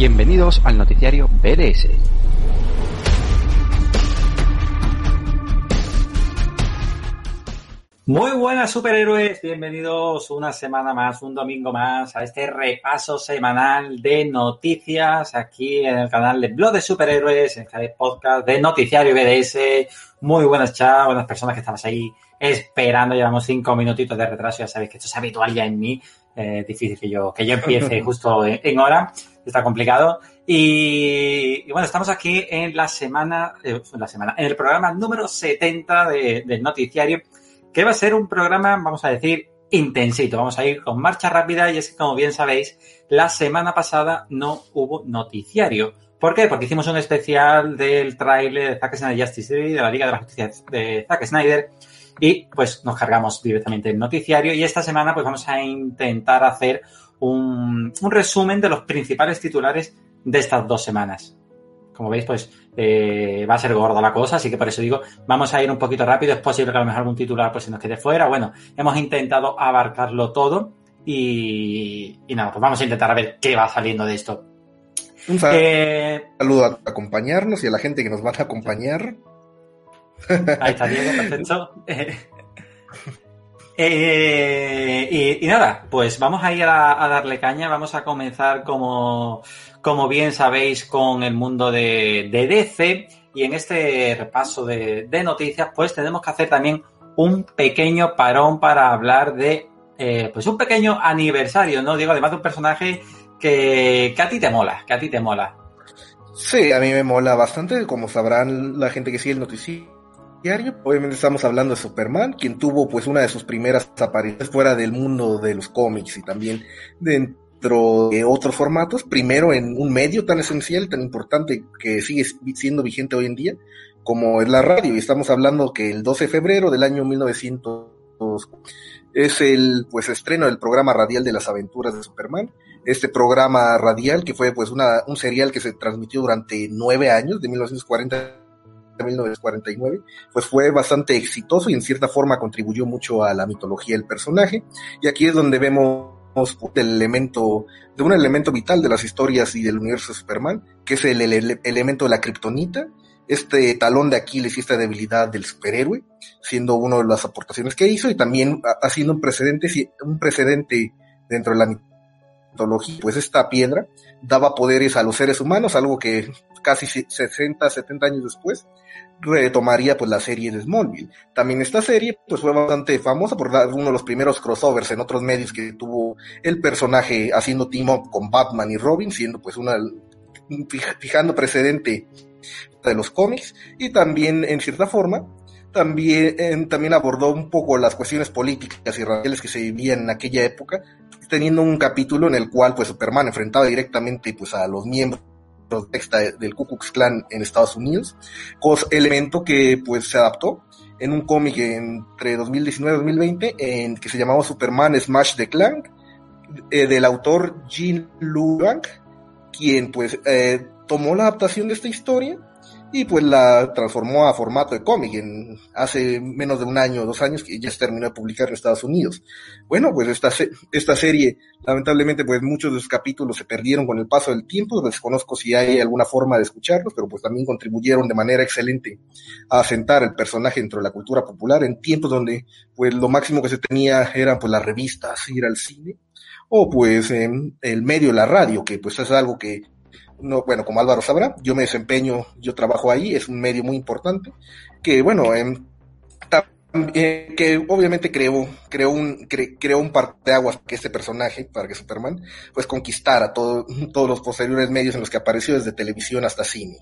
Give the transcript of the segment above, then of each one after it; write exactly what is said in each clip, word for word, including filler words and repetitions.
Bienvenidos al noticiario B D S. Muy buenas superhéroes, bienvenidos una semana más, un domingo más a este repaso semanal de noticias aquí en el canal de Blog de Superhéroes, en el podcast de Noticiario B D S. Muy buenas chat, buenas personas que estabas ahí esperando, llevamos cinco minutitos de retraso, ya sabéis que esto es habitual ya en mí, es eh, difícil que yo, que yo empiece justo en, en hora, está complicado. Y, y bueno, estamos aquí en la semana, eh, la semana, en el programa número setenta de, del noticiario, que va a ser un programa, vamos a decir, intensito. Vamos a ir con marcha rápida y es que, como bien sabéis, la semana pasada no hubo noticiario. ¿Por qué? Porque hicimos un especial del tráiler de Zack Snyder Justice League, de la Liga de la Justicia de Zack Snyder, y pues nos cargamos directamente el noticiario. Y esta semana pues vamos a intentar hacer un, un resumen de los principales titulares de estas dos semanas. Como veis, pues eh, va a ser gorda la cosa, así que por eso digo, vamos a ir un poquito rápido. Es posible que a lo mejor algún titular pues se nos quede fuera. Bueno, hemos intentado abarcarlo todo y, y nada, pues vamos a intentar a ver qué va saliendo de esto. Un saludo, eh, saludo a acompañarnos y a la gente que nos van a acompañar. Ahí está Diego, perfecto. Eh, y, y nada, pues vamos a ir a, a darle caña. Vamos a comenzar como, como bien sabéis con el mundo de, de D C, y en este repaso de, de noticias pues tenemos que hacer también un pequeño parón para hablar de eh, pues un pequeño aniversario, ¿no? Digo, además de un personaje que, que a ti te mola, que a ti te mola. Sí, a mí me mola bastante, como sabrán la gente que sigue el noticiero. Obviamente estamos hablando de Superman, quien tuvo pues una de sus primeras apariciones fuera del mundo de los cómics y también dentro de otros formatos, primero en un medio tan esencial, tan importante que sigue siendo vigente hoy en día como es la radio, y estamos hablando que el doce de febrero del año mil novecientos es el pues estreno del programa radial de las aventuras de Superman. Este programa radial que fue pues una, un serial que se transmitió durante nueve años, de mil novecientos cuarenta a mil novecientos cuarenta y nueve, pues fue bastante exitoso y en cierta forma contribuyó mucho a la mitología del personaje, y aquí es donde vemos el elemento, de un elemento vital de las historias y del universo de Superman, que es el, el, el elemento de la kriptonita, este talón de Aquiles y esta debilidad del superhéroe, siendo una de las aportaciones que hizo, y también haciendo un precedente, un precedente dentro de la mitología, pues esta piedra daba poderes a los seres humanos, algo que casi sesenta, setenta años después retomaría pues la serie de Smallville. También esta serie pues fue bastante famosa por dar uno de los primeros crossovers en otros medios que tuvo el personaje haciendo team up con Batman y Robin, siendo pues una, fijando precedente de los cómics, y también en cierta forma también, eh, también abordó un poco las cuestiones políticas y raciales que se vivían en aquella época, teniendo un capítulo en el cual pues Superman enfrentaba directamente pues a los miembros del Ku Klux Klan en Estados Unidos, cosa, elemento que pues se adaptó en un cómic entre dos mil diecinueve y dos mil veinte en que se llamaba Superman Smash the Klan, eh, del autor Jean Lu Wang, quien pues eh, tomó la adaptación de esta historia y pues la transformó a formato de cómic en hace menos de un año o dos años que ya se terminó de publicar en Estados Unidos. Bueno, pues esta, esta serie, lamentablemente, pues muchos de sus capítulos se perdieron con el paso del tiempo. Desconozco si hay alguna forma de escucharlos, pero pues también contribuyeron de manera excelente a asentar el personaje dentro de la cultura popular en tiempos donde pues lo máximo que se tenía eran pues las revistas, ir al cine, o pues eh, el medio, la radio, que pues es algo que no, bueno, como Álvaro sabrá, yo me desempeño, yo trabajo ahí, es un medio muy importante, que bueno, eh, eh, que obviamente creó, creó un, cre, creó un parteaguas que este personaje, para que Superman, pues conquistara todo, todos los posteriores medios en los que apareció, desde televisión hasta cine.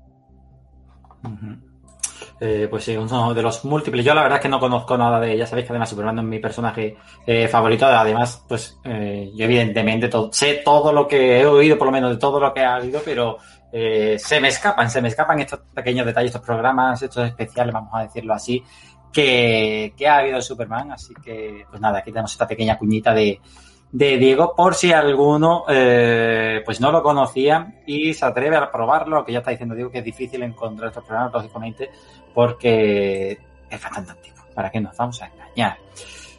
Uh-huh. Eh, pues sí, uno de los múltiples. Yo la verdad es que no conozco nada de ella. Sabéis que además Superman es mi personaje eh, favorito. Además, pues eh, yo evidentemente todo, sé todo lo que he oído, por lo menos de todo lo que ha habido, pero eh, se me escapan, se me escapan estos pequeños detalles, estos programas, estos especiales, vamos a decirlo así, que, que ha habido de Superman. Así que, pues nada, aquí tenemos esta pequeña cuñita de de Diego, por si alguno eh, pues no lo conocía y se atreve a probarlo, que ya está diciendo Diego que es difícil encontrar estos programas, lógicamente, porque es bastante antiguo, ¿para qué nos vamos a engañar?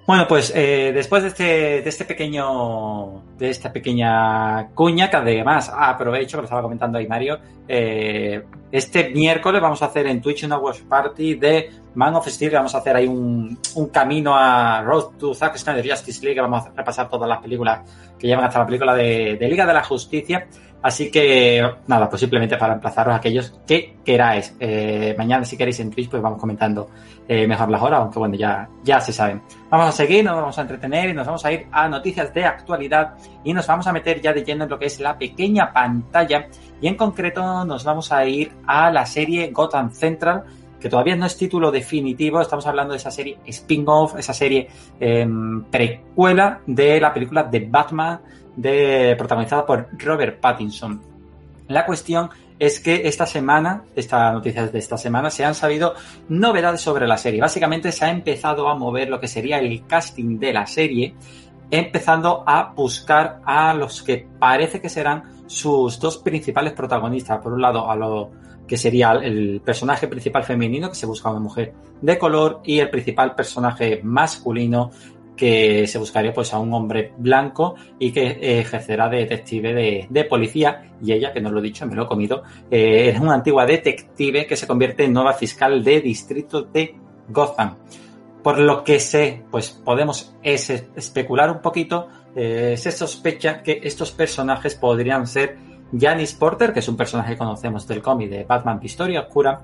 Bueno, pues eh, después de este, de este pequeño, de esta pequeña cuña, que además aprovecho, que lo estaba comentando ahí Mario, eh, este miércoles vamos a hacer en Twitch una watch party de Man of Steel, vamos a hacer ahí un, un camino a Road to Zack Snyder Justice League, vamos a repasar todas las películas que llevan hasta la película de, de Liga de la Justicia. Así que, nada, pues simplemente para emplazaros a aquellos que queráis. Eh, mañana, si queréis en Twitch, pues vamos comentando eh, mejor las horas, aunque bueno, ya, ya se saben. Vamos a seguir, nos vamos a entretener y nos vamos a ir a noticias de actualidad y nos vamos a meter ya de lleno en lo que es la pequeña pantalla y en concreto nos vamos a ir a la serie Gotham Central, que todavía no es título definitivo, estamos hablando de esa serie spin-off, esa serie eh, precuela de la película de Batman, de, protagonizada por Robert Pattinson. La cuestión es que esta semana, estas noticias de esta semana, se han sabido novedades sobre la serie. Básicamente se ha empezado a mover lo que sería el casting de la serie, empezando a buscar a los que parece que serán sus dos principales protagonistas. Por un lado, a lo que sería el personaje principal femenino, que se busca una mujer de color, y el principal personaje masculino, que se buscaría pues a un hombre blanco y que eh, ejercerá de detective de, de policía, y ella, que no lo he dicho, me lo he comido, eh, es una antigua detective que se convierte en nueva fiscal de distrito de Gotham. Por lo que sé, pues podemos es, especular un poquito, eh, se sospecha que estos personajes podrían ser Janice Porter, que es un personaje que conocemos del cómic de Batman Historia Oscura,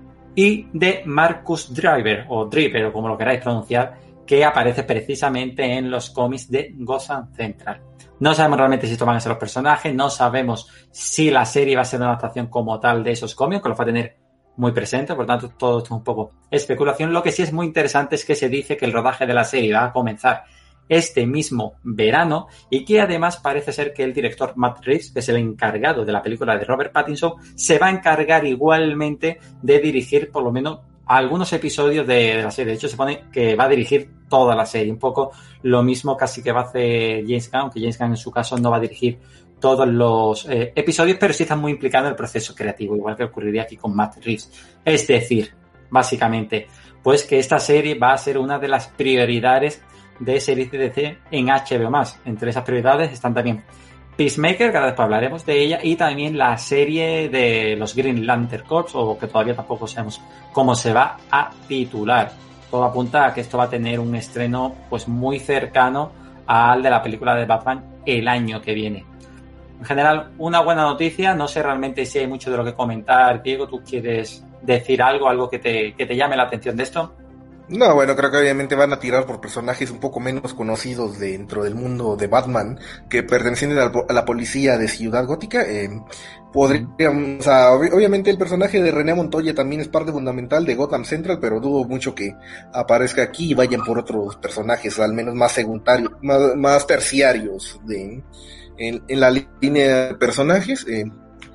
y de Marcus Driver, o Driver, o como lo queráis pronunciar, que aparece precisamente en los cómics de Gotham Central. No sabemos realmente si estos van a ser los personajes, no sabemos si la serie va a ser una adaptación como tal de esos cómics, que los va a tener muy presente, por tanto todo esto es un poco especulación. Lo que sí es muy interesante es que se dice que el rodaje de la serie va a comenzar este mismo verano y que además parece ser que el director Matt Reeves, que es el encargado de la película de Robert Pattinson, se va a encargar igualmente de dirigir por lo menos algunos episodios de, de la serie. De hecho, se pone que va a dirigir toda la serie. Un poco lo mismo casi que va a hacer James Gunn, aunque James Gunn en su caso no va a dirigir todos los eh, episodios, pero sí está muy implicado en el proceso creativo, igual que ocurriría aquí con Matt Reeves. Es decir, básicamente, pues que esta serie va a ser una de las prioridades de series de D C en H B O más. Entre esas prioridades están también Peacemaker, que ahora después hablaremos de ella, y también la serie de los Green Lantern Corps, o que todavía tampoco sabemos cómo se va a titular. Todo apunta a que esto va a tener un estreno pues muy cercano al de la película de Batman el año que viene. En general, una buena noticia. No sé realmente si hay mucho de lo que comentar. Diego, ¿tú quieres decir algo, algo que te, que te llame la atención de esto? No, bueno, creo que obviamente van a tirar por personajes un poco menos conocidos dentro del mundo de Batman, que pertenecientes a la, a la policía de Ciudad Gótica. Eh, podrían, o sea, ob- obviamente el personaje de René Montoya también es parte fundamental de Gotham Central, pero dudo mucho que aparezca aquí y vayan por otros personajes, al menos más secundarios, más, más terciarios de, en, en la línea de personajes. Eh,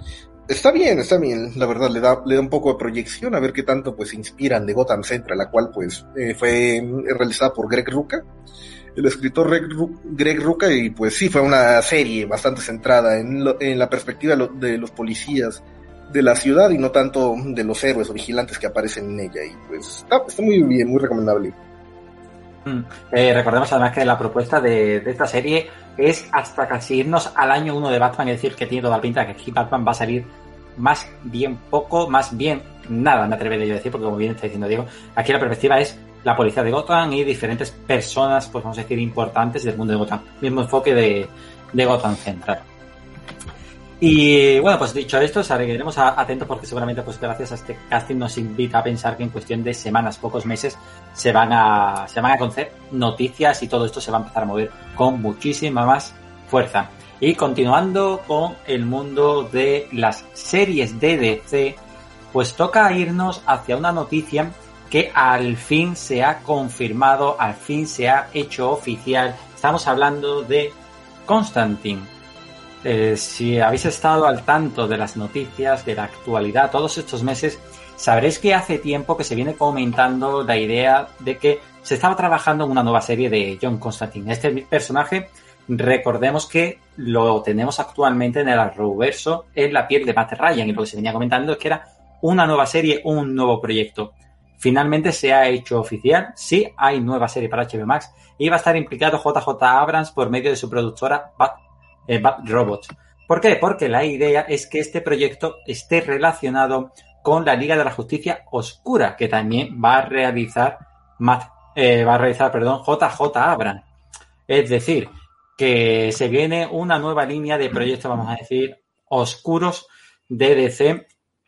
Está bien, está bien, la verdad, le da, le da un poco de proyección a ver qué tanto pues se inspiran de Gotham Central, la cual pues eh, fue realizada por Greg Rucka, el escritor Greg, Ru- Greg Rucka, y pues sí, fue una serie bastante centrada en, lo, en la perspectiva de, lo, de los policías de la ciudad y no tanto de los héroes o vigilantes que aparecen en ella, y pues está, está muy bien, muy recomendable. Mm. Eh, recordemos además que la propuesta de, de esta serie es hasta casi irnos al año uno de Batman, es decir, que tiene toda la pinta que aquí Batman va a salir más bien poco, más bien nada, me atrevería yo a decir, porque como bien está diciendo Diego, aquí la perspectiva es la policía de Gotham y diferentes personas, pues vamos a decir, importantes del mundo de Gotham. Mismo enfoque de, de Gotham Central. Y bueno, pues dicho esto, seguiremos atentos porque seguramente pues gracias a este casting nos invita a pensar que en cuestión de semanas, pocos meses, se van a se van a conocer noticias y todo esto se va a empezar a mover con muchísima más fuerza. Y continuando con el mundo de las series de D C, pues toca irnos hacia una noticia que al fin se ha confirmado, al fin se ha hecho oficial. Estamos hablando de Constantine. Eh, si habéis estado al tanto de las noticias, de la actualidad, todos estos meses, sabréis que hace tiempo que se viene comentando la idea de que se estaba trabajando en una nueva serie de John Constantine. Este personaje, recordemos que lo tenemos actualmente en el Arrowverso en la piel de Matt Ryan, y lo que se venía comentando es que era una nueva serie, un nuevo proyecto. finalmente se ha hecho oficial. Sí, hay nueva serie para H B O Max y va a estar implicado J J Abrams por medio de su productora Bad, eh, Bad Robot. ¿Por qué? Porque la idea es que este proyecto esté relacionado con la Liga de la Justicia Oscura, que también va a realizar Matt, eh, va a realizar, perdón, J J Abrams. Es decir, que se viene una nueva línea de proyectos, vamos a decir, oscuros de D C.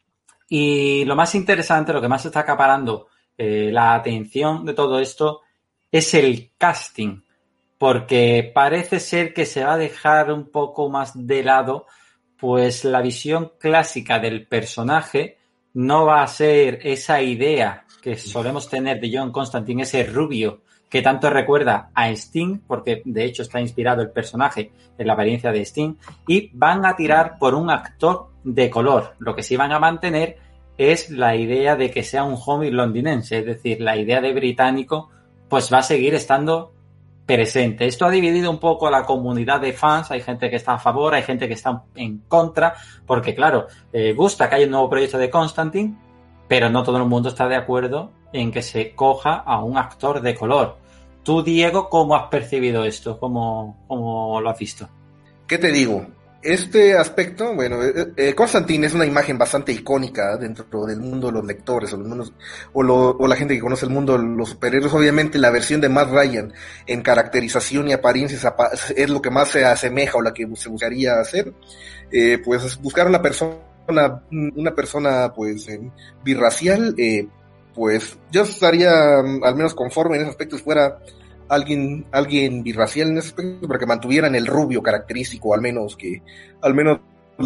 Y lo más interesante, lo que más está acaparando eh, la atención de todo esto es el casting, porque parece ser que se va a dejar un poco más de lado, pues la visión clásica del personaje no va a ser esa idea que solemos tener de John Constantine, ese rubio que tanto recuerda a Sting, porque de hecho está inspirado el personaje en la apariencia de Sting, y van a tirar por un actor de color. Lo que sí van a mantener es la idea de que sea un hobbit londinense, es decir, la idea de británico pues va a seguir estando presente. Esto ha dividido un poco a la comunidad de fans, hay gente que está a favor, hay gente que está en contra, porque claro, eh, gusta que haya un nuevo proyecto de Constantine, pero no todo el mundo está de acuerdo en que se coja a un actor de color. Tú, Diego, ¿cómo has percibido esto? ¿Cómo, cómo lo has visto? ¿Qué te digo? Este aspecto, bueno, eh, Constantine es una imagen bastante icónica dentro del mundo de los lectores, o, los mundos, o, lo, o la gente que conoce el mundo de los superhéroes. Obviamente la versión de Matt Ryan en caracterización y apariencia es lo que más se asemeja o la que se buscaría hacer. Eh, pues buscar una persona, una persona pues eh, birracial, eh, pues yo estaría al menos conforme en ese aspecto si fuera alguien alguien birracial en ese aspecto, para que mantuvieran el rubio característico, al menos que al menos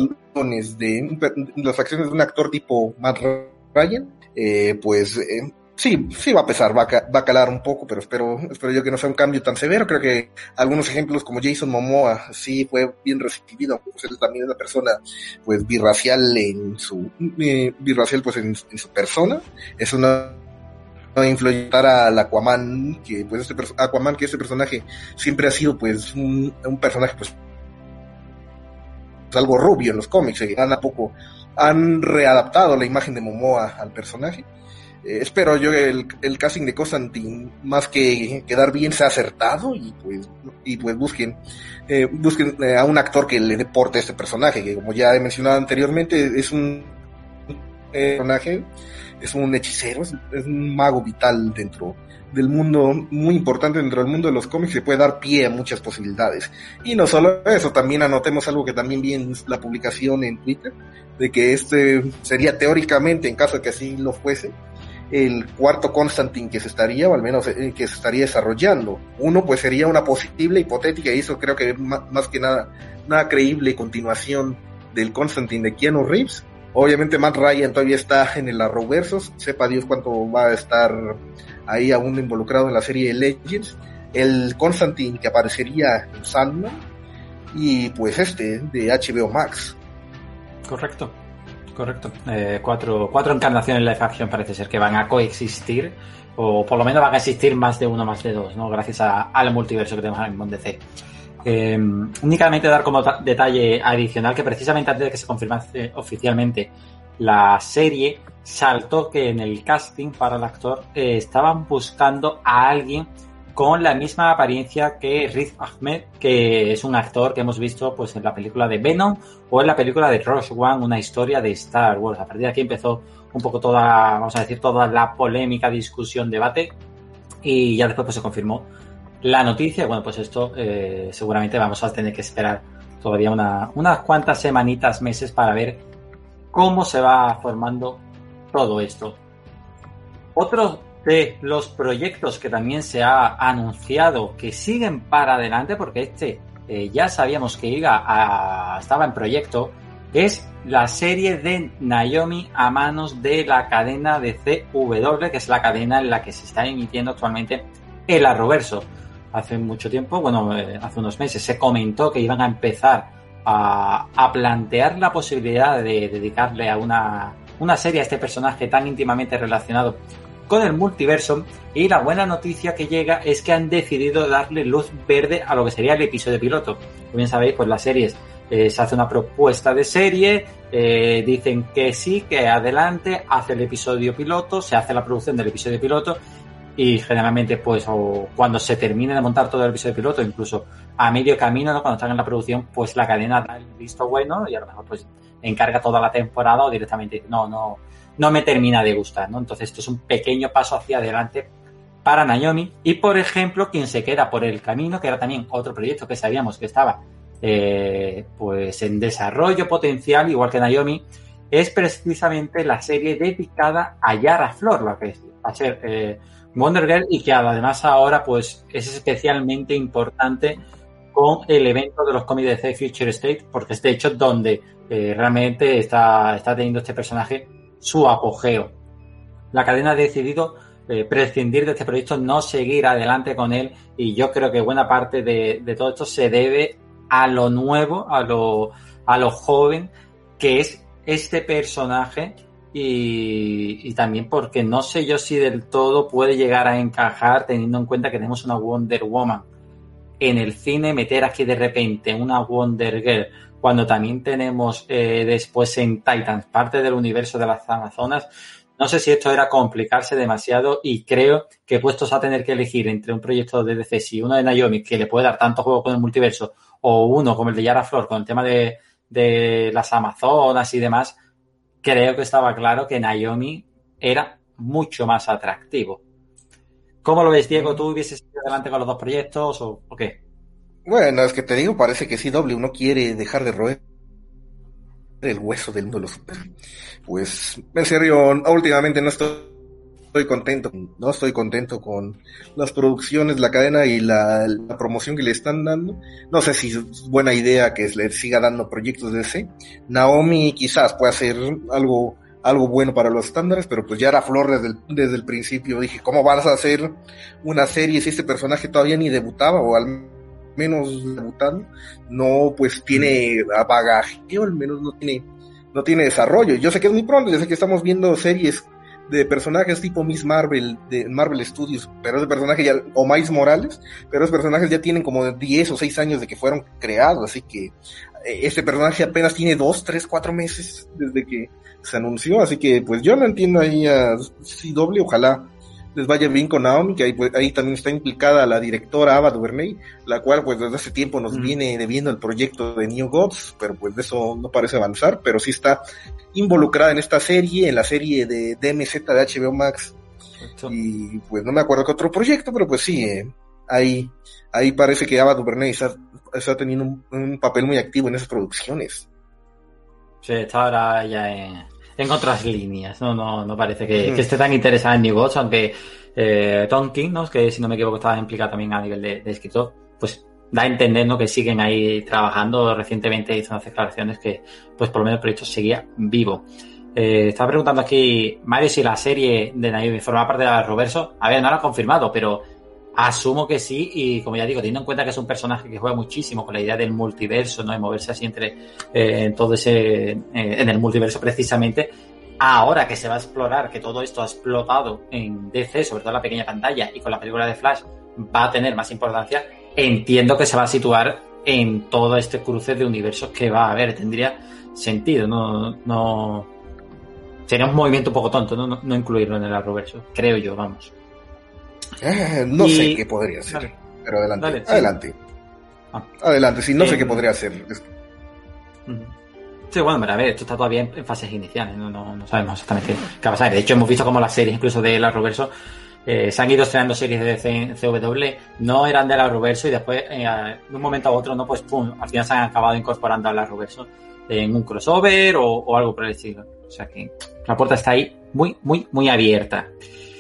de, de las facciones de un actor tipo Matt Ryan, eh, pues eh, sí, sí va a pesar, va a, va a calar un poco, pero espero, espero yo que no sea un cambio tan severo. Creo que algunos ejemplos como Jason Momoa sí fue bien recibido, pues él también es una persona pues birracial en su, eh, birracial pues en, en su persona, es una influenciar al Aquaman, que pues este perso- Aquaman, que este personaje siempre ha sido pues un, un personaje pues algo rubio en los cómics, eh, han a poco han readaptado la imagen de Momoa al personaje. Eh, espero yo que el, el casting de Constantine, más que quedar bien, sea acertado y pues y pues busquen eh, busquen eh, a un actor que le deporte a este personaje, que como ya he mencionado anteriormente, es un eh, personaje, es un hechicero, es, es un mago vital dentro del mundo, muy importante dentro del mundo de los cómics, que puede dar pie a muchas posibilidades. Y no solo eso, también anotemos algo que también vi en la publicación en Twitter, de que este sería teóricamente, en caso de que así lo fuese, el cuarto Constantine que se estaría, o al menos eh, que se estaría desarrollando. Uno pues sería una posible, hipotética, y eso creo que más, más que nada, nada creíble continuación del Constantine de Keanu Reeves. Obviamente Matt Ryan todavía está en el Arrowverse, sepa Dios cuánto va a estar ahí aún involucrado en la serie de Legends. El Constantine que aparecería en Sandman, y pues este de H B O Max. Correcto, correcto. Eh, cuatro, cuatro encarnaciones live action parece ser que van a coexistir, o por lo menos van a existir más de uno, más de dos, ¿no? Gracias a, al multiverso que tenemos ahora mismo en D C. Eh, únicamente dar como ta- detalle adicional que precisamente antes de que se confirmase oficialmente la serie, saltó que en el casting para el actor eh, estaban buscando a alguien con la misma apariencia que Riz Ahmed, que es un actor que hemos visto pues en la película de Venom o en la película de Rogue One, una historia de Star Wars. A partir de aquí empezó un poco toda, vamos a decir, toda la polémica, discusión, debate, y ya después pues se confirmó la noticia. Bueno, pues esto eh, seguramente vamos a tener que esperar todavía una, unas cuantas semanitas, meses, para ver cómo se va formando todo esto. Otro de los proyectos que también se ha anunciado que siguen para adelante, porque este eh, ya sabíamos que iba a, estaba en proyecto, es la serie de Naomi a manos de la cadena de C W, que es la cadena en la que se está emitiendo actualmente el Arrowverso. Hace mucho tiempo, bueno, eh, hace unos meses, se comentó que iban a empezar a, a plantear la posibilidad de dedicarle a una, una serie a este personaje tan íntimamente relacionado con el multiverso, y la buena noticia que llega es que han decidido darle luz verde a lo que sería el episodio piloto. Como bien sabéis, pues las series, eh, se hace una propuesta de serie, eh, dicen que sí, que adelante, hace el episodio piloto, se hace la producción del episodio piloto y generalmente pues o cuando se termine de montar todo el episodio piloto, incluso a medio camino, ¿no? Cuando están en la producción, pues la cadena da el visto bueno y a lo mejor pues encarga toda la temporada o directamente no, no, no me termina de gustar, ¿no? Entonces esto es un pequeño paso hacia adelante para Naomi. Y por ejemplo, quien se queda por el camino, que era también otro proyecto que sabíamos que estaba eh, pues en desarrollo potencial, igual que Naomi, es precisamente la serie dedicada a Yara Flor, la que va a ser eh, Wonder Girl, y que además ahora pues es especialmente importante con el evento de los cómics de D C Future State, porque es de hecho donde eh, realmente está, está teniendo este personaje su apogeo. La cadena ha decidido eh, prescindir de este proyecto, no seguir adelante con él, y yo creo que buena parte de, de todo esto se debe a lo nuevo, a lo, a lo joven que es este personaje, y, y también porque no sé yo si del todo puede llegar a encajar teniendo en cuenta que tenemos una Wonder Woman en el cine. Meter aquí de repente una Wonder Girl cuando también tenemos eh, después en Titans parte del universo de las Amazonas, no sé si esto era complicarse demasiado, y creo que puestos a tener que elegir entre un proyecto de D C, si uno de Naomi, que le puede dar tanto juego con el multiverso, o uno como el de Yara Flor con el tema de, de las Amazonas y demás, creo que estaba claro que Naomi era mucho más atractivo. ¿Cómo lo ves, Diego? ¿Tú hubieses ido adelante con los dos proyectos o, o qué? Bueno, es que te digo, parece que C W no quiere dejar de roer el hueso del mundo de los super. Pues, en serio, últimamente no estoy, estoy contento, no estoy contento con las producciones, la cadena y la, la promoción que le están dando. No sé si es buena idea que le siga dando proyectos de D C. Naomi quizás pueda hacer algo, algo bueno para los estándares, pero pues Yara Flor desde el, desde el principio dije, ¿cómo vas a hacer una serie si este personaje todavía ni debutaba, o al menos debutando? No, pues tiene bagaje, o al menos no tiene, no tiene desarrollo. Yo sé que es muy pronto, yo sé que estamos viendo series de personajes tipo Miss Marvel, de Marvel Studios, pero ese personaje ya, o Miles Morales, pero esos personajes ya tienen como diez o seis años de que fueron creados, así que este personaje apenas tiene dos, tres, cuatro meses desde que se anunció, así que pues yo no entiendo ahí a C W, ojalá les vaya bien con Naomi, que ahí, pues, ahí también está implicada la directora Ava DuVernay, la cual pues desde hace tiempo nos mm. viene debiendo el proyecto de New Gods, pero pues de eso no parece avanzar, pero sí está involucrada en esta serie, en la serie de D M Z de H B O Max, Exacto. Y pues no me acuerdo qué otro proyecto, pero pues sí, eh, ahí, ahí parece que Ava DuVernay está, está teniendo un, un papel muy activo en esas producciones. Sí, está ahora ya en... en otras líneas, no no no parece que, mm. que esté tan interesada en New Gods, aunque eh, Tom King, ¿no? Que si no me equivoco estaba implicado también a nivel de, de escritor, pues da a entender, ¿no? Que siguen ahí trabajando. Recientemente hizo unas declaraciones que pues por lo menos el proyecto seguía vivo. Eh, estaba preguntando aquí Mario si la serie de Naomi forma parte de la Arrowverso. A ver, no lo ha confirmado, pero asumo que sí, y como ya digo, teniendo en cuenta que es un personaje que juega muchísimo con la idea del multiverso, ¿no? De moverse así entre eh, en todo ese eh, en el multiverso precisamente. Ahora que se va a explorar, que todo esto ha explotado en D C, sobre todo en la pequeña pantalla, y con la película de Flash va a tener más importancia, entiendo que se va a situar en todo este cruce de universos que va a haber. Tendría sentido, no, no sería un movimiento un poco tonto, no, no, no incluirlo en el Arrowverso, creo yo, vamos. Eh, no y... sé qué podría ser, dale. Pero adelante, dale, sí. adelante. Ah. Adelante, sí, no eh, sé qué podría ser. Sí, bueno, pero a ver, esto está todavía en, en fases iniciales, no, no, no sabemos exactamente qué va a pasar. De hecho, hemos visto como las series, incluso de la Arrowverso, eh, se han ido estrenando series de C W, no eran de la Arrowverso, y después, eh, de un momento a otro, no, pues pum, al final se han acabado incorporando a la Arrowverso en un crossover o, o algo por el estilo. O sea que la puerta está ahí muy, muy, muy abierta.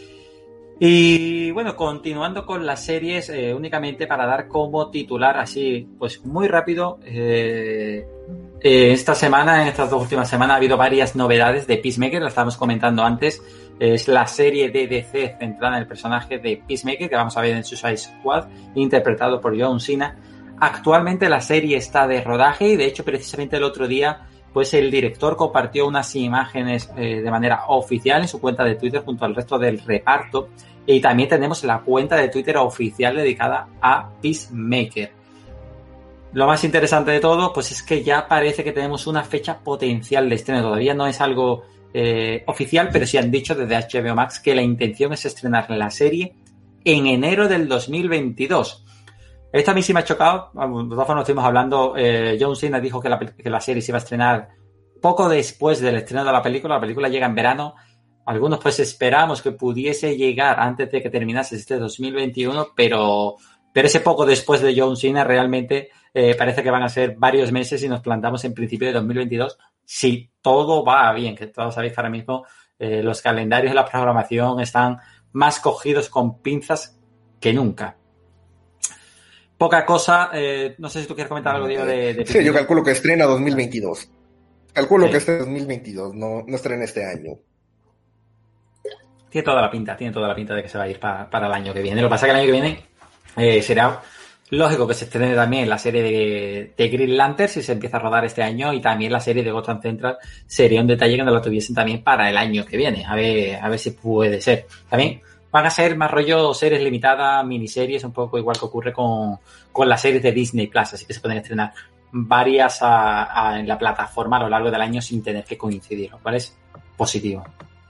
Y bueno, continuando con las series, eh, únicamente para dar como titular así, pues muy rápido, eh, eh, esta semana, en estas dos últimas semanas, ha habido varias novedades de Peacemaker, lo estábamos comentando antes. Es la serie de D C centrada en el personaje de Peacemaker, que vamos a ver en Suicide Squad, interpretado por John Cena. Actualmente la serie está de rodaje, y de hecho precisamente el otro día pues el director compartió unas imágenes eh, de manera oficial en su cuenta de Twitter junto al resto del reparto, y también tenemos la cuenta de Twitter oficial dedicada a Peacemaker. lo más interesante de todo, pues es que ya parece que tenemos una fecha potencial de estreno. Todavía no es algo eh, oficial, pero sí han dicho desde H B O Max que la intención es estrenar la serie en enero del dos mil veintidós. Esto a mí sí me ha chocado. De todas formas, estuvimos hablando. Eh, John Cena dijo que la, que la serie se iba a estrenar poco después del estreno de la película. La película llega en verano. Algunos pues esperamos que pudiese llegar antes de que terminase este dos mil veintiuno, pero, pero ese poco después de John Cena realmente eh, parece que van a ser varios meses y nos plantamos en principio de dos mil veintidós si todo va bien, que todos sabéis que ahora mismo eh, los calendarios de la programación están más cogidos con pinzas que nunca. Poca cosa, eh, no sé si tú quieres comentar algo, Diego, de, de Sí, yo calculo que estrena dos mil veintidós. Calculo sí. que este es dos mil veintidós, no, no estrena este año. Tiene toda la pinta, tiene toda la pinta de que se va a ir para, para el año que viene. Lo que pasa es que el año que viene eh, será lógico que se estrene también la serie de, de Green Lantern si se empieza a rodar este año, y también la serie de Gotham Central sería un detalle que nos lo tuviesen también para el año que viene. A ver, a ver si puede ser. También van a ser más rollo series limitadas, miniseries, un poco igual que ocurre con, con las series de Disney Plus, así que se pueden estrenar varias a, a, en la plataforma a lo largo del año sin tener que coincidir, lo cual es positivo.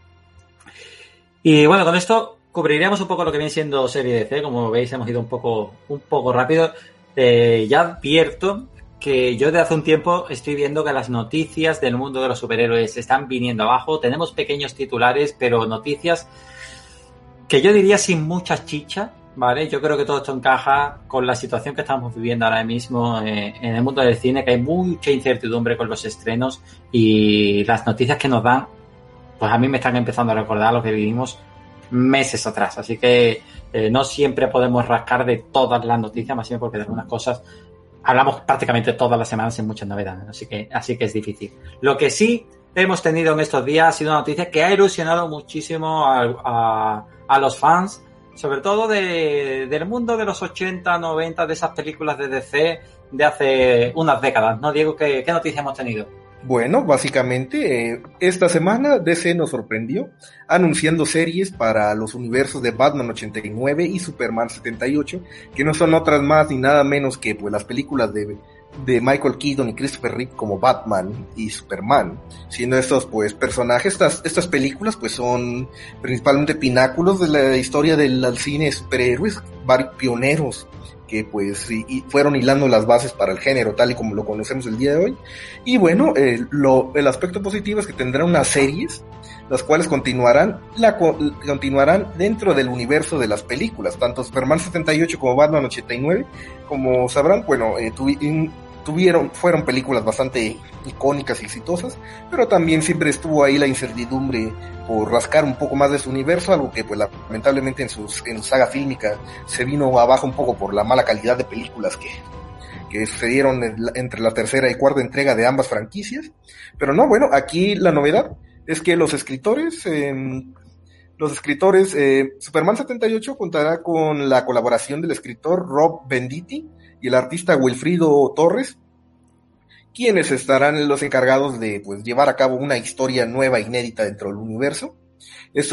Y bueno, con esto cubriríamos un poco lo que viene siendo serie D C. Como veis, hemos ido un poco, un poco rápido. Eh, ya advierto que yo desde hace un tiempo estoy viendo que las noticias del mundo de los superhéroes están viniendo abajo. Tenemos pequeños titulares, pero noticias que yo diría sin mucha chicha, ¿vale? Yo creo que todo esto encaja con la situación que estamos viviendo ahora mismo eh, en el mundo del cine, que hay mucha incertidumbre con los estrenos, y las noticias que nos dan, pues a mí me están empezando a recordar lo que vivimos meses atrás. Así que eh, no siempre podemos rascar de todas las noticias, más bien porque de algunas cosas hablamos prácticamente todas las semanas en muchas novedades, ¿no? Así que, así que es difícil. Lo que sí hemos tenido en estos días ha sido una noticia que ha ilusionado muchísimo a, a, a los fans, sobre todo de, del mundo de los ochenta, noventa, de esas películas de D C de hace unas décadas, ¿no, Diego? ¿Qué, qué noticia hemos tenido? Bueno, básicamente, eh, esta semana D C nos sorprendió anunciando series para los universos de Batman ochenta y nueve y Superman setenta y ocho, que no son otras más ni nada menos que pues las películas de, de Michael Keaton y Christopher Reeve como Batman y Superman, siendo estos pues personajes, estas, estas películas pues son principalmente pináculos de la historia del cine de superhéroes, varios pioneros que pues y, y fueron hilando las bases para el género tal y como lo conocemos el día de hoy. Y bueno, eh, lo, el aspecto positivo es que tendrán unas series las cuales continuarán la continuarán dentro del universo de las películas, tanto Superman setenta y ocho como Batman ochenta y nueve, como sabrán, bueno, eh, tuvi, tuvieron fueron películas bastante icónicas y exitosas, pero también siempre estuvo ahí la incertidumbre por rascar un poco más de su universo, algo que pues lamentablemente en sus en su saga fílmica se vino abajo un poco por la mala calidad de películas que que sucedieron entre la tercera y cuarta entrega de ambas franquicias. Pero no, bueno, aquí la novedad es que los escritores eh, los escritores eh, Superman setenta y ocho contará con la colaboración del escritor Rob Venditti y el artista Wilfrido Torres, quienes estarán los encargados de pues llevar a cabo una historia nueva, inédita dentro del universo. Esto,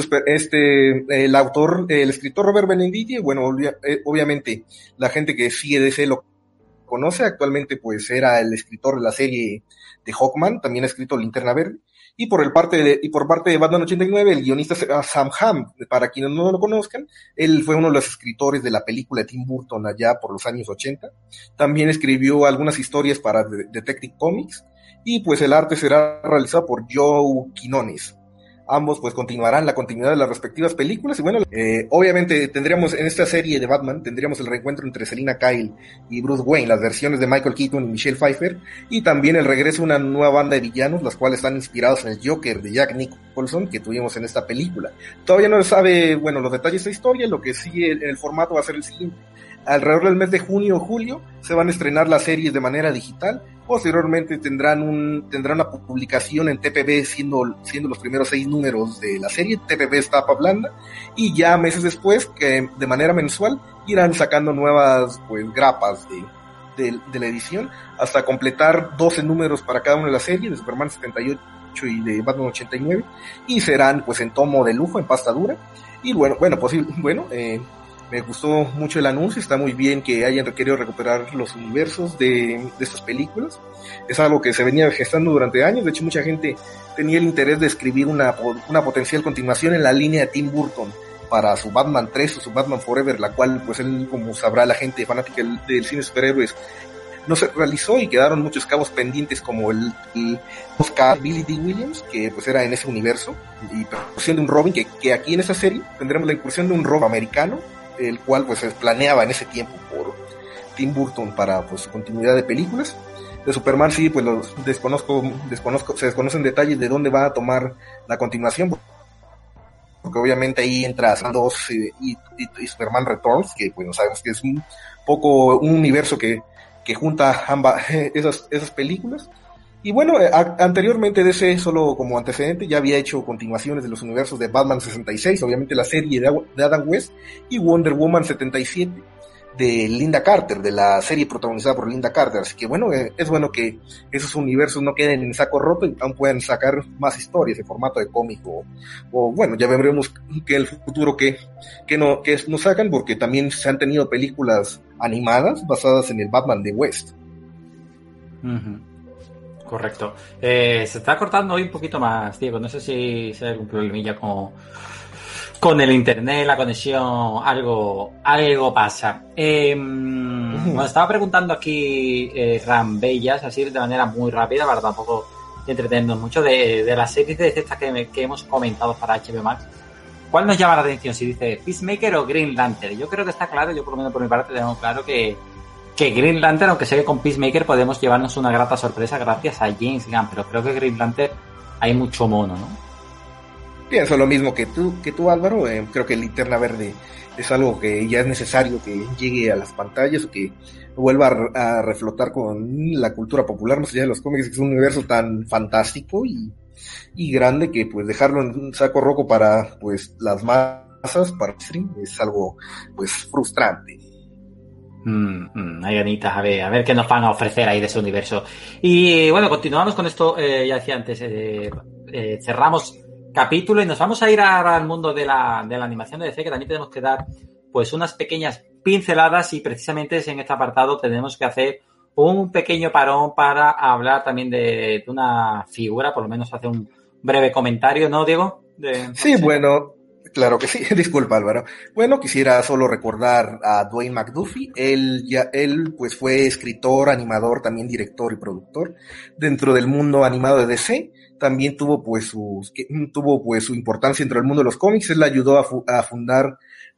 este, el autor, el escritor Robert Benedetti, bueno, obvia, eh, obviamente la gente que sigue D C lo conoce, actualmente pues era el escritor de la serie de Hawkman, también ha escrito Linterna Verde, y por el parte de, y por parte de Batman ochenta y nueve, el guionista Sam Hamm, para quienes no lo conozcan, él fue uno de los escritores de la película de Tim Burton allá por los años ochenta, también escribió algunas historias para Detective Comics, y pues el arte será realizado por Joe Quinones. Ambos pues continuarán la continuidad de las respectivas películas y bueno, eh, obviamente tendríamos en esta serie de Batman, tendríamos el reencuentro entre Selina Kyle y Bruce Wayne, las versiones de Michael Keaton y Michelle Pfeiffer, y también el regreso de una nueva banda de villanos, las cuales están inspirados en el Joker de Jack Nicholson que tuvimos en esta película. Todavía no se sabe, bueno, los detalles de esta historia, lo que sigue en el formato va a ser el siguiente. Alrededor del mes de junio o julio se van a estrenar las series de manera digital. Posteriormente tendrán un tendrán una publicación en T P B siendo siendo los primeros seis números de la serie. T P B es tapa blanda, y ya meses después, que de manera mensual irán sacando nuevas pues grapas de, de, de la edición hasta completar doce números para cada una de las series de Superman setenta y ocho y de Batman ochenta y nueve, y serán pues en tomo de lujo, en pasta dura. Y bueno, bueno, posible, bueno, eh Me gustó mucho el anuncio, está muy bien que hayan querido recuperar los universos de, de estas películas. Es algo que se venía gestando durante años, de hecho mucha gente tenía el interés de escribir una, una potencial continuación en la línea de Tim Burton para su Batman tres o su Batman Forever, la cual pues él, como sabrá la gente fanática del, del cine de superhéroes, no se realizó y quedaron muchos cabos pendientes, como el, el Oscar Billy D. Williams, que pues era en ese universo, y la incursión de un Robin, que, que aquí en esta serie tendremos la incursión de un Robin americano, el cual pues se planeaba en ese tiempo por Tim Burton para pues su continuidad de películas. De Superman sí, pues los desconozco, desconozco, se desconocen detalles de dónde va a tomar la continuación, porque obviamente ahí entra dos y, y, y Superman Returns, que pues sabemos que es un poco un universo que, que junta ambas esas, esas películas. Y bueno, a, anteriormente D C, solo como antecedente, ya había hecho continuaciones de los universos de Batman sesenta y seis, obviamente la serie de, de Adam West, y Wonder Woman setenta y siete, de Linda Carter, de la serie protagonizada por Linda Carter. Así que bueno, eh, es bueno que esos universos no queden en saco roto y aún puedan sacar más historias en formato de cómic, o, o bueno, ya veremos que el futuro que, que, no, que nos sacan, porque también se han tenido películas animadas basadas en el Batman de West. Uh-huh. Correcto. Eh, se está cortando hoy un poquito más, Diego. No sé si, si hay algún problemilla con, con el internet, la conexión, algo, algo pasa. Eh, uh-huh. Nos estaba preguntando aquí eh, Rambellas, así de manera muy rápida, para tampoco entretenernos mucho, de, de las series de estas que, que hemos comentado para H B O Max. ¿Cuál nos llama la atención? Si dice Peacemaker o Green Lantern. Yo creo que está claro, yo por lo menos por mi parte tengo claro que que Green Lantern, aunque sé que con Peacemaker podemos llevarnos una grata sorpresa gracias a James Gunn, pero creo que Green Lantern hay mucho mono, ¿no? Pienso lo mismo que tú, que tú Álvaro. Eh, creo que Linterna Verde es algo que ya es necesario que llegue a las pantallas o que vuelva a, a reflotar con la cultura popular, más allá de los cómics, que es un universo tan fantástico y, y grande que pues dejarlo en un saco rojo para pues las masas, para stream, es algo pues frustrante. Mm, mm, hay ganitas, a ver, a ver qué nos van a ofrecer ahí de ese universo. Y bueno, continuamos con esto, eh, ya decía antes, eh, eh, cerramos capítulo y nos vamos a ir ahora al mundo de la, de la animación de D C, que también tenemos que dar pues unas pequeñas pinceladas, y precisamente en este apartado tenemos que hacer un pequeño parón para hablar también de, de una figura, por lo menos hacer un breve comentario, ¿no, Diego? De, sí, no sé. Bueno... Claro que sí, disculpa Álvaro. Bueno, quisiera solo recordar a Dwayne McDuffie. Él ya, él pues fue escritor, animador, también director y productor dentro del mundo animado de D C. También tuvo pues su, tuvo pues su importancia dentro del mundo de los cómics. Él ayudó a, fu- a fundar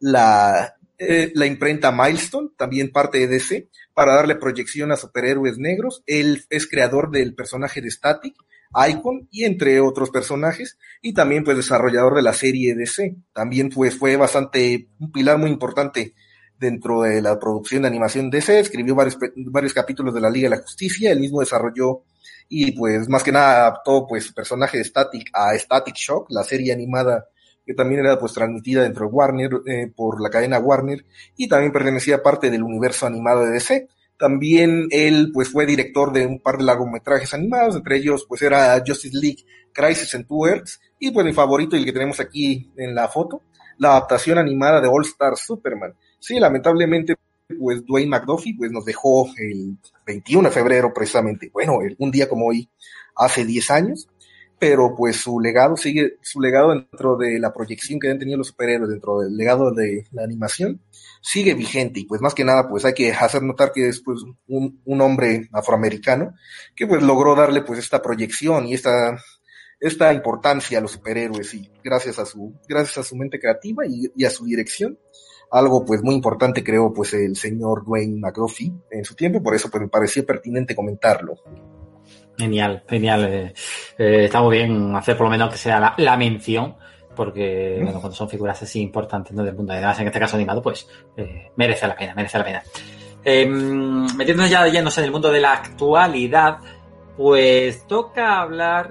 la, eh, la imprenta Milestone, también parte de D C, para darle proyección a superhéroes negros. Él es creador del personaje de Static, Icon y entre otros personajes, y también pues desarrollador de la serie D C. También pues fue bastante un pilar muy importante dentro de la producción de animación D C. Escribió varios, varios capítulos de la Liga de la Justicia. Él mismo desarrolló y pues más que nada adaptó pues su personaje de Static a Static Shock, la serie animada que también era pues transmitida dentro de Warner, eh, por la cadena Warner, y también pertenecía a parte del universo animado de D C. También él pues fue director de un par de largometrajes animados, entre ellos pues era Justice League Crisis on Two Earths, y pues mi favorito, y el que tenemos aquí en la foto, la adaptación animada de All Star Superman. Sí, lamentablemente pues Dwayne McDuffie pues nos dejó el veintiuno de febrero precisamente, bueno, el, un día como hoy, hace diez años, pero pues su legado sigue, su legado dentro de la proyección que han tenido los superhéroes, dentro del legado de la animación, sigue vigente. Y pues más que nada pues hay que hacer notar que es pues un, un hombre afroamericano que pues logró darle pues esta proyección y esta esta importancia a los superhéroes, y gracias a su gracias a su mente creativa y, y a su dirección, algo pues muy importante creó pues el señor Dwayne McDuffie en su tiempo. Por eso pues me pareció pertinente comentarlo. Genial, genial. Eh, eh, está muy bien hacer por lo menos que sea la, la mención, porque bueno, cuando son figuras así importantes, ¿no?, del mundo, además en este caso animado, pues eh, merece la pena, merece la pena. Eh, metiéndonos ya yéndose en el mundo de la actualidad, pues toca hablar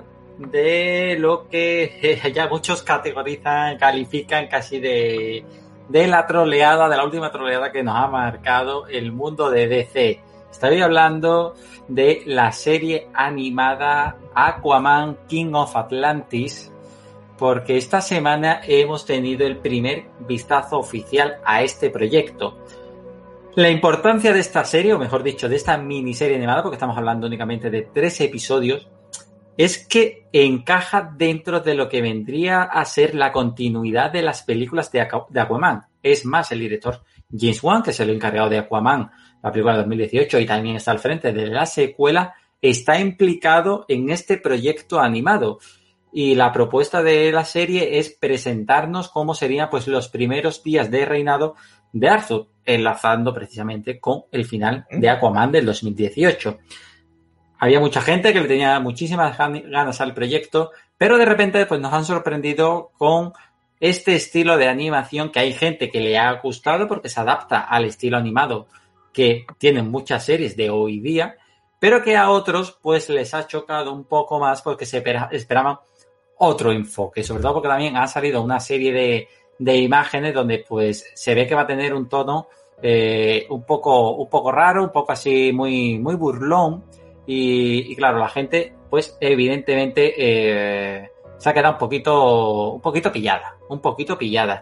de lo que eh, ya muchos categorizan, califican casi de, de la troleada, de la última troleada que nos ha marcado el mundo de D C. Estoy hablando de la serie animada Aquaman King of Atlantis, porque esta semana hemos tenido el primer vistazo oficial a este proyecto. La importancia de esta serie, o mejor dicho, de esta miniserie animada, porque estamos hablando únicamente de tres episodios, es que encaja dentro de lo que vendría a ser la continuidad de las películas de Aquaman. Es más, el director James Wan, que es el encargado de Aquaman, la película de dos mil dieciocho, y también está al frente de la secuela, está implicado en este proyecto animado. Y la propuesta de la serie es presentarnos cómo serían pues los primeros días de reinado de Arthur, enlazando precisamente con el final de Aquaman del dos mil dieciocho. Había mucha gente que le tenía muchísimas ganas al proyecto, pero de repente pues nos han sorprendido con este estilo de animación que hay gente que le ha gustado porque se adapta al estilo animado que tienen muchas series de hoy día, pero que a otros pues les ha chocado un poco más porque se esperaban otro enfoque, sobre todo porque también ha salido una serie de, de imágenes donde pues se ve que va a tener un tono eh, un poco un poco raro, un poco así muy, muy burlón. Y, y claro, la gente, pues evidentemente eh, se ha quedado un poquito, un poquito pillada, un poquito pillada.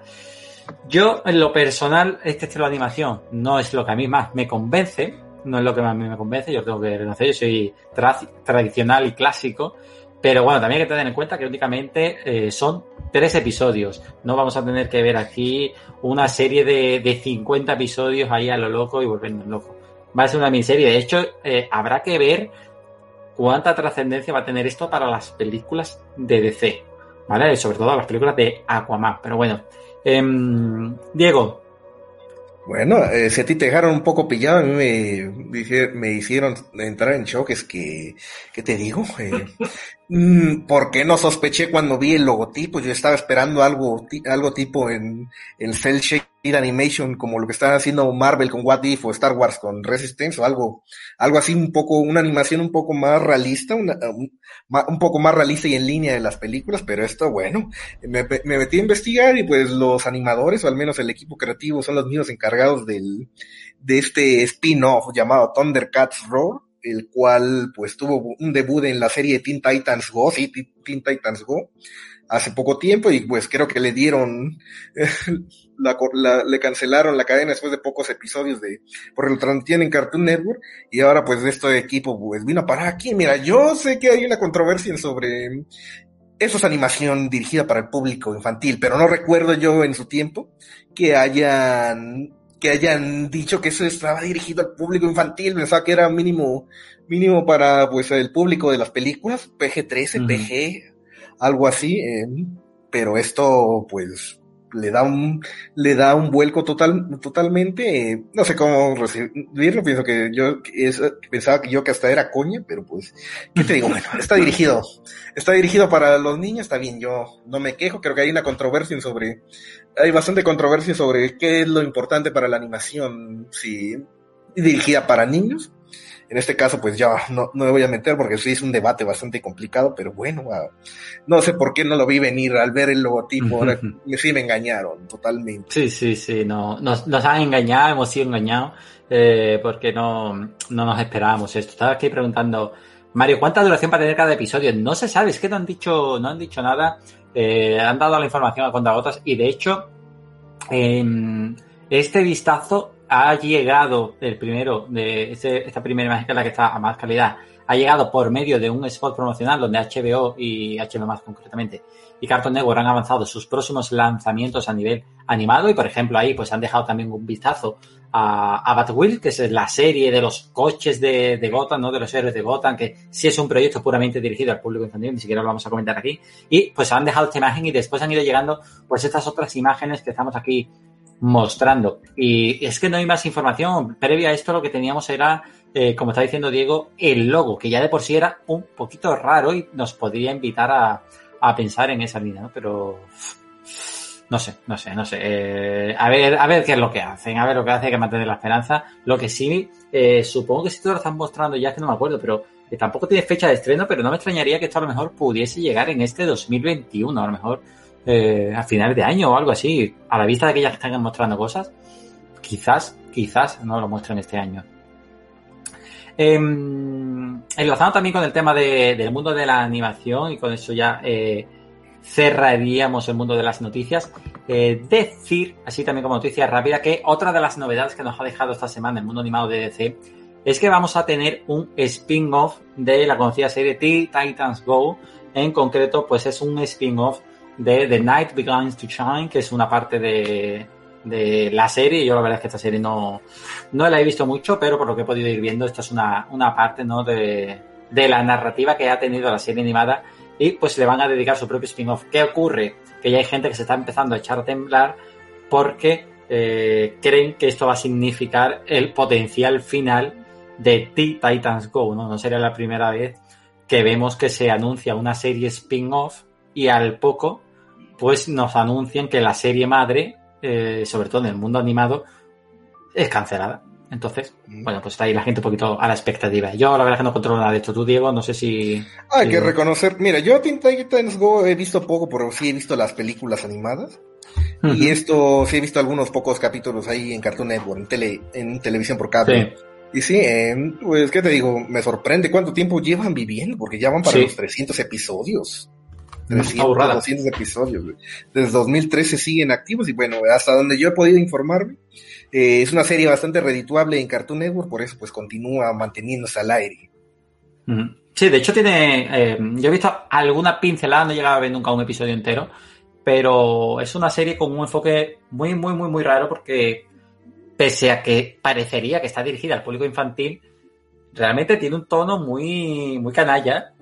Yo, en lo personal, este estilo de animación no es lo que a mí más me convence, no es lo que más a mí me convence, yo tengo que reconocer, yo soy tra- tradicional y clásico, pero bueno, también hay que tener en cuenta que únicamente eh, son tres episodios. No vamos a tener que ver aquí una serie de, de cincuenta episodios ahí a lo loco y volvernos locos. Va a ser una miniserie. De hecho, eh, habrá que ver cuánta trascendencia va a tener esto para las películas de D C, ¿vale? Sobre todo las películas de Aquaman. Pero bueno, eh, Diego. Bueno, eh, si a ti te dejaron un poco pillado, a mí me, me hicieron entrar en shock. Es que, ¿qué te digo? Eh, ¿Por qué no sospeché cuando vi el logotipo? Yo estaba esperando algo, algo tipo en el cel shade animation, como lo que están haciendo Marvel con What If o Star Wars con Resistance, o algo, algo así, un poco, una animación un poco más realista, una, un, un poco más realista y en línea de las películas. Pero esto, bueno, me, me metí a investigar y pues los animadores, o al menos el equipo creativo, son los mismos encargados del, de este spin-off llamado Thundercats Roar, el cual pues tuvo un debut en la serie Teen Titans Go, sí, Teen Titans Go, hace poco tiempo, y pues creo que le dieron, la, la, le cancelaron la cadena después de pocos episodios de, porque lo transmitían en Cartoon Network, y ahora pues este equipo pues vino a parar aquí. Mira, yo sé que hay una controversia sobre eso, es animación dirigida para el público infantil, pero no recuerdo yo en su tiempo que hayan que hayan dicho que eso estaba dirigido al público infantil. Pensaba que era mínimo, mínimo para pues el público de las películas, P G trece, uh-huh. P G, algo así, eh, pero esto pues le da un, le da un vuelco total, totalmente, eh, no sé cómo recibirlo. Pienso que yo, es, pensaba que yo que hasta era coña, pero pues, ¿qué te digo? Bueno, está dirigido, está dirigido para los niños, está bien, yo no me quejo. Creo que hay una controversia sobre, hay bastante controversia sobre qué es lo importante para la animación, si dirigida para niños. En este caso, pues ya no, no me voy a meter porque sí es un debate bastante complicado, pero bueno, uh, no sé por qué no lo vi venir al ver el logotipo. Ahora sí me engañaron totalmente. Sí, sí, sí, no, nos, nos han engañado, hemos sido engañados, eh, porque no, no nos esperábamos esto. Estaba aquí preguntando, Mario, ¿cuánta duración para tener cada episodio? No se sabe, es que no han dicho, no han dicho nada, eh, han dado la información a contagotas, y de hecho, eh, este vistazo ha llegado, el primero, de este, esta primera imagen, que es la que está a más calidad, ha llegado por medio de un spot promocional donde H B O y H B O más concretamente y Cartoon Network han avanzado sus próximos lanzamientos a nivel animado, y por ejemplo ahí pues han dejado también un vistazo a, a Batwheel, que es la serie de los coches de, de Gotham, ¿no? De los héroes de Gotham, que sí es un proyecto puramente dirigido al público infantil, ni siquiera lo vamos a comentar aquí, y pues han dejado esta imagen y después han ido llegando pues estas otras imágenes que estamos aquí mostrando. Y es que no hay más información. Previa a esto lo que teníamos era, eh, como está diciendo Diego, el logo, que ya de por sí era un poquito raro y nos podría invitar a, a pensar en esa línea, ¿no? Pero no sé, no sé, no sé. Eh, a ver, a ver qué es lo que hacen, a ver lo que hace, hay que mantener la esperanza. Lo que sí, eh, supongo que si todo lo están mostrando ya, es que no me acuerdo, pero eh, tampoco tiene fecha de estreno, pero no me extrañaría que esto a lo mejor pudiese llegar en este dos mil veintiuno, a lo mejor Eh, a finales de año o algo así, a la vista de que ya están mostrando cosas, quizás, quizás no lo muestren este año. Eh, enlazando también con el tema de, del mundo de la animación, y con eso ya eh, cerraríamos el mundo de las noticias. Eh, decir, así también como noticia rápida, que otra de las novedades que nos ha dejado esta semana el mundo animado de D C es que vamos a tener un spin-off de la conocida serie Teen Titans Go. En concreto, pues es un spin-off de The Night Begins to Shine, que es una parte de, de la serie. Yo la verdad es que esta serie no, no la he visto mucho, pero por lo que he podido ir viendo, esta es una, una parte, ¿no?, de, de la narrativa que ha tenido la serie animada, y pues le van a dedicar su propio spin-off. ¿Qué ocurre? Que ya hay gente que se está empezando a echar a temblar porque eh, creen que esto va a significar el potencial final de Teen Titans Go, ¿no? No sería la primera vez que vemos que se anuncia una serie spin-off y al poco pues nos anuncian que la serie madre, eh, sobre todo en el mundo animado, es cancelada. Entonces, bueno, pues está ahí la gente un poquito a la expectativa. Yo la verdad es que no controlo nada de esto. Tú, Diego, no sé si... Hay si... que reconocer... Mira, yo Teen Titans Go he visto poco, pero sí he visto las películas animadas. Uh-huh. Y esto, sí he visto algunos pocos capítulos ahí en Cartoon Network, en, tele, en televisión por cable. Sí. Y sí, eh, pues, ¿qué te digo? Me sorprende cuánto tiempo llevan viviendo, porque ya van para sí. los trescientos episodios. trescientos, doscientos episodios. Desde dos mil trece siguen activos y bueno, hasta donde yo he podido informarme, eh, es una serie bastante redituable en Cartoon Network, por eso pues continúa manteniéndose al aire. Sí, de hecho tiene, eh, yo he visto alguna pincelada, no he llegado a ver nunca un episodio entero, pero es una serie con un enfoque muy, muy, muy, muy raro, porque pese a que parecería que está dirigida al público infantil, realmente tiene un tono muy, muy canalla,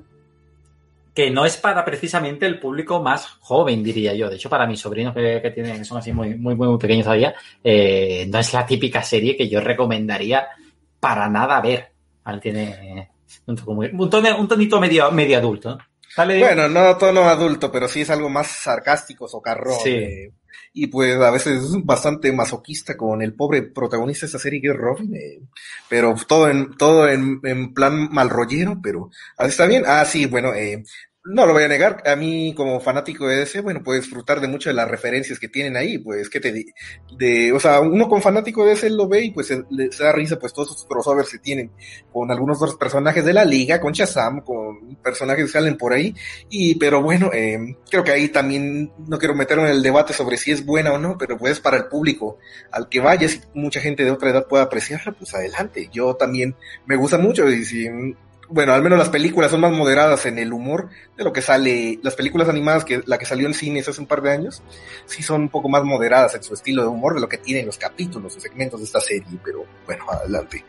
que no es para precisamente el público más joven, diría yo. De hecho, para mis sobrinos que, que tienen, que son así muy, muy, muy pequeños todavía, eh, no es la típica serie que yo recomendaría para nada ver. ¿Vale? Tiene un, muy, un, tono, un tonito medio, medio adulto, ¿no? ¿Sale? Bueno, no tono adulto, pero sí es algo más sarcástico, socarrón. Sí. Eh, y pues a veces es bastante masoquista con el pobre protagonista de esta serie, que es Robin. Eh, pero todo en todo en, en plan malrollero, pero está bien. Ah, sí, bueno, eh, no lo voy a negar, a mí como fanático de D C, bueno, puedes disfrutar de muchas de las referencias que tienen ahí, pues, que te de, de, o sea, uno con fanático de D C lo ve y pues se, le, se da risa, pues, todos esos crossovers que tienen con algunos otros personajes de la liga, con Shazam, con personajes que salen por ahí, y, pero bueno, eh, creo que ahí también no quiero meterme en el debate sobre si es buena o no, pero pues para el público al que vaya, si mucha gente de otra edad puede apreciarla, pues adelante. Yo también me gusta mucho y si... Bueno, al menos las películas son más moderadas en el humor de lo que sale, las películas animadas, que la que salió en cines hace un par de años, sí son un poco más moderadas en su estilo de humor de lo que tienen los capítulos o segmentos de esta serie, pero bueno, adelante.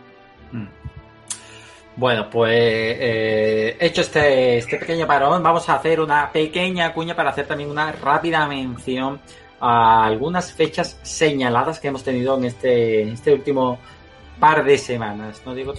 Bueno, pues eh, hecho este, este pequeño parón, vamos a hacer una pequeña cuña para hacer también una rápida mención a algunas fechas señaladas que hemos tenido en este, en este último par de semanas, ¿no, Diego?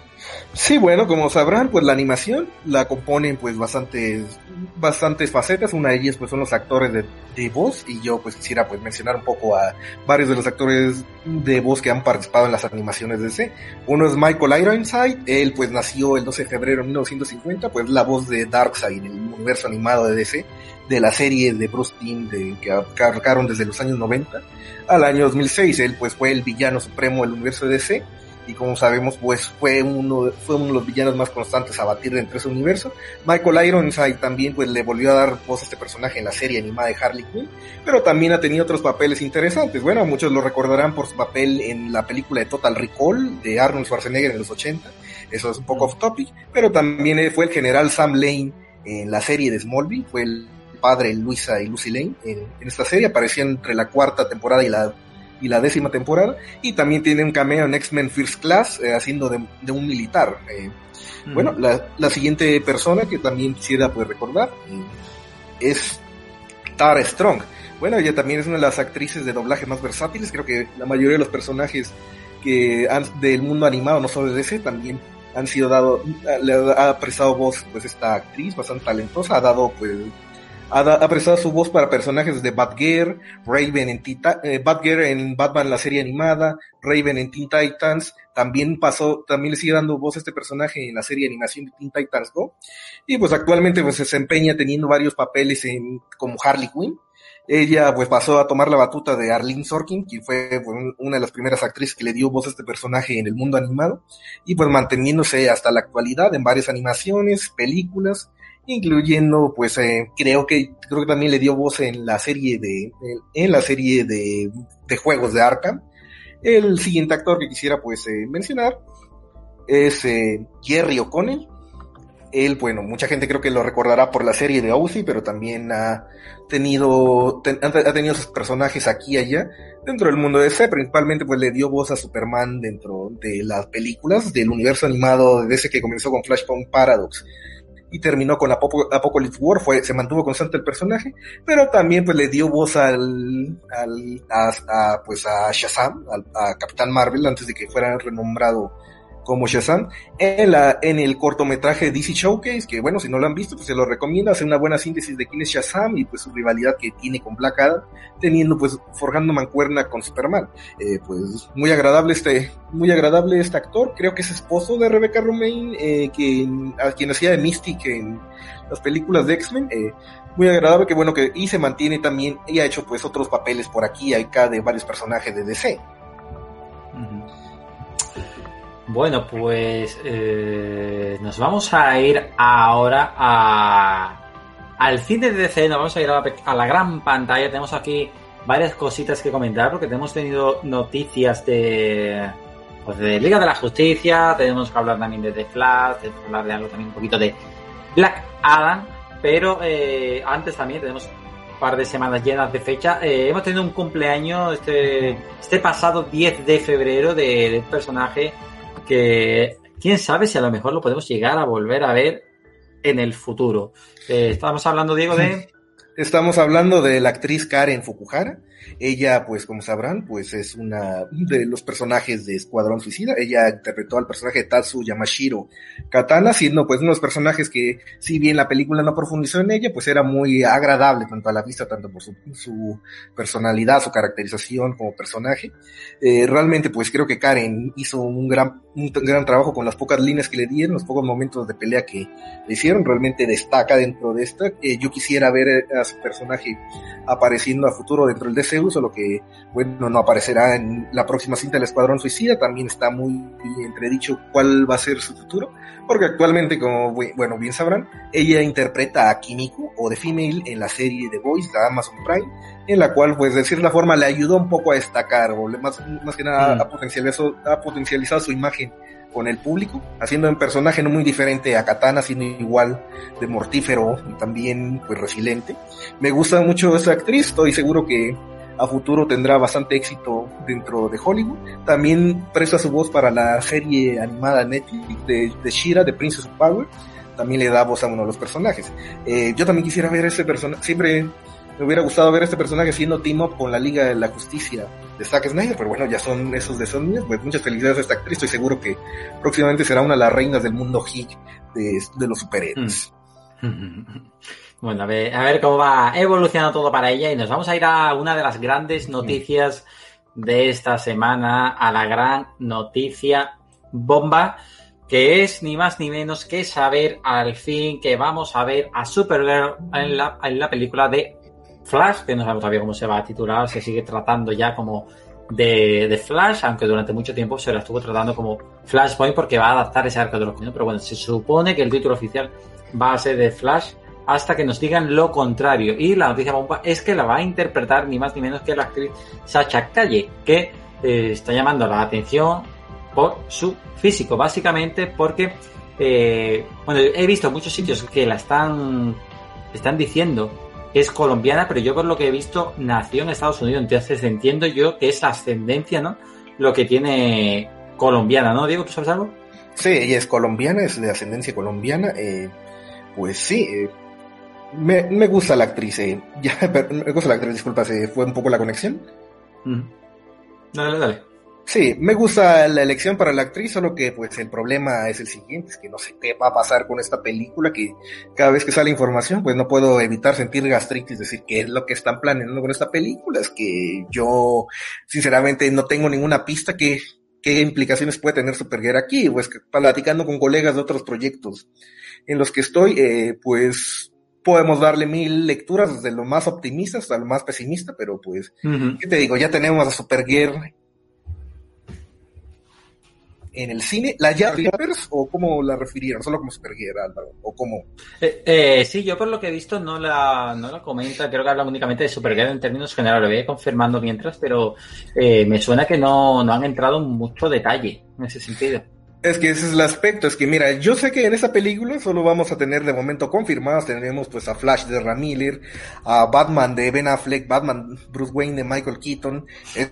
Sí, bueno, como sabrán, pues la animación la componen pues bastantes, bastantes facetas. Una de ellas pues son los actores de, de voz, y yo pues quisiera pues mencionar un poco a varios de los actores de voz que han participado en las animaciones de D C. Uno es Michael Ironside, él pues nació el doce de febrero de mil novecientos cincuenta, pues la voz de Darkseid en el universo animado de D C, de la serie de Bruce Timm de, que abarcaron desde los años noventa al año dos mil seis. Él pues fue el villano supremo del universo de D C, y como sabemos, pues fue uno, fue uno de los villanos más constantes a batir dentro de ese universo. Michael Ironside también pues le volvió a dar voz a este personaje en la serie animada de Harley Quinn, pero también ha tenido otros papeles interesantes. Bueno, muchos lo recordarán por su papel en la película de Total Recall de Arnold Schwarzenegger en los ochenta, eso es un poco off topic, pero también fue el general Sam Lane en la serie de Smallville, fue el padre Luisa y Lucy Lane en, en esta serie, aparecía entre la cuarta temporada y la y la décima temporada, y también tiene un cameo en X-Men First Class, eh, haciendo de, de un militar. Eh, mm. Bueno, la, la siguiente persona que también quisiera pues recordar eh, es Tara Strong. Bueno, ella también es una de las actrices de doblaje más versátiles. Creo que la mayoría de los personajes que han, del mundo animado, no solo de D C, también han sido dado, le ha, ha prestado voz pues esta actriz bastante talentosa, ha dado pues Ha, da, ha prestado su voz para personajes de Batgirl, Raven en Tita, eh, Batgirl en Batman la serie animada, Raven en Teen Titans, también pasó, también le sigue dando voz a este personaje en la serie de animación de Teen Titans Go, y pues actualmente pues se desempeña teniendo varios papeles en, como Harley Quinn. Ella pues pasó a tomar la batuta de Arlene Sorkin, que fue pues, una de las primeras actrices que le dio voz a este personaje en el mundo animado, y pues manteniéndose hasta la actualidad en varias animaciones, películas incluyendo, pues, eh, creo que creo que también le dio voz en la serie de en la serie de, de juegos de Arkham. El siguiente actor que quisiera, pues, eh, mencionar es eh, Jerry O'Connell. Él, bueno, mucha gente creo que lo recordará por la serie de O C, pero también ha tenido ten, ha tenido sus personajes aquí y allá dentro del mundo de D C. Principalmente, pues, le dio voz a Superman dentro de las películas del universo animado de D C, que comenzó con Flashpoint Paradox y terminó con Apop- Apocalypse War. Fue, se mantuvo constante el personaje, pero también, pues, le dio voz al, al a, a, pues, a Shazam, al, a Capitán Marvel, antes de que fuera renombrado como Shazam, en, la, en el cortometraje D C Showcase, que, bueno, si no lo han visto, pues se lo recomiendo. Hace una buena síntesis de quién es Shazam y, pues, su rivalidad que tiene con Black Adam, teniendo, pues, forjando mancuerna con Superman. Eh, pues, muy agradable este, muy agradable este actor. Creo que es esposo de Rebecca Romijn, eh, que, a quien hacía de Mystic en las películas de X-Men. Eh, muy agradable, que bueno, que, y se mantiene también, y ha hecho, pues, otros papeles por aquí y acá de varios personajes de D C. Uh-huh. Bueno, pues eh, nos vamos a ir ahora a, al cine de D C, nos vamos a ir a la, a la gran pantalla. Tenemos aquí varias cositas que comentar, porque hemos tenido noticias de, pues, de Liga de la Justicia, tenemos que hablar también de The Flash, tenemos que hablar de algo también un poquito de Black Adam, pero eh, antes también tenemos un par de semanas llenas de fecha. Eh, hemos tenido un cumpleaños este, este pasado diez de febrero de, de un personaje que quién sabe si a lo mejor lo podemos llegar a volver a ver en el futuro. Eh, estamos hablando, Diego, de... Estamos hablando de la actriz Karen Fukuhara. Ella, pues, como sabrán, pues es una de los personajes de Escuadrón Suicida. Ella interpretó al personaje de Tatsu Yamashiro Katana, siendo, pues, uno de los personajes que, si bien la película no profundizó en ella, pues era muy agradable tanto a la vista, tanto por su, su personalidad, su caracterización como personaje. Eh, realmente, pues, creo que Karen hizo un gran, un gran trabajo con las pocas líneas que le dieron, los pocos momentos de pelea que le hicieron. Realmente destaca dentro de esta. Eh, yo quisiera ver a su personaje apareciendo a futuro dentro del D C U, solo que, bueno, no aparecerá en la próxima cinta del Escuadrón Suicida. También está muy entredicho cuál va a ser su futuro, porque actualmente, como, bueno, bien sabrán, ella interpreta a Kimiko, o The Female, en la serie The Boys de Amazon Prime, en la cual, pues, de cierta forma le ayudó un poco a destacar, o más, más que nada mm. a, potencializar, a potencializar su imagen con el público, haciendo un personaje no muy diferente a Katana, siendo igual de mortífero y también, pues, resiliente. Me gusta mucho esta actriz, estoy seguro que a futuro tendrá bastante éxito dentro de Hollywood. También presta su voz para la serie animada Netflix de, de She-Ra, de Princess of Power. También le da voz a uno de los personajes. Eh, yo también quisiera ver ese personaje, siempre me hubiera gustado ver este personaje siendo team up con la Liga de la Justicia de Zack Snyder, pero bueno, ya son esos de esos niños. Pues muchas felicidades a esta actriz, estoy seguro que próximamente será una de las reinas del mundo geek de, de los superhéroes. Bueno, a ver, a ver cómo va evolucionando todo para ella, y nos vamos a ir a una de las grandes noticias de esta semana, a la gran noticia bomba, que es ni más ni menos que saber al fin que vamos a ver a Supergirl en la, en la película de Flash, que no sabemos todavía cómo se va a titular. Se sigue tratando ya como de, de Flash, aunque durante mucho tiempo se la estuvo tratando como Flashpoint, porque va a adaptar ese arco de los cómics, pero bueno, se supone que el título oficial va a ser de Flash hasta que nos digan lo contrario. Y la noticia bomba es que la va a interpretar ni más ni menos que la actriz Sasha Calle, que eh, está llamando la atención por su físico, básicamente porque eh, bueno, he visto muchos sitios que la están están diciendo que es colombiana, pero yo por lo que he visto nació en Estados Unidos, entonces entiendo yo que es ascendencia, ¿no?, lo que tiene colombiana, ¿no, Diego? ¿Tú sabes algo? Sí, ella es colombiana, es de ascendencia colombiana. Eh, pues sí, eh, me, me gusta la actriz, eh, ya, me gusta la actriz, disculpa, se fue un poco la conexión. Mm. Dale, dale. Sí, me gusta la elección para la actriz, solo que pues el problema es el siguiente, es que no sé qué va a pasar con esta película, que cada vez que sale información pues no puedo evitar sentir gastritis, decir qué es lo que están planeando con esta película. Es que yo sinceramente no tengo ninguna pista que qué implicaciones puede tener Supergirl aquí, pues que, platicando con colegas de otros proyectos en los que estoy, eh, pues podemos darle mil lecturas, desde lo más optimista hasta lo más pesimista, pero pues, uh-huh. ¿qué te digo? Ya tenemos a Supergirl en el cine, ¿la Jappers o cómo la refirieron? ¿Solo como Supergirl, Álvaro? ¿O cómo? Eh, eh, sí, yo por lo que he visto no la, no la comenta, creo que habla únicamente de Supergirl en términos generales, lo voy confirmando mientras, pero eh, me suena que no, no han entrado en mucho detalle en ese sentido. Es que ese es el aspecto, es que mira, yo sé que en esa película solo vamos a tener de momento confirmadas, tenemos pues a Flash de Ezra Miller, a Batman de Ben Affleck, Batman Bruce Wayne de Michael Keaton,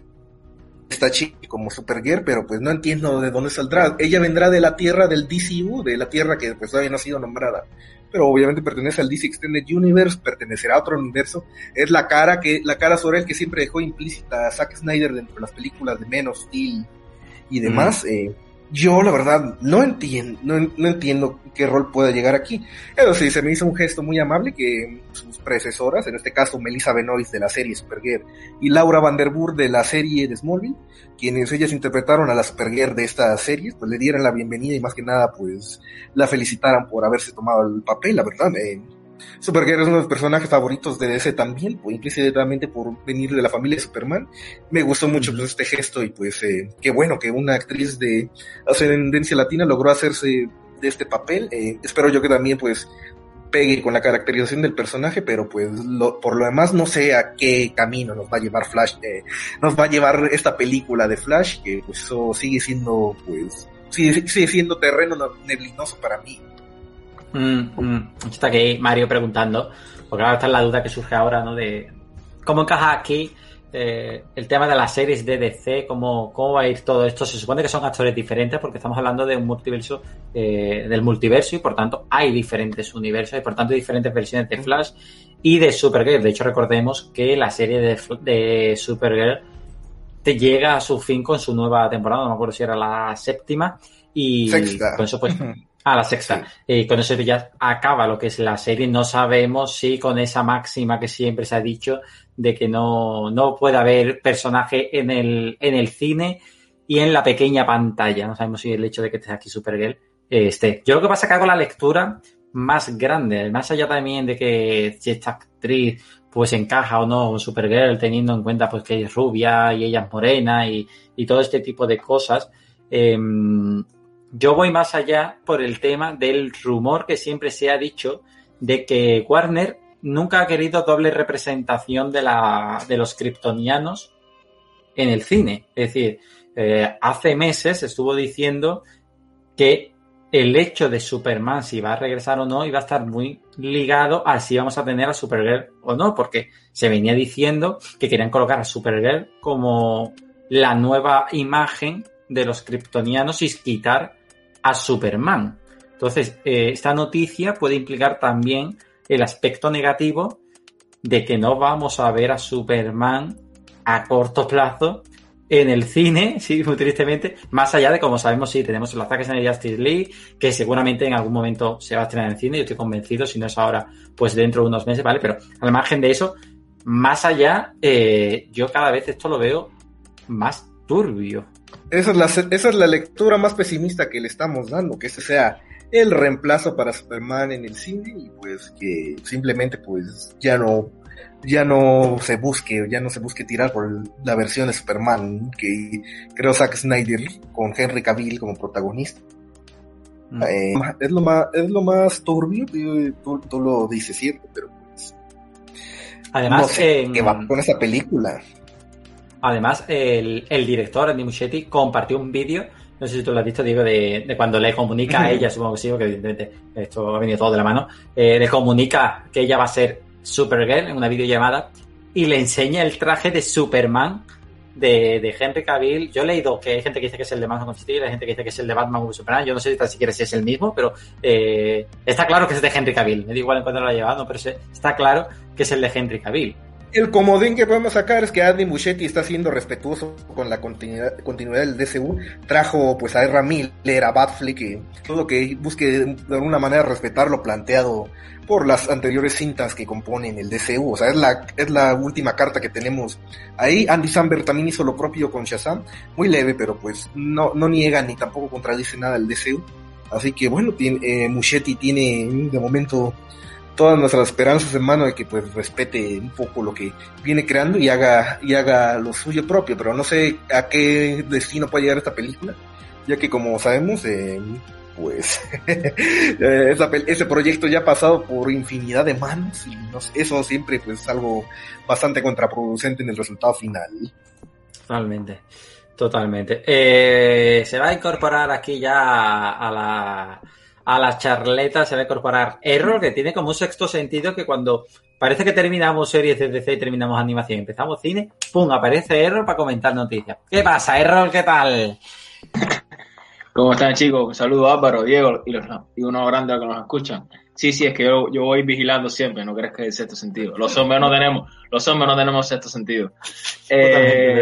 esta chica como Supergirl, pero pues no entiendo de dónde saldrá. Ella vendrá de la tierra del D C U, de la tierra que pues todavía no ha sido nombrada, pero obviamente pertenece al D C Extended Universe, pertenecerá a otro universo. Es la cara que la cara sobre él que siempre dejó implícita a Zack Snyder dentro de las películas de Man of Steel y demás. Mm. Eh, yo la verdad no entiendo, no, no entiendo qué rol pueda llegar aquí. Eso sí, se me hizo un gesto muy amable que sus predecesoras, en este caso Melissa Benoist de la serie Supergirl y Laura Vanderburg de la serie de Smallville, quienes ellas interpretaron a la Supergirl de esta serie, pues le dieran la bienvenida y más que nada pues la felicitaran por haberse tomado el papel, la verdad. Eh, Supergirl es uno de los personajes favoritos de D C también, pues implícitamente por venir de la familia de Superman. Me gustó mucho pues este gesto y pues eh, qué bueno que una actriz de ascendencia latina logró hacerse de este papel. Eh, espero yo que también pues pegue con la caracterización del personaje, pero pues lo, por lo demás no sé a qué camino nos va a llevar Flash, eh, nos va a llevar esta película de Flash, que pues eso sigue siendo pues sigue, sigue siendo terreno neblinoso para mí. Mm, mm. Está aquí Mario preguntando, porque ahora está la duda que surge ahora, ¿no? De cómo encaja aquí eh, el tema de las series de D C, cómo, cómo va a ir todo esto. Se supone que son actores diferentes porque estamos hablando de un multiverso, eh, del multiverso, y por tanto hay diferentes universos y por tanto diferentes versiones de Flash y de Supergirl. De hecho, recordemos que la serie de, de Supergirl te llega a su fin con su nueva temporada, no me acuerdo si era la séptima, y Sexta. Con eso pues Ah, la sexta. Sí. Y con eso ya acaba lo que es la serie. No sabemos si con esa máxima que siempre se ha dicho de que no, no puede haber personaje en el, en el cine y en la pequeña pantalla. No sabemos si el hecho de que esté aquí Supergirl eh, esté. Yo lo que pasa es que hago la lectura más grande, más allá también de que si esta actriz pues encaja o no con Supergirl, teniendo en cuenta pues que es rubia y ella es morena y, y todo este tipo de cosas. Eh, Yo voy más allá por el tema del rumor que siempre se ha dicho de que Warner nunca ha querido doble representación de la de los kryptonianos en el cine. Es decir, eh, hace meses estuvo diciendo que el hecho de Superman, si va a regresar o no, iba a estar muy ligado a si vamos a tener a Supergirl o no, porque se venía diciendo que querían colocar a Supergirl como la nueva imagen de los kryptonianos y quitar a Superman. Entonces, eh, esta noticia puede implicar también el aspecto negativo de que no vamos a ver a Superman a corto plazo en el cine, sí, muy tristemente, más allá de, como sabemos, sí, tenemos los ataques en el Justice League, que seguramente en algún momento se va a estrenar en cine, yo estoy convencido, si no es ahora, pues dentro de unos meses, ¿vale? Pero al margen de eso, más allá, eh, yo cada vez esto lo veo más turbio. Esa es, la, esa es la lectura más pesimista que le estamos dando, que ese sea el reemplazo para Superman en el cine y pues que simplemente pues ya no ya no se busque, ya no se busque tirar por el, la versión de Superman que creo Zack Snyder con Henry Cavill como protagonista. Mm. Eh, es lo más es lo más turbio, tú, tú lo dices, cierto, pero pues además no sé en... qué va con esa película. Además, el, el director, Andy Muschietti, compartió un vídeo, no sé si tú lo has visto, Diego, de, de cuando le comunica a ella, supongo que sí, porque evidentemente esto ha venido todo de la mano, eh, le comunica que ella va a ser Supergirl en una videollamada y le enseña el traje de Superman de, de Henry Cavill. Yo he leído que hay gente que dice que es el de Man of Steel, hay gente que dice que es el de Batman v Superman, yo no sé si siquiera si es el mismo, pero eh, está claro que es de Henry Cavill, me da igual en cuándo lo ha llevado, pero se, está claro que es el de Henry Cavill. El comodín que podemos sacar es que Andy Muschietti está siendo respetuoso con la continuidad, continuidad del D C U. Trajo pues a Ezra Miller, a Batfleck, y todo que busque de alguna manera respetar lo planteado por las anteriores cintas que componen el D C U. O sea, es la, es la última carta que tenemos ahí. Andy Samberg también hizo lo propio con Shazam. Muy leve, pero pues no, no niega ni tampoco contradice nada el D C U. Así que bueno, tiene, eh, Muschietti tiene de momento todas nuestras esperanzas en mano de que pues respete un poco lo que viene creando y haga y haga lo suyo propio, pero no sé a qué destino puede llegar esta película, ya que como sabemos eh, pues esa, ese proyecto ya ha pasado por infinidad de manos y no sé, eso siempre pues es algo bastante contraproducente en el resultado final. Totalmente, totalmente. Eh, se va a incorporar aquí ya a la a la charleta, se va a incorporar Errol, que tiene como un sexto sentido, que cuando parece que terminamos series de D C y terminamos animación, empezamos cine, ¡pum!, aparece Errol para comentar noticias. ¿Qué pasa, Errol? ¿Qué tal? ¿Cómo están, chicos? Un saludo a Álvaro, Diego y, los, y unos grandes que nos escuchan. Sí, sí, es que yo, yo voy vigilando siempre, no crees que es el sexto sentido. Los hombres no tenemos, los hombres no tenemos sexto sentido. Eh,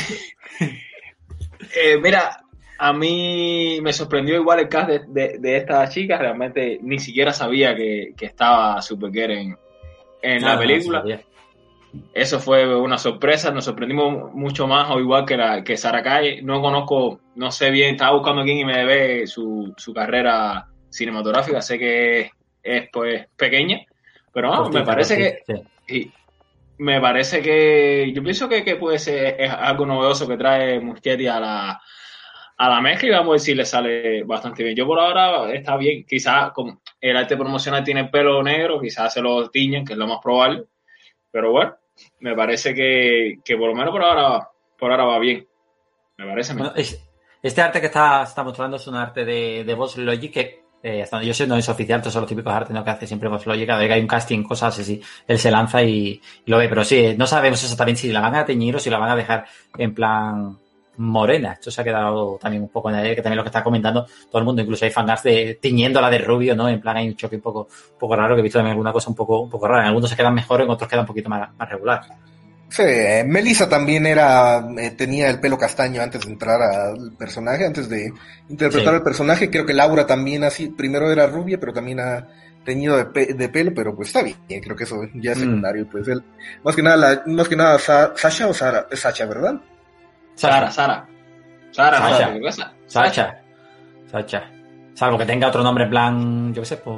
eh, mira, a mí me sorprendió igual el cast de, de, de esta chica, realmente ni siquiera sabía que, que estaba Supergirl en, en la película. No, eso fue una sorpresa, nos sorprendimos mucho más, o igual que la que Sarah Kay. No conozco, no sé bien, estaba buscando quién y me debe su, su carrera cinematográfica, sé que es pues pequeña, pero no, me parece que sí. Sí, me parece que yo pienso que, que puede ser es algo novedoso que trae Muschietti a la a la mezcla y vamos a ver si le sale bastante bien. Yo por ahora está bien, quizás como el arte promocional tiene el pelo negro, quizás se lo tiñen, que es lo más probable, pero bueno, me parece que, que por lo menos por ahora por ahora va bien, me parece bueno, es, este arte que está, está mostrando es un arte de, de Boss Logic que eh, hasta donde yo sé no es oficial, todos son los típicos artes, ¿no?, que hace siempre Boss Logic, cada vez que hay un casting, cosas así, él se lanza y, y lo ve, pero sí, no sabemos exactamente si la van a teñir o si la van a dejar en plan morena. Esto se ha quedado también un poco en el aire, que también lo que está comentando todo el mundo, incluso hay fans de tiñéndola de rubio, ¿no? En plan hay un choque un poco, un poco raro, que he visto también alguna cosa un poco, un poco rara. En algunos se quedan mejor, en otros quedan un poquito más, más regular. Sí, Melissa también era, eh, tenía el pelo castaño antes de entrar al personaje, antes de interpretar sí. al personaje. Creo que Laura también así, primero era rubia, pero también ha teñido de, pe- de pelo, pero pues está bien, creo que eso ya es secundario. Mm. Pues él, más que nada, la, más que nada, Sa- Sasha o Sara, es Sasha, ¿verdad? Sara, Sara. Sara, Sacha. Sacha. Sacha. Sacha. Salvo que tenga otro nombre en plan, yo qué sé, pues...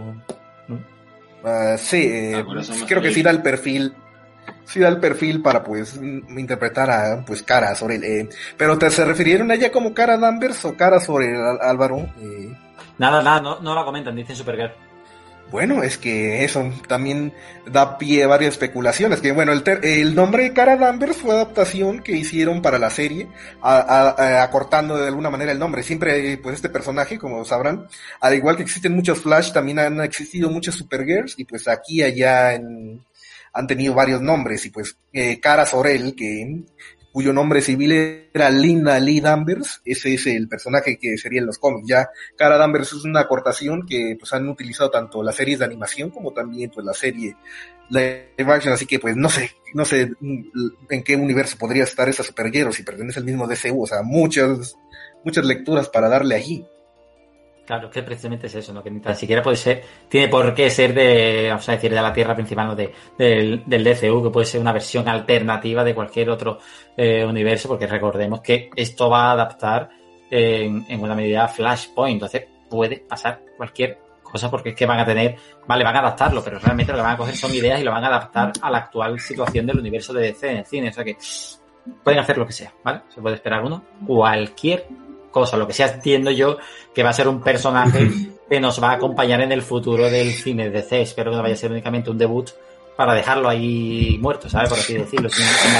Uh, sí, eh, ah, creo que sí da el perfil, sí da el perfil para pues interpretar a pues Kara sobre el, eh, pero te se refirieron a ella como Kara Danvers o Kara sobre el, Álvaro. Eh. Nada, nada, no, no la comentan, dicen Supergirl. Bueno, es que eso también da pie a varias especulaciones. Que bueno, el, ter- el nombre de Kara Danvers fue adaptación que hicieron para la serie, a, a, a, acortando de alguna manera el nombre. Siempre, pues este personaje, como sabrán, al igual que existen muchos Flash, también han existido muchas Supergirls, y pues aquí y allá en, han tenido varios nombres, y pues eh, Kara Zor-El, que cuyo nombre civil era Linda Lee Danvers, ese es el personaje que sería en los cómics. Ya Kara Danvers es una acortación que pues han utilizado tanto las series de animación como también pues la serie live action, así que pues no sé, no sé en qué universo podría estar esa Supergirl, si pertenece al mismo D C U, o sea, muchas, muchas lecturas para darle allí. Claro, que precisamente es eso, ¿no? Que ni tan siquiera puede ser, tiene por qué ser de, vamos a decir, de la Tierra principal, ¿no? De, del, del D C U, que puede ser una versión alternativa de cualquier otro eh, universo, porque recordemos que esto va a adaptar en, en buena medida a Flashpoint, entonces puede pasar cualquier cosa, porque es que van a tener, vale, van a adaptarlo, pero realmente lo que van a coger son ideas y lo van a adaptar a la actual situación del universo de D C en el cine, o sea que pueden hacer lo que sea, ¿vale? Se puede esperar uno, cualquier cosa, lo que sea, entiendo yo que va a ser un personaje que nos va a acompañar en el futuro del cine de D C. Espero que no vaya a ser únicamente un debut para dejarlo ahí muerto, ¿sabes? Por así decirlo, sin, sin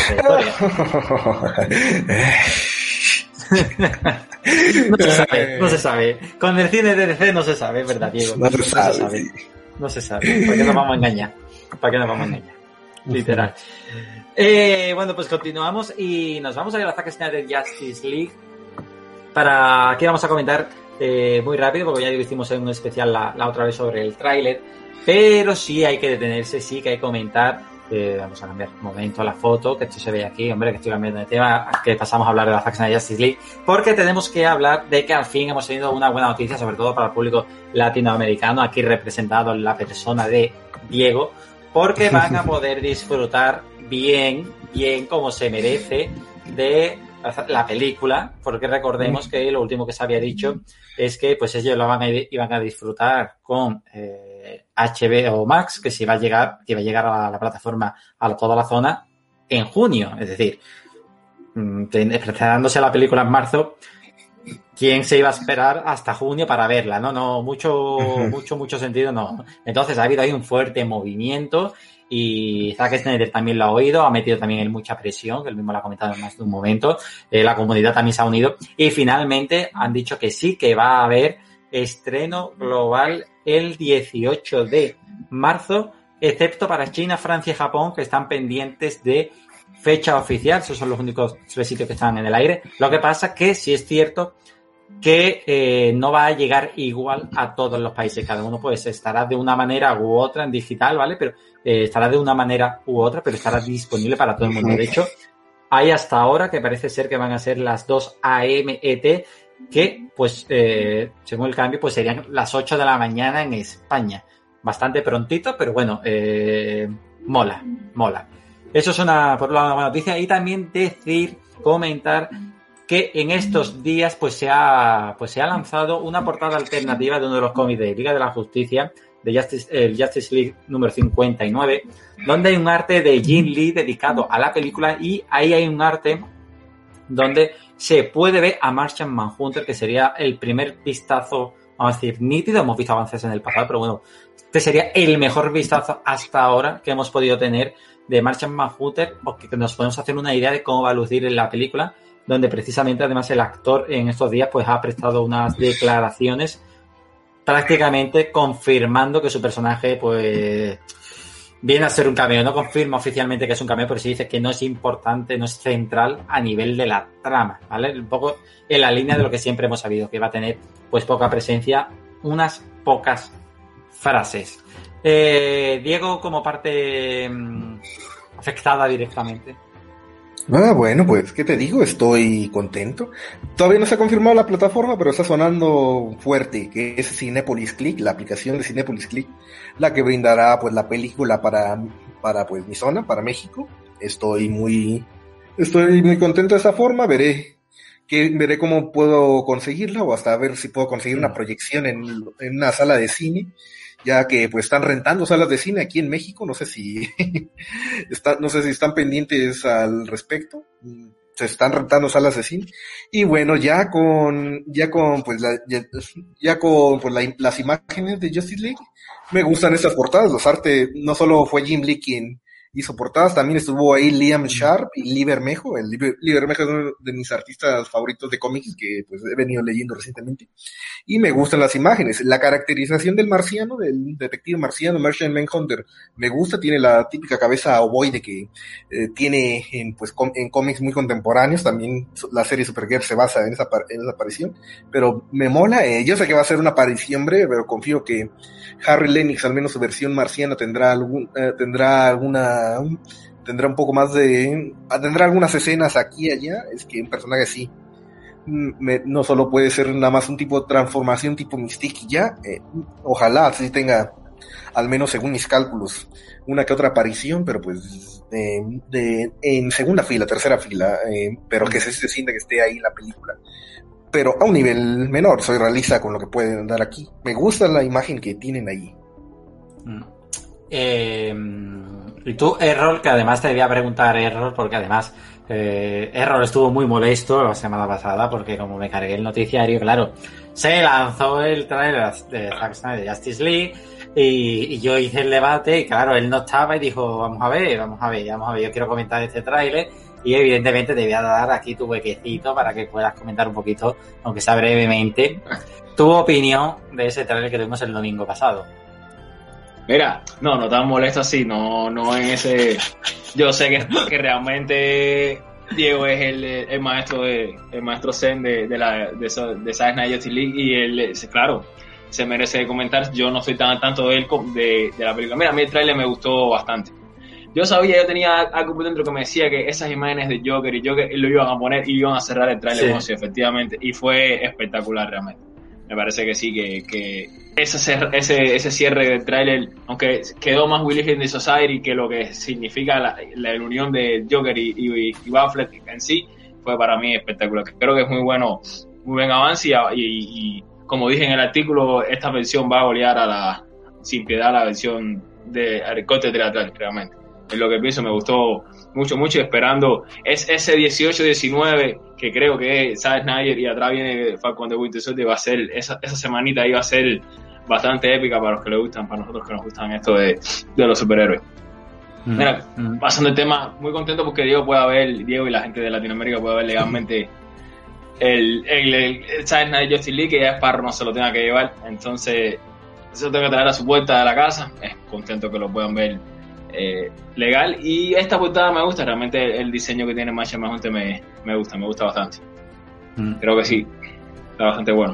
más trayectoria. No se sabe, no se sabe. Con el cine de D C no se sabe, ¿verdad, Diego? No, no, se, sabe, no se sabe. No se sabe. ¿Para qué nos vamos a engañar? ¿Para qué nos vamos a engañar? Literal. Eh, bueno, pues continuamos y nos vamos a ir a la Zack Snyder Justice League. Para aquí vamos a comentar eh, muy rápido, porque ya lo hicimos en un especial la, la otra vez sobre el tráiler, pero sí hay que detenerse, sí que hay que comentar. Eh, vamos a cambiar un momento la foto, que esto se ve aquí, hombre, que estoy cambiando de tema, que pasamos a hablar de la Zack Snyder Justice League, porque tenemos que hablar de que al fin hemos tenido una buena noticia, sobre todo para el público latinoamericano, aquí representado en la persona de Diego, porque van a poder disfrutar bien, bien como se merece de la película, porque recordemos que lo último que se había dicho es que pues ellos lo van a, iban a disfrutar con eh, eh, H B O Max, que se iba a llegar, que iba a llegar a la, la plataforma a toda la zona en junio. Es decir, estrenándose la película en marzo, ¿quién se iba a esperar hasta junio para verla? No, no, mucho, mucho, mucho sentido no. Entonces ha habido ahí un fuerte movimiento y Zack Snyder también lo ha oído, ha metido también él mucha presión, que él mismo lo ha comentado en más de un momento, eh, la comunidad también se ha unido y finalmente han dicho que sí, que va a haber estreno global el dieciocho de marzo, excepto para China, Francia y Japón, que están pendientes de fecha oficial. Esos son los únicos tres sitios que están en el aire. Lo que pasa es que sí es cierto que eh, no va a llegar igual a todos los países. Cada uno pues estará de una manera u otra en digital, ¿vale? Pero eh, estará de una manera u otra, pero estará disponible para todo el mundo. De hecho, hay hasta ahora que parece ser que van a ser las dos A M E T, que pues eh, según el cambio pues serían las ocho de la mañana en España. Bastante prontito, pero bueno, eh, mola, mola. Eso es una, por una buena noticia. Y también decir, comentar que en estos días pues se ha pues se ha lanzado una portada alternativa de uno de los cómics de Liga de la Justicia, de Justice, el Justice League número cincuenta y nueve, donde hay un arte de Jim Lee dedicado a la película y ahí hay un arte donde se puede ver a Martian Manhunter, que sería el primer vistazo, vamos a decir, nítido. Hemos visto avances en el pasado, pero bueno, este sería el mejor vistazo hasta ahora que hemos podido tener de Martian Manhunter, o que nos podemos hacer una idea de cómo va a lucir en la película, donde precisamente además el actor en estos días pues ha prestado unas declaraciones prácticamente confirmando que su personaje pues viene a ser un cameo. No confirma oficialmente que es un cameo, pero sí dice que no es importante, no es central a nivel de la trama, ¿vale? Un poco en la línea de lo que siempre hemos sabido, que va a tener pues poca presencia, unas pocas frases. Eh, Diego, como parte mmm, afectada directamente. Ah, bueno, pues, ¿qué te digo? Estoy contento. Todavía no se ha confirmado la plataforma, pero está sonando fuerte, que es Cinépolis Click, la aplicación de Cinépolis Click, la que brindará, pues, la película para, para, pues, mi zona, para México. Estoy muy, estoy muy contento de esa forma. Veré, que, veré cómo puedo conseguirla, o hasta ver si puedo conseguir una proyección en, en una sala de cine, ya que pues están rentando salas de cine aquí en México. No sé si está, no sé si están pendientes al respecto. Se están rentando salas de cine. Y bueno, ya con, ya con pues la, ya, ya con pues la, las imágenes de Justice League, me gustan estas portadas. Los artes, no solo fue Jim Lee quien hizo portadas, también estuvo ahí Liam Sharp y Lee Bermejo. El Lee Bermejo es uno de mis artistas favoritos de cómics que pues he venido leyendo recientemente. Y me gustan las imágenes. La caracterización del marciano, del detective marciano, Martian Manhunter, me gusta. Tiene la típica cabeza ovoide que eh, tiene en, pues, com- en cómics muy contemporáneos. También la serie Supergirl se basa en esa, en esa aparición. Pero me mola. Eh, yo sé que va a ser una aparición breve, pero confío que Harry Lennox, al menos su versión marciana, tendrá algún, eh, tendrá alguna, un, tendrá un poco más de, tendrá algunas escenas aquí y allá. Es que un personaje así Me, no solo puede ser nada más un tipo de transformación tipo Mystique y ya, eh, ojalá así tenga, al menos según mis cálculos, una que otra aparición, pero pues de, de en segunda fila, tercera fila, eh, pero que se, se sienta que esté ahí en la película, pero a un nivel menor. Soy realista con lo que pueden dar aquí. Me gusta la imagen que tienen ahí. Eh, y tú, Errol, que además te debía preguntar, Errol, porque además Eh, Errol estuvo muy molesto la semana pasada porque como me cargué el noticiario, claro, se lanzó el trailer de Zack Snyder de Justice League y, y yo hice el debate y claro, él no estaba y dijo, vamos a ver, vamos a ver, vamos a ver, yo quiero comentar este trailer y evidentemente te voy a dar aquí tu huequecito para que puedas comentar un poquito, aunque sea brevemente, tu opinión de ese trailer que tuvimos el domingo pasado. Mira, no, no tan molesto así, no, no en ese. Yo sé que, que realmente Diego es el, el maestro de, el maestro zen de, de la de, eso, de Zack Snyder Justice League y él, claro, se merece comentar. Yo no soy tan al tanto de él de, de la película. Mira, a mí el trailer me gustó bastante. Yo sabía, yo tenía algo por dentro que me decía que esas imágenes de Joker y Joker lo iban a poner y iban a cerrar el trailer, sí. Como si efectivamente, y fue espectacular realmente. Me parece que sí, que, que ese, ese, ese cierre del tráiler, aunque quedó más We Live in the Society que lo que significa la, la unión de Joker y, y, y Batfleck en sí, fue para mí espectacular. Creo que es muy bueno, muy buen avance y, y, y como dije en el artículo, esta versión va a golear a la, sin piedad la versión de el corte teatral, realmente. Es lo que pienso, me gustó mucho, mucho, esperando es ese dieciocho diecinueve que creo que es Zack Snyder y atrás viene Falcon de Winter Soldier, va a ser, esa, esa semanita iba a ser bastante épica para los que les gustan, para nosotros que nos gustan esto de, de los superhéroes. Mm, Mira, mm. pasando el tema, muy contento porque Diego pueda ver, Diego y la gente de Latinoamérica pueda ver legalmente el, el, el, el Zack Snyder Justice League, que ya Sparrow no se lo tenga que llevar, entonces eso tengo que traer a su puerta de la casa, es contento que lo puedan ver eh, legal, y esta portada me gusta, realmente el diseño que tiene Marshall Mahoney me, me gusta, me gusta bastante. Mm. Creo que sí, está bastante bueno.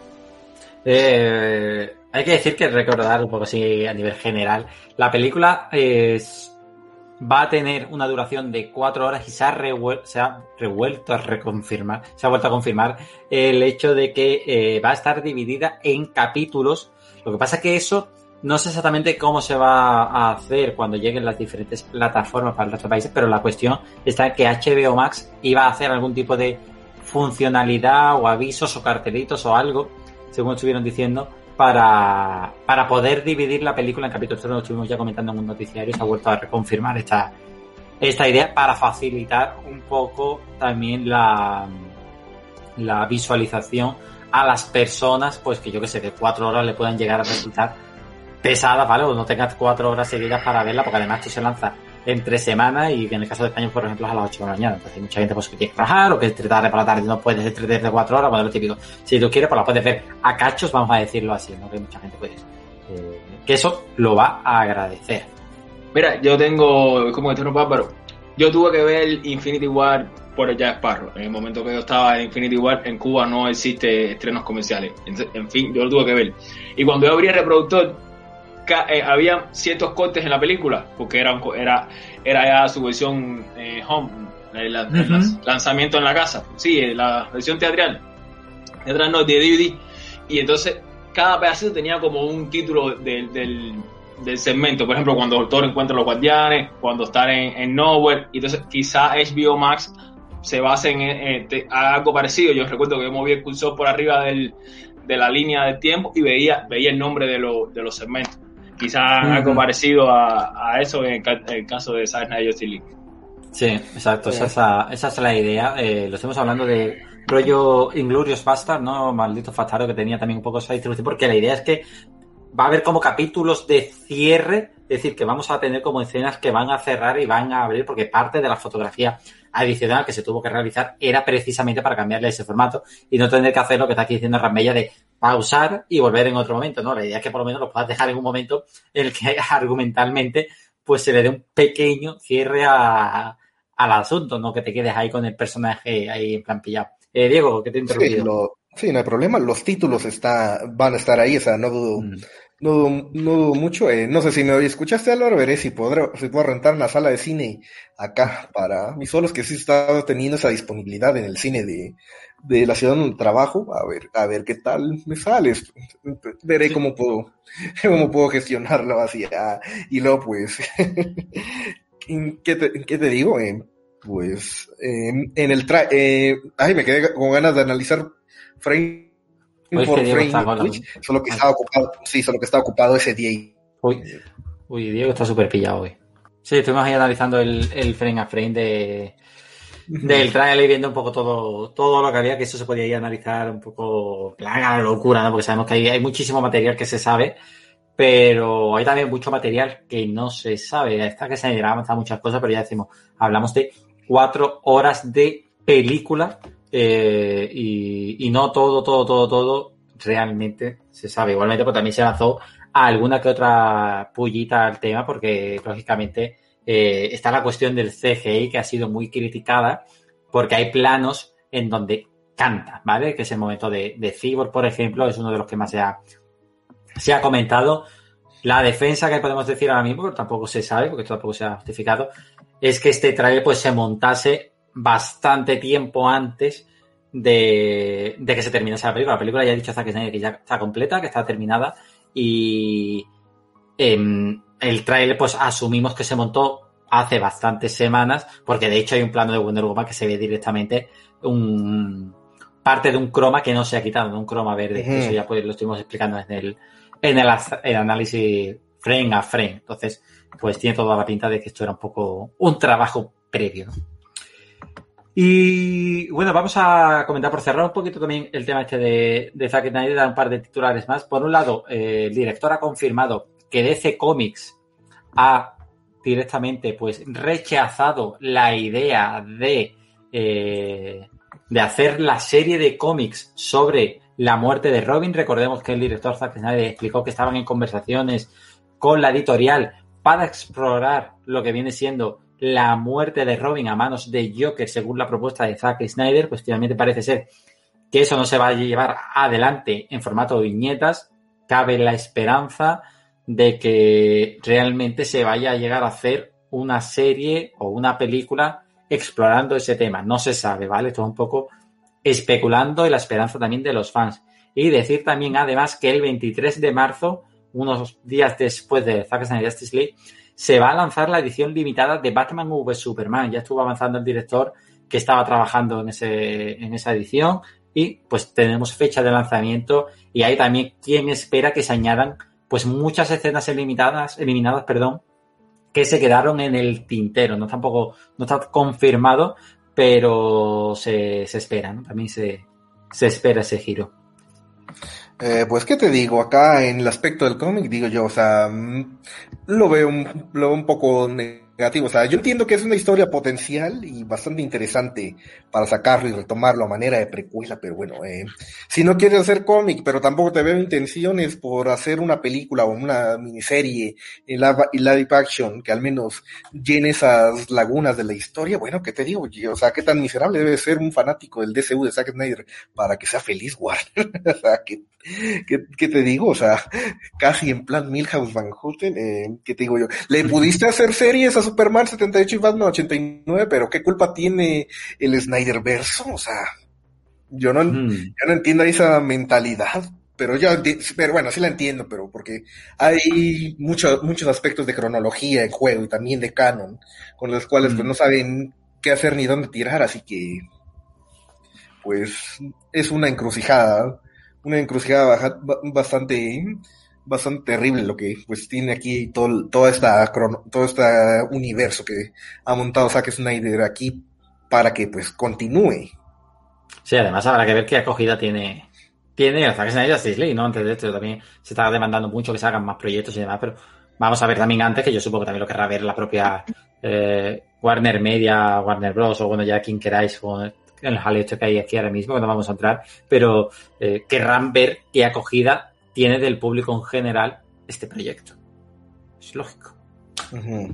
Eh, hay que decir que recordar un poco así a nivel general, la película es, va a tener una duración de cuatro horas y se ha, revuel, se ha revuelto a reconfirmar, se ha vuelto a confirmar el hecho de que eh, va a estar dividida en capítulos. Lo que pasa es que eso no sé exactamente cómo se va a hacer cuando lleguen las diferentes plataformas para los países, pero la cuestión está en que H B O Max iba a hacer algún tipo de funcionalidad o avisos o cartelitos o algo, según estuvieron diciendo, para, para poder dividir la película en capítulos. Esto lo estuvimos ya comentando en un noticiario y se ha vuelto a reconfirmar esta, esta idea para facilitar un poco también la, la visualización a las personas, pues que yo que sé, de cuatro horas le puedan llegar a resultar pesadas, ¿vale? O no tengas cuatro horas seguidas para verla, porque además esto se lanza entre semanas y en el caso de España, por ejemplo, es a las ocho de la mañana. Entonces hay mucha gente pues que quiere trabajar o que es tarde por la tarde no puedes entretener de cuatro horas, bueno, lo típico. Si tú quieres, pues la puedes ver a cachos, vamos a decirlo así, ¿no? Que mucha gente puede. Eh, que eso lo va a agradecer. Mira, yo tengo, como eterno bárbaro, yo tuve que ver Infinity War por el Jack Sparrow. En el momento que yo estaba en Infinity War, en Cuba no existe estrenos comerciales. En, en fin, yo lo tuve que ver. Y cuando yo abrí el reproductor, Eh, había ciertos cortes en la película porque era un, era era ya su versión eh, home, el, el, uh-huh. el lanzamiento en la casa, sí, la versión teatral teatral no, de D V D, y entonces cada pedacito tenía como un título de, del, del segmento, por ejemplo cuando Thor encuentra a los guardianes, cuando están en, en Nowhere, y entonces quizá H B O Max se base en, en, en algo parecido. Yo recuerdo que yo moví el cursor por arriba del, de la línea del tiempo y veía veía el nombre de, lo, de los segmentos. Quizás uh-huh. algo parecido a, a eso en el, en el caso de Zack Snyder Justice League. Sí, exacto, sí. Esa, esa es la idea. Eh, lo estamos hablando de rollo Inglourious Basterds, ¿no? Maldito Bastardo, que tenía también un poco esa distribución, porque la idea es que va a haber como capítulos de cierre, es decir, que vamos a tener como escenas que van a cerrar y van a abrir, porque parte de la fotografía adicional que se tuvo que realizar era precisamente para cambiarle ese formato y no tener que hacer lo que está aquí diciendo Rambella de pausar y volver en otro momento, ¿no? La idea es que por lo menos lo puedas dejar en un momento en el que argumentalmente pues se le dé un pequeño cierre a, al asunto, no que te quedes ahí con el personaje ahí en plan pillado. Eh, Diego, ¿qué te he interrumpido? Sí, lo, sí, no hay problema, los títulos está, van a estar ahí, o sea, no dudo, mm. no dudo, no dudo mucho. Eh, no sé si me escuchaste, Álvaro, veré si podré, si puedo rentar una sala de cine acá para mis solos, que sí he estado teniendo esa disponibilidad en el cine de, de la ciudad donde trabajo, a ver, a ver qué tal me sale, veré sí. cómo puedo, cómo puedo gestionarlo así, ah, y luego pues, ¿qué te, qué te digo? Eh, pues, eh, en el tra eh, ay, me quedé con ganas de analizar frame Uy, por frame, Twitch, solo que estaba ocupado, sí, solo que estaba ocupado ese día. Uy, uy, Diego está súper pillado hoy. Sí, estuvimos ahí analizando el, el frame a frame de del trailer y viendo un poco todo, todo lo que había, que eso se podía ir a analizar un poco plaga, locura, ¿no? Porque sabemos que hay, hay muchísimo material que se sabe, pero hay también mucho material que no se sabe. Está que se han avanzado muchas cosas, pero ya decimos, hablamos de cuatro horas de película eh, y, y no todo, todo, todo, todo realmente se sabe. Igualmente, pues también se lanzó alguna que otra pullita al tema, porque lógicamente eh, está la cuestión del C G I, que ha sido muy criticada, porque hay planos en donde canta, ¿vale? Que es el momento de, de Cyborg, por ejemplo, es uno de los que más se ha, se ha comentado. La defensa que podemos decir ahora mismo, pero tampoco se sabe, porque esto tampoco se ha justificado, es que este trailer pues se montase bastante tiempo antes de, de que se terminase la película. La película ya ha dicho Zack Snyder que ya está completa, que está terminada, y eh, el trailer pues asumimos que se montó hace bastantes semanas, porque de hecho hay un plano de Wonder Woman que se ve directamente un parte de un croma que no se ha quitado, de un croma verde. Uh-huh. Eso ya pues lo estuvimos explicando en el en el, el análisis frame a frame. Entonces, pues tiene toda la pinta de que esto era un poco un trabajo previo, ¿no? Y bueno, vamos a comentar por cerrar un poquito también el tema este de, de Zack Snyder, dar un par de titulares más. Por un lado, eh, el director ha confirmado que D C Comics ha directamente pues rechazado la idea de, eh, de hacer la serie de cómics sobre la muerte de Robin. Recordemos que el director Zack Snyder explicó que estaban en conversaciones con la editorial para explorar lo que viene siendo la muerte de Robin a manos de Joker, según la propuesta de Zack Snyder. Pues finalmente parece ser que eso no se va a llevar adelante en formato de viñetas. Cabe la esperanza de que realmente se vaya a llegar a hacer una serie o una película explorando ese tema. No se sabe, ¿vale? Esto es un poco especulando y la esperanza también de los fans. Y decir también, además, que el veintitrés de marzo, unos días después de Zack Snyder Justice League, se va a lanzar la edición limitada de Batman v Superman. Ya estuvo avanzando el director que estaba trabajando en ese en esa edición y pues tenemos fecha de lanzamiento y hay también quien espera que se añadan pues muchas escenas eliminadas, eliminadas, perdón, que se quedaron en el tintero. No tampoco no está confirmado, pero se, se espera, ¿no? También se, se espera ese giro. Eh, pues, ¿qué te digo? Acá en el aspecto del cómic, digo yo, o sea, lo veo un, lo veo un poco negativo. O sea, yo entiendo que es una historia potencial y bastante interesante para sacarlo y retomarlo a manera de precuela, pero bueno, eh, si no quieres hacer cómic, pero tampoco te veo intenciones por hacer una película o una miniserie en live, live action que al menos llene esas lagunas de la historia, bueno, ¿qué te digo? O sea, ¿qué tan miserable debe ser un fanático del D C U de Zack Snyder para que sea feliz, Warner? O sea, ¿qué, qué, qué te digo? O sea, casi en plan Milhouse Van Houten, eh, ¿qué te digo yo? ¿Le pudiste hacer series a Superman setenta y ocho y Batman ochenta y nueve, pero qué culpa tiene el Snyderverso? O sea, yo no, mm. yo no entiendo esa mentalidad, pero yo pero bueno, sí la entiendo, pero porque hay muchos muchos aspectos de cronología en juego y también de canon, con los cuales mm. pues no saben qué hacer ni dónde tirar, así que pues es una encrucijada, una encrucijada bastante bastante terrible lo que pues tiene aquí todo toda esta todo este universo que ha montado Zack Snyder aquí para que pues continúe. Sí, además habrá que ver qué acogida tiene tiene el Zack Snyder Justice League, ¿no? Antes de esto también se está demandando mucho que se hagan más proyectos y demás, pero vamos a ver también antes, que yo supongo que también lo querrá ver la propia eh, Warner Media, Warner Bros, o bueno, ya quien queráis, con el jaleo que hay aquí ahora mismo, que no vamos a entrar, pero eh, querrán ver qué acogida tiene del público en general este proyecto. Es lógico. Uh-huh.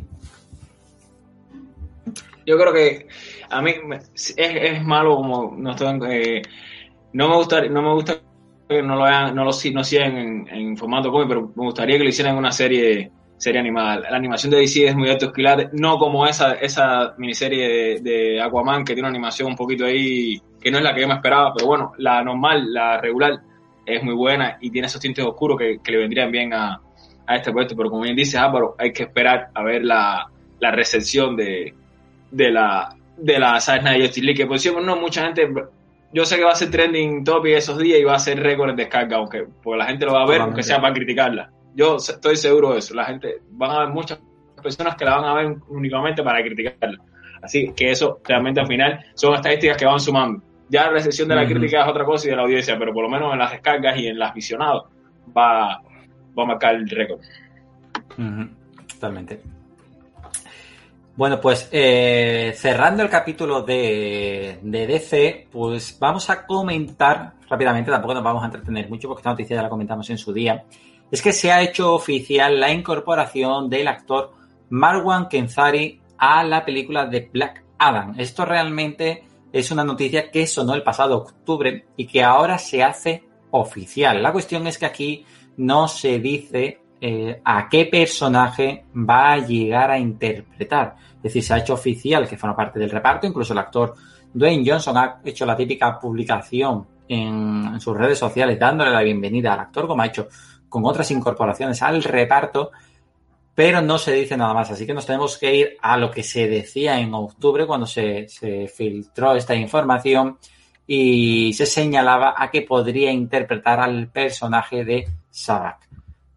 Yo creo que a mí es, es malo como no estoy, eh, no me gusta no me gusta que no lo hagan, no lo no sigan en, en formato cómic, pero me gustaría que lo hicieran en una serie serie animada. La animación de D C es muy alto esquilate, no como esa esa miniserie de, de Aquaman, que tiene una animación un poquito ahí que no es la que yo me esperaba, pero bueno, la normal, la regular es muy buena y tiene esos tintes oscuros que, que le vendrían bien a, a este proyecto, pero como bien dice Álvaro, hay que esperar a ver la, la recepción de, de la de la Zack Snyder Justice League, que por cierto, no, mucha gente, yo sé que va a ser trending topic esos días y va a ser récord de descarga, aunque porque la gente lo va a ver, aunque sea para criticarla. Yo estoy seguro de eso, la gente, van a haber muchas personas que la van a ver únicamente para criticarla. Así que eso realmente al final son estadísticas que van sumando. Ya la recepción de la uh-huh. crítica es otra cosa y de la audiencia, pero por lo menos en las descargas y en las visionados va, va a marcar el récord. Uh-huh. Totalmente. Bueno, pues eh, cerrando el capítulo de, de D C, pues vamos a comentar rápidamente, tampoco nos vamos a entretener mucho porque esta noticia ya la comentamos en su día, es que se ha hecho oficial la incorporación del actor Marwan Kenzari a la película de Black Adam. Esto realmente es una noticia que sonó el pasado octubre y que ahora se hace oficial. La cuestión es que aquí no se dice eh, a qué personaje va a llegar a interpretar. Es decir, se ha hecho oficial que forma parte del reparto. Incluso el actor Dwayne Johnson ha hecho la típica publicación en, en sus redes sociales dándole la bienvenida al actor, como ha hecho con otras incorporaciones al reparto, pero no se dice nada más. Así que nos tenemos que ir a lo que se decía en octubre cuando se, se filtró esta información y se señalaba a que podría interpretar al personaje de Sabbath.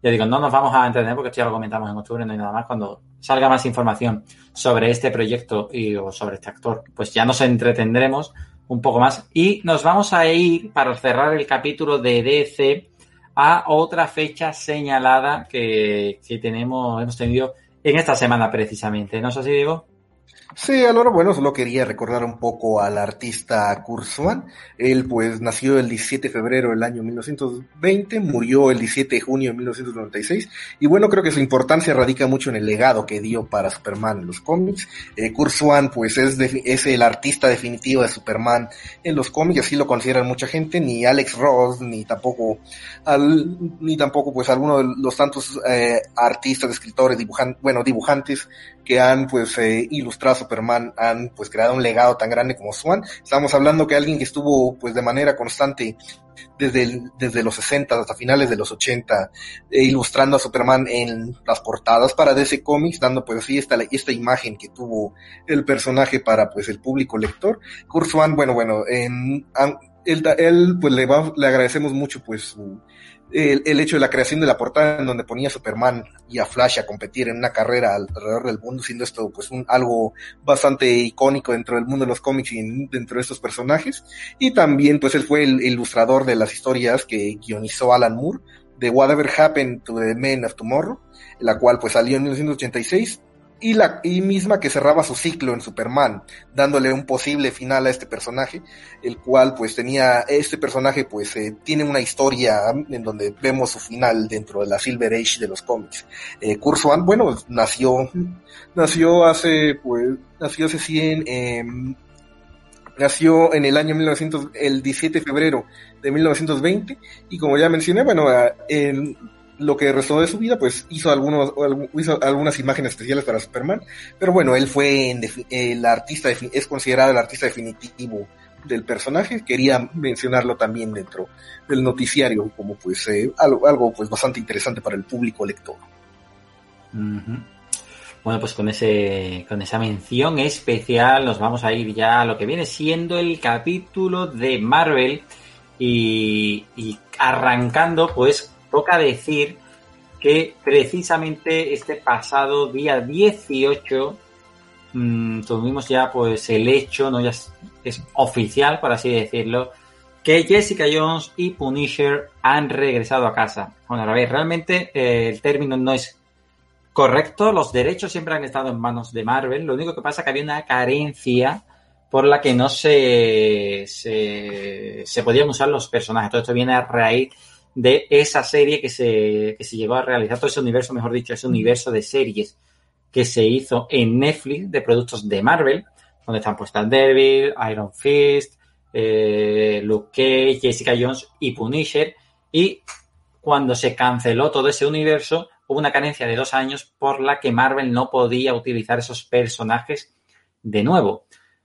ya digo, no nos vamos a entretener porque esto ya lo comentamos en octubre, no hay nada más. Cuando salga más información sobre este proyecto y o sobre este actor, pues ya nos entretendremos un poco más. Y nos vamos a ir, para cerrar el capítulo de D C, a otra fecha señalada que, que tenemos, hemos tenido en esta semana precisamente. ¿No es así, Diego? Sí, Álvaro, bueno, solo quería recordar un poco al artista Kurt Swan. Él, pues, nació el diecisiete de febrero del año mil novecientos veinte, murió el diecisiete de junio de mil novecientos noventa y seis, y bueno, creo que su importancia radica mucho en el legado que dio para Superman en los cómics. Eh, Kurt Swan, pues, es, de, es el artista definitivo de Superman en los cómics, así lo consideran mucha gente. Ni Alex Ross, ni tampoco, al, ni tampoco, pues, alguno de los tantos eh, artistas, escritores, dibujantes, bueno, dibujantes que han, pues, eh, ilustrado Superman han, pues, creado un legado tan grande como Swan. Estamos hablando que alguien que estuvo, pues, de manera constante desde el, desde los sesenta hasta finales de los ochenta, eh, ilustrando a Superman en las portadas para D C Comics, dando, pues, así esta, esta imagen que tuvo el personaje para, pues, el público lector. Kurt Swan, bueno, bueno, en, él, él, pues, le, va, le agradecemos mucho, pues, su, El, el hecho de la creación de la portada en donde ponía a Superman y a Flash a competir en una carrera alrededor del mundo, siendo esto, pues, un, algo bastante icónico dentro del mundo de los cómics y en, dentro de estos personajes. Y también, pues, él fue el ilustrador de las historias que guionizó Alan Moore, de Whatever Happened to the Men of Tomorrow, la cual, pues, salió en mil novecientos ochenta y seis, y la y misma que cerraba su ciclo en Superman, dándole un posible final a este personaje, el cual, pues, tenía, este personaje, pues, eh, tiene una historia en donde vemos su final dentro de la Silver Age de los cómics. Eh, Kurt Swan, bueno, nació, nació hace, pues, nació hace cien, eh, nació en el año mil novecientos, el diecisiete de febrero de mil novecientos veinte, y como ya mencioné, bueno, en lo que restó de su vida, pues, hizo algunos, hizo algunas imágenes especiales para Superman, pero bueno, él fue en, el artista, es considerado el artista definitivo del personaje. Quería mencionarlo también dentro del noticiario como, pues, eh, algo, algo, pues, bastante interesante para el público lector. Uh-huh. Bueno, pues con ese, con esa mención especial nos vamos a ir ya a lo que viene siendo el capítulo de Marvel, y, y arrancando, pues, toca decir que precisamente este pasado día dieciocho mmm, tuvimos ya, pues, el hecho, no ya es, es oficial, por así decirlo, que Jessica Jones y Punisher han regresado a casa. Bueno, a ver, realmente eh, el término no es correcto, los derechos siempre han estado en manos de Marvel, lo único que pasa es que había una carencia por la que no se, se, se podían usar los personajes. Todo esto viene a raíz de esa serie que se, que se llegó a realizar, todo ese universo, mejor dicho, ese universo de series que se hizo en Netflix de productos de Marvel, donde están puestas Daredevil, Iron Fist, eh, Luke Cage, Jessica Jones y Punisher, y cuando se canceló todo ese universo, hubo una carencia de dos años por la que Marvel no podía utilizar esos personajes de nuevo.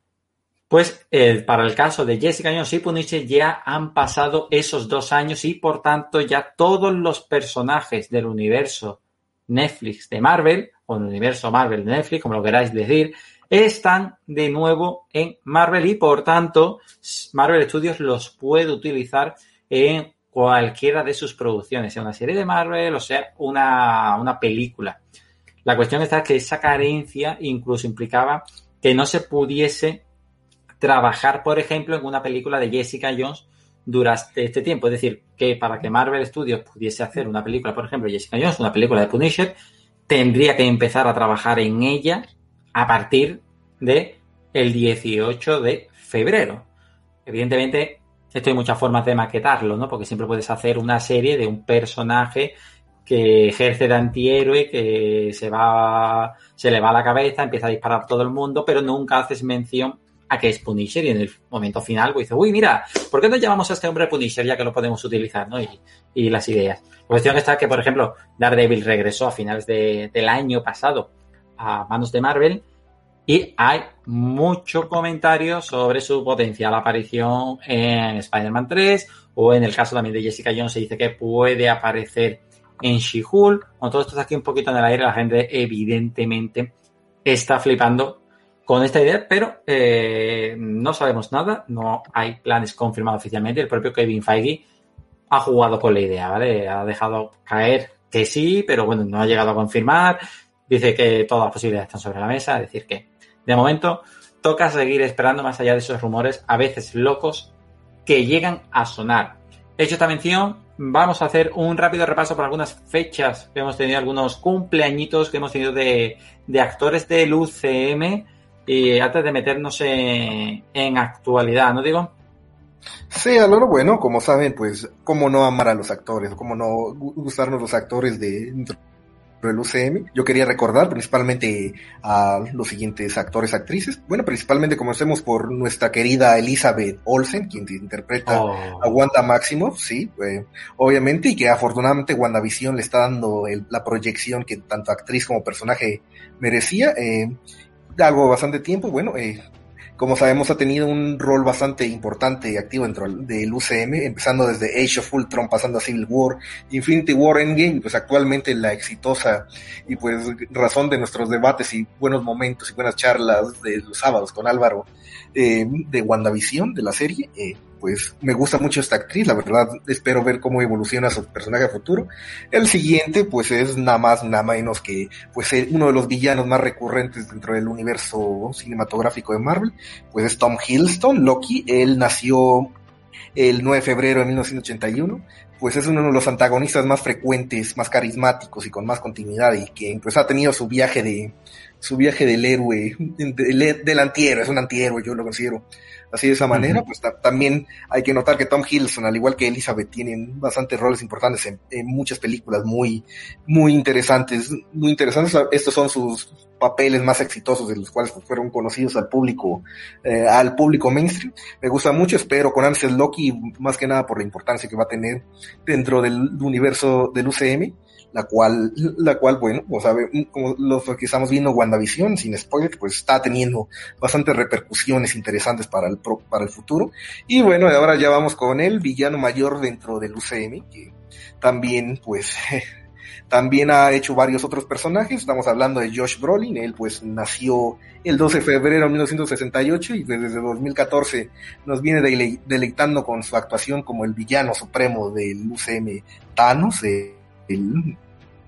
Pues eh, para el caso de Jessica Jones y Punisher ya han pasado esos dos años y por tanto ya todos los personajes del universo Netflix de Marvel, o el universo Marvel de Netflix, como lo queráis decir, están de nuevo en Marvel y por tanto Marvel Studios los puede utilizar en cualquiera de sus producciones, sea una serie de Marvel o sea una, una película. La cuestión está que esa carencia incluso implicaba que no se pudiese trabajar, por ejemplo, en una película de Jessica Jones durante este tiempo. Es decir, que para que Marvel Studios pudiese hacer una película, por ejemplo, Jessica Jones, una película de Punisher, tendría que empezar a trabajar en ella a partir de el dieciocho de febrero. Evidentemente, esto hay muchas formas de maquetarlo, ¿no? Porque siempre puedes hacer una serie de un personaje que ejerce de antihéroe, que se va, se le va a la cabeza, empieza a disparar a todo el mundo, pero nunca haces mención a que es Punisher, y en el momento final pues dice, uy, mira, ¿por qué no llamamos a este hombre Punisher ya que lo podemos utilizar, ¿no? Y, y las ideas. La cuestión está que, por ejemplo, Daredevil regresó a finales de, del año pasado a manos de Marvel y hay mucho comentario sobre su potencial aparición en Spider-Man tres, o en el caso también de Jessica Jones se dice que puede aparecer en She-Hulk. Bueno, todo esto está aquí un poquito en el aire, la gente evidentemente está flipando con esta idea, pero eh, no sabemos nada, no hay planes confirmados oficialmente. El propio Kevin Feige ha jugado con la idea, ¿vale? Ha dejado caer que sí, pero bueno, no ha llegado a confirmar. Dice que todas las posibilidades están sobre la mesa, es decir que, de momento, toca seguir esperando más allá de esos rumores, a veces locos, que llegan a sonar. Hecho esta mención, vamos a hacer un rápido repaso por algunas fechas que hemos tenido, algunos cumpleañitos que hemos tenido de, de actores del U C M, y antes de meternos en, en actualidad, ¿no digo? Sí, a lo bueno, como saben, pues, cómo no amar a los actores, cómo no gustarnos los actores de del U C M. Yo quería recordar principalmente a los siguientes actores, actrices. Bueno, principalmente comencemos por nuestra querida Elizabeth Olsen, quien interpreta oh. a Wanda Maximoff, sí, eh, obviamente, y que afortunadamente WandaVision le está dando el, la proyección que tanto actriz como personaje merecía. Eh, algo bastante tiempo, bueno, eh, como sabemos, ha tenido un rol bastante importante y activo dentro del U C M, empezando desde Age of Ultron, pasando a Civil War, Infinity War, Endgame, pues actualmente la exitosa y pues razón de nuestros debates y buenos momentos y buenas charlas de los sábados con Álvaro eh, de WandaVision, de la serie. Eh, pues me gusta mucho esta actriz, la verdad espero ver cómo evoluciona su personaje a futuro. El siguiente pues es nada más, nada menos que pues uno de los villanos más recurrentes dentro del universo cinematográfico de Marvel, pues es Tom Hiddleston, Loki. Él nació el nueve de febrero de mil novecientos ochenta y uno, pues es uno de los antagonistas más frecuentes, más carismáticos y con más continuidad, y que pues ha tenido su viaje de su viaje del héroe, del, del antihéroe, es un antihéroe, yo lo considero así de esa manera. Uh-huh. Pues ta- también hay que notar que Tom Hiddleston, al igual que Elizabeth, tienen bastantes roles importantes en, en muchas películas muy, muy interesantes, muy interesantes. Estos son sus papeles más exitosos, de los cuales pues, fueron conocidos al público, eh, al público mainstream. Me gusta mucho, espero con ansias Loki, más que nada por la importancia que va a tener dentro del universo del U C M. La cual, la cual, bueno, como sabe, como lo que estamos viendo WandaVision, sin spoiler, pues está teniendo bastantes repercusiones interesantes para el pro, para el futuro. Y bueno, ahora ya vamos con el villano mayor dentro del U C M, que también, pues, también ha hecho varios otros personajes. Estamos hablando de Josh Brolin. Él, pues, nació el doce de febrero de mil novecientos sesenta y ocho y desde dos mil catorce nos viene dele- deleitando con su actuación como el villano supremo del U C M, Thanos, eh, el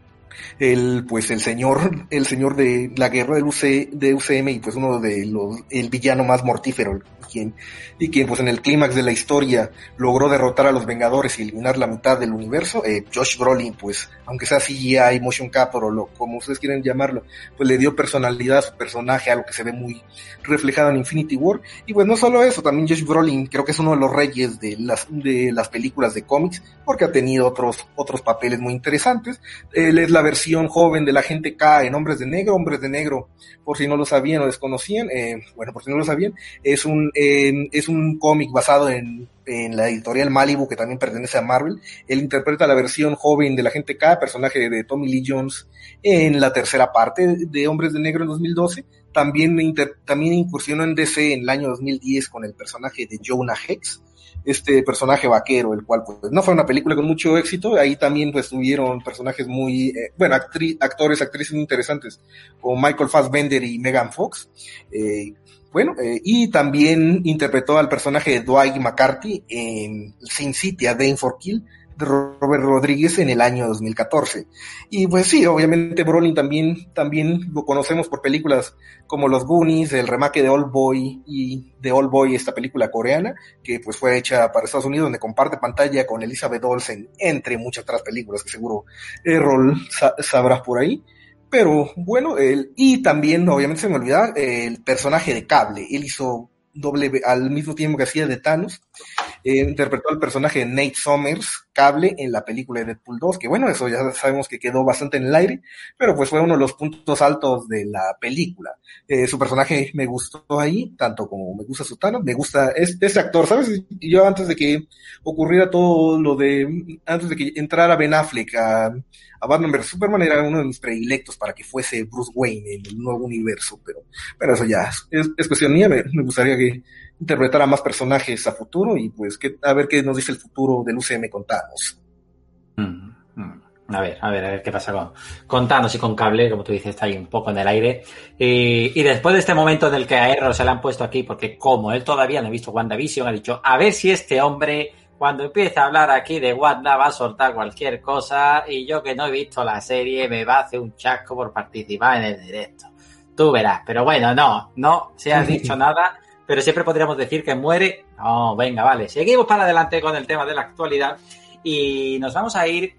el pues el señor el señor de la guerra del U C, de U C M, y pues uno de los el villano más mortífero, quien y quien pues en el clímax de la historia logró derrotar a los Vengadores y eliminar la mitad del universo. eh, Josh Brolin, pues aunque sea C G I, motion capture o lo, como ustedes quieren llamarlo, pues le dio personalidad a su personaje, algo que se ve muy reflejado en Infinity War. Y pues no solo eso, también Josh Brolin creo que es uno de los reyes de las de las películas de cómics, porque ha tenido otros otros papeles muy interesantes. Él es la versión joven de la Agente K en Hombres de Negro. Hombres de Negro, por si no lo sabían o desconocían, eh, bueno, por si no lo sabían, es un eh, es un cómic basado en, en la editorial Malibu, que también pertenece a Marvel. Él interpreta la versión joven de la Agente K, personaje de Tommy Lee Jones, en la tercera parte de Hombres de Negro en dos mil doce. También, inter, también incursionó en D C en el año dos mil diez con el personaje de Jonah Hex, este personaje vaquero, el cual pues no fue una película con mucho éxito. Ahí también pues tuvieron personajes muy, eh, bueno, actri- actores, actrices muy interesantes, como Michael Fassbender y Megan Fox. Eh, bueno, eh, y también interpretó al personaje de Dwight McCarthy en Sin City, a Dame for Kill, de Robert Rodríguez en el año dos mil catorce. Y pues sí, obviamente Brolin también, también lo conocemos por películas como Los Goonies, el remake de Old Boy y de Old Boy, esta película coreana, que pues fue hecha para Estados Unidos, donde comparte pantalla con Elizabeth Olsen, entre muchas otras películas que seguro Errol sa- sabrás por ahí. Pero bueno, él, y también obviamente se me olvida el personaje de Cable. Él hizo doble al mismo tiempo que hacía de Thanos. Eh, interpretó al personaje de Nate Summers, Cable, en la película de Deadpool dos, que bueno, eso ya sabemos que quedó bastante en el aire, pero pues fue uno de los puntos altos de la película. Eh, su personaje me gustó ahí, tanto como me gusta su Thanos, me gusta este, este actor, ¿sabes? Yo antes de que ocurriera todo lo de, antes de que entrara Ben Affleck a, a Batman versus Superman, era uno de mis predilectos para que fuese Bruce Wayne en el nuevo universo, pero, pero eso ya es, es cuestión mía. Me, me gustaría que interpretar a más personajes a futuro, y pues que, a ver qué nos dice el futuro del U C M con Thanos. Mm, mm. A ver, a ver, a ver qué pasa con, con Thanos y con Cable, como tú dices, está ahí un poco en el aire. Y, y después de este momento en el que a Errol se le han puesto aquí, porque como él todavía no ha visto WandaVision, ha dicho, a ver si este hombre cuando empiece a hablar aquí de Wanda va a soltar cualquier cosa y yo que no he visto la serie me va a hacer un chasco por participar en el directo. Tú verás, pero bueno, no, no se ha dicho nada, pero siempre podríamos decir que muere. No, venga, vale, seguimos para adelante con el tema de la actualidad y nos vamos a ir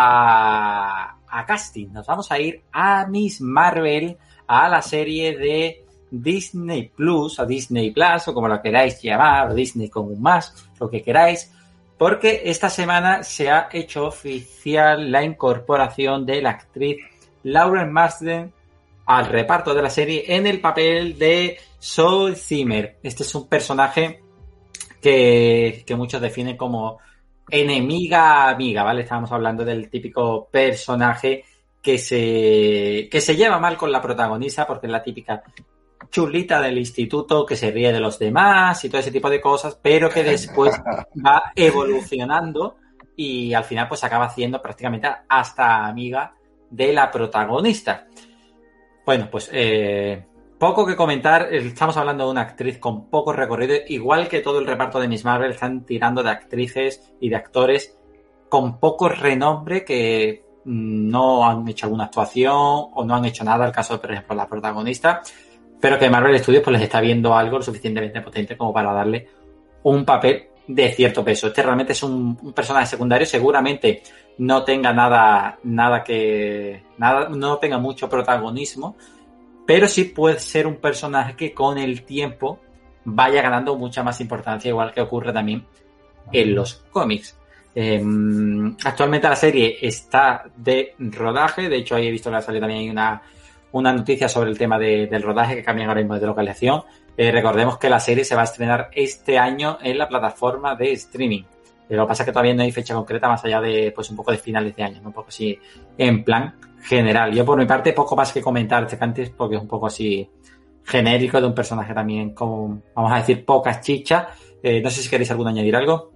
a, a casting, nos vamos a ir a Miss Marvel, a la serie de Disney Plus, o Disney Plus, o como lo queráis llamar, o Disney con un más, lo que queráis, porque esta semana se ha hecho oficial la incorporación de la actriz Lauren Marsden al reparto de la serie en el papel de Soul Zimmer. Este es un personaje que, que muchos definen como enemiga amiga, ¿vale? Estábamos hablando del típico personaje que se, que se lleva mal con la protagonista porque es la típica chulita del instituto que se ríe de los demás y todo ese tipo de cosas, pero que después va evolucionando y al final pues acaba siendo prácticamente hasta amiga de la protagonista. Bueno, pues eh, poco que comentar. Estamos hablando de una actriz con poco recorrido, igual que todo el reparto de Miss Marvel están tirando de actrices y de actores con poco renombre que no han hecho alguna actuación o no han hecho nada, el caso de, por ejemplo, la protagonista, pero que Marvel Studios pues les está viendo algo lo suficientemente potente como para darle un papel de cierto peso. Este realmente es un, un personaje secundario, seguramente no tenga nada, nada que, nada, no tenga mucho protagonismo, pero sí puede ser un personaje que con el tiempo vaya ganando mucha más importancia, igual que ocurre también en los cómics. Eh, actualmente la serie está de rodaje, de hecho ahí he visto que ha salido también una, una noticia sobre el tema de, del rodaje, que cambian ahora mismo de localización. Eh, recordemos que la serie se va a estrenar este año en la plataforma de streaming. Eh, lo que pasa es que todavía no hay fecha concreta más allá de pues un poco de finales de año, ¿no? Un poco así en plan general. Yo por mi parte poco más que comentar este antes porque es un poco así genérico de un personaje también con, vamos a decir, pocas chichas. Eh, no sé si queréis alguno añadir algo.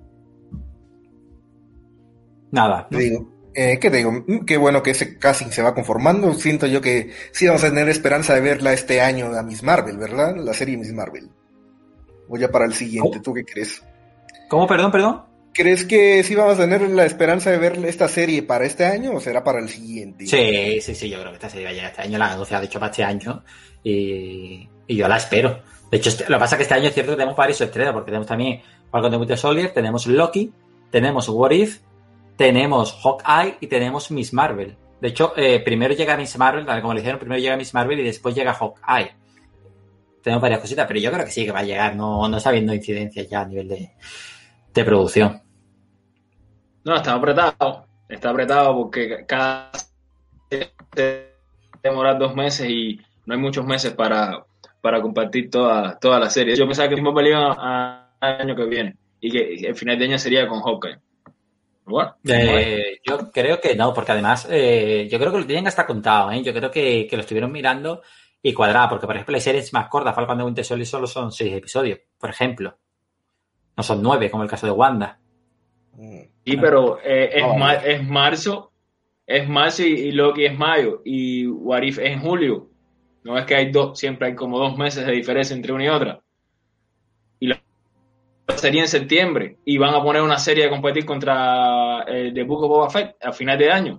Nada, ¿no? Digo, eh, ¿qué digo? Qué bueno que ese casting se va conformando. Siento yo que sí vamos a tener esperanza de verla este año a Miss Marvel, ¿verdad? La serie Miss Marvel. O ya para el siguiente, ¿Cómo? ¿Tú qué crees? ¿Cómo? Perdón, perdón. ¿Crees que sí vamos a tener la esperanza de ver esta serie para este año o será para el siguiente? Sí, sí, sí, yo creo que esta serie va a llegar este año. La han anunciado, de hecho, para este año. Y, y yo la espero. De hecho, este, lo que pasa es que este año es cierto que tenemos varios estrenos, porque tenemos también Falcon and Winter Soldier, tenemos Loki, tenemos What If, tenemos Hawkeye y tenemos Miss Marvel. De hecho, eh, primero llega Miss Marvel, como le dijeron, primero llega Miss Marvel y después llega Hawkeye. Tenemos varias cositas, pero yo creo que sí que va a llegar, no, no está habiendo incidencias ya a nivel de, de producción. No, está apretado, está apretado porque cada demora dos meses y no hay muchos meses para, para compartir toda, toda la serie. Yo pensaba que mismo iba al año que viene y que el final de año sería con Hawkeye. Bueno, eh, yo creo que no, porque además eh, yo creo que lo tienen hasta contado, ¿eh? Yo creo que, que lo estuvieron mirando y cuadrado, porque por ejemplo las series más cortas, Falcon and Winter Soldier solo son seis episodios, por ejemplo. No son nueve, como el caso de Wanda. Sí, pero eh, es, oh, mar, es marzo, es marzo y, y Loki es mayo y What If es en julio. No es que hay dos, siempre hay como dos meses de diferencia entre una y otra. Y la sería en septiembre y van a poner una serie a competir contra eh, The Book of Boba Fett a final de año.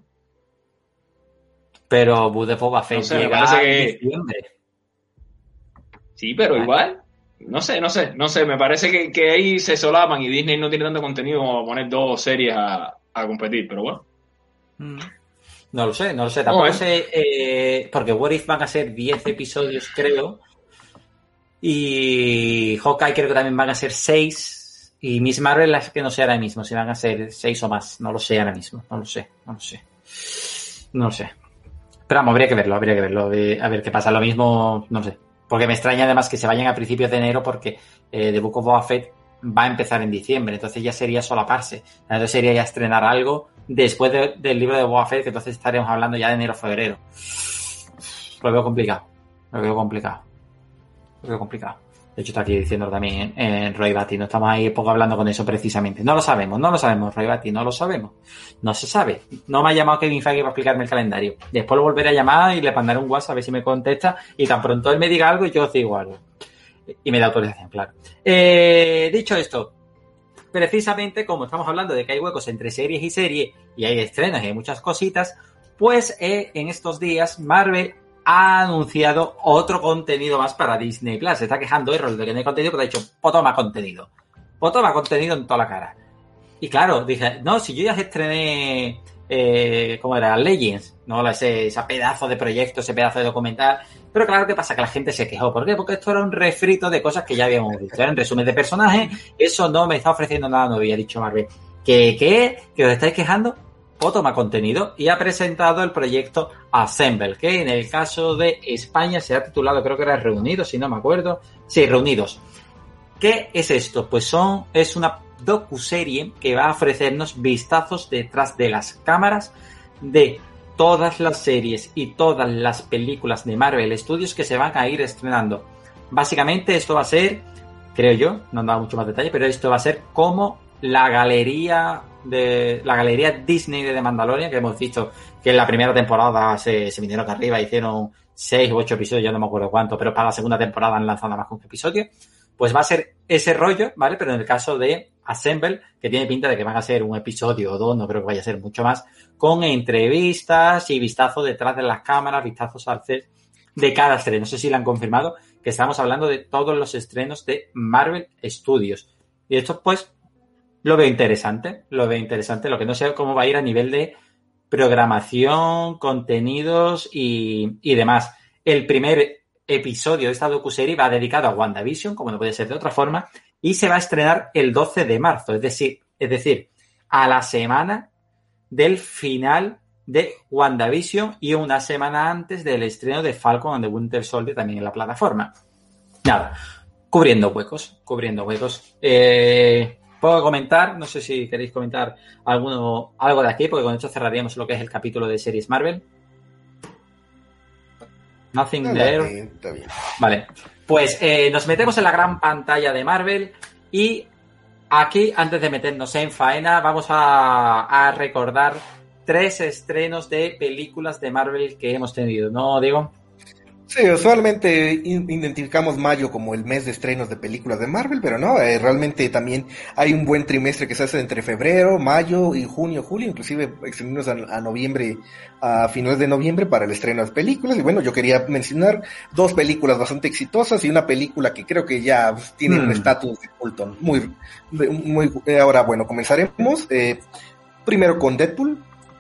Pero Book of Boba Fett no sé, llega parece que... en diciembre. Sí, pero vale. Igual. No sé, no sé, no sé, me parece que, que ahí se solapan y Disney no tiene tanto contenido como para poner dos series a, a competir, pero bueno. No lo sé, no lo sé, tampoco no, ¿eh? sé, eh, porque What If van a ser diez episodios, creo, y Hawkeye creo que también van a ser seis, y Miss Marvel es que no sé ahora mismo, si van a ser seis o más, no lo sé ahora mismo, no lo sé, no lo sé, no lo sé. Pero vamos, habría que verlo, habría que verlo, a ver qué pasa, lo mismo, no sé. Porque me extraña además que se vayan a principios de enero porque eh, The Book of Boba Fett va a empezar en diciembre, entonces ya sería solaparse. Entonces sería ya estrenar algo después de, del libro de Boba Fett, que entonces estaremos hablando ya de enero o febrero. Lo veo complicado, lo veo complicado, lo veo complicado. De hecho está aquí diciendo también en, en Roy Batty, no estamos ahí poco hablando con eso precisamente. No lo sabemos, no lo sabemos, Roy Batty, no lo sabemos. No se sabe. No me ha llamado Kevin Feige para explicarme el calendario. Después lo volveré a llamar y le mandaré un WhatsApp a ver si me contesta y tan pronto él me diga algo y yo os digo algo. Y me da autorización, claro. Eh, dicho esto, precisamente como estamos hablando de que hay huecos entre series y serie, y hay estrenos y hay muchas cositas, pues eh, en estos días Marvel ha anunciado otro contenido más para Disney Plus. Se está quejando Errol de que no hay contenido, pero ha dicho, pues toma contenido. Pues toma contenido en toda la cara. Y claro, dije, no, si yo ya estrené, eh, ¿cómo era? Legends, ¿no? Ese, ese pedazo de proyecto, ese pedazo de documental. Pero claro, ¿qué pasa? Que la gente se quejó. ¿Por qué? Porque esto era un refrito de cosas que ya habíamos visto. Eran resumen de personajes. Eso no me está ofreciendo nada nuevo, había dicho Marvel. ¿Qué? ¿Qué? ¿Que os estáis quejando? O toma contenido. Y ha presentado el proyecto Assemble, que en el caso de España se ha titulado, creo que era Reunidos, si no me acuerdo. Sí, Reunidos. ¿Qué es esto? Pues son, es una docuserie que va a ofrecernos vistazos detrás de las cámaras de todas las series y todas las películas de Marvel Studios que se van a ir estrenando. Básicamente esto va a ser, creo yo, no han dado mucho más detalle, pero esto va a ser como la galería de la galería Disney de The Mandalorian, que hemos visto que en la primera temporada se, se vinieron acá arriba, hicieron seis u ocho episodios, yo no me acuerdo cuánto, pero para la segunda temporada han lanzado más que un episodio. Pues va a ser ese rollo, ¿vale? Pero en el caso de Assemble, que tiene pinta de que van a ser un episodio o dos, no creo que vaya a ser mucho más, con entrevistas y vistazos detrás de las cámaras, vistazos al set de cada estreno. No sé si lo han confirmado, que estamos hablando de todos los estrenos de Marvel Studios. Y esto, pues, lo veo interesante, lo veo interesante. Lo que no sé cómo va a ir a nivel de programación, contenidos y, y demás. El primer episodio de esta docuserie va dedicado a WandaVision, como no puede ser de otra forma, y se va a estrenar el doce de marzo, es decir, es decir, a la semana del final de WandaVision y una semana antes del estreno de Falcon and the Winter Soldier también en la plataforma. Nada, cubriendo huecos, cubriendo huecos. Eh, puedo comentar, no sé si queréis comentar alguno, algo de aquí, porque con esto cerraríamos lo que es el capítulo de series Marvel. Nothing no, there. No, está bien. Vale, pues eh, nos metemos en la gran pantalla de Marvel y aquí, antes de meternos en faena, vamos a, a recordar tres estrenos de películas de Marvel que hemos tenido, ¿no, Diego? Sí, usualmente identificamos mayo como el mes de estrenos de películas de Marvel, pero no, eh, realmente también hay un buen trimestre que se hace entre febrero, mayo y junio, julio, inclusive extendidos a, a noviembre, a finales de noviembre para el estreno de películas. Y bueno, yo quería mencionar dos películas bastante exitosas y una película que creo que ya tiene hmm. un estatus de culto muy, muy, eh, ahora bueno, comenzaremos eh, primero con Deadpool,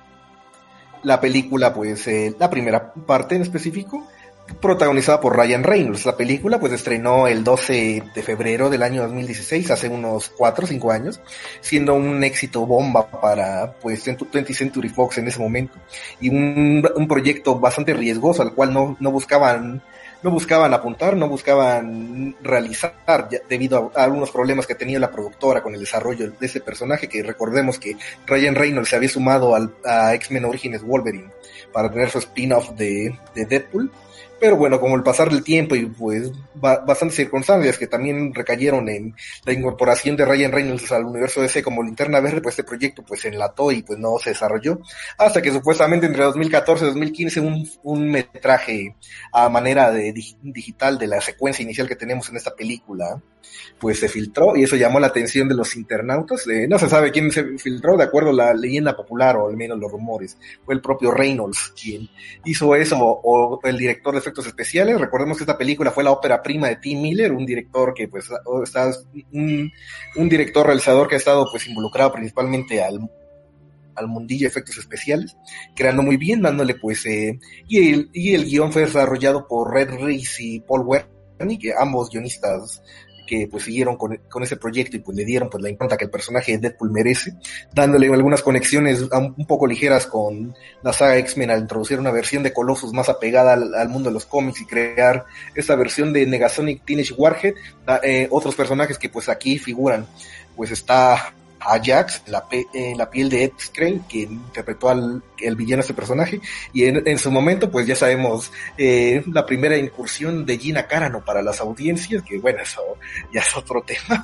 la película pues, eh, la primera parte en específico, protagonizada por Ryan Reynolds. La película pues estrenó el doce de febrero del año dos mil dieciséis, hace unos cuatro o cinco años, siendo un éxito bomba para pues twentieth Century Fox en ese momento, y un, un proyecto bastante riesgoso al cual no, no buscaban no buscaban apuntar, no buscaban realizar, ya, debido a, a algunos problemas que tenía la productora con el desarrollo de ese personaje, que recordemos que Ryan Reynolds se había sumado al, a X-Men Origins Wolverine para tener su spin-off de, de Deadpool. Pero bueno, como el pasar del tiempo y pues ba- bastantes circunstancias que también recayeron en la incorporación de Ryan Reynolds al universo D C como Linterna Verde, pues este proyecto pues se enlató y pues no se desarrolló, hasta que supuestamente entre dos mil catorce y dos mil quince un, un metraje a manera de dig- digital de la secuencia inicial que tenemos en esta película pues se filtró, y eso llamó la atención de los internautas. Eh, no se sabe quién se filtró, de acuerdo a la leyenda popular o al menos los rumores, fue el propio Reynolds quien hizo eso, o, o el director de efectos especiales. Recordemos que esta película fue la ópera prima de Tim Miller, un director que pues está un, un director realizador que ha estado pues involucrado principalmente al al mundillo de efectos especiales, creando muy bien, dándole pues eh, y el y el guión fue desarrollado por Red Reese y Paul Wernick, que ambos guionistas que pues siguieron con, con ese proyecto y pues le dieron pues la impronta que el personaje de Deadpool merece, dándole algunas conexiones un, un poco ligeras con la saga X-Men al introducir una versión de Colossus más apegada al, al mundo de los cómics y crear esta versión de Negasonic Teenage Warhead. Eh, otros personajes que pues aquí figuran, pues está Ajax, la, pe- eh, la piel de Ed Skrein, que interpretó al el villano de este personaje, y en, en su momento pues ya sabemos eh, la primera incursión de Gina Carano para las audiencias, que bueno, eso ya es otro tema.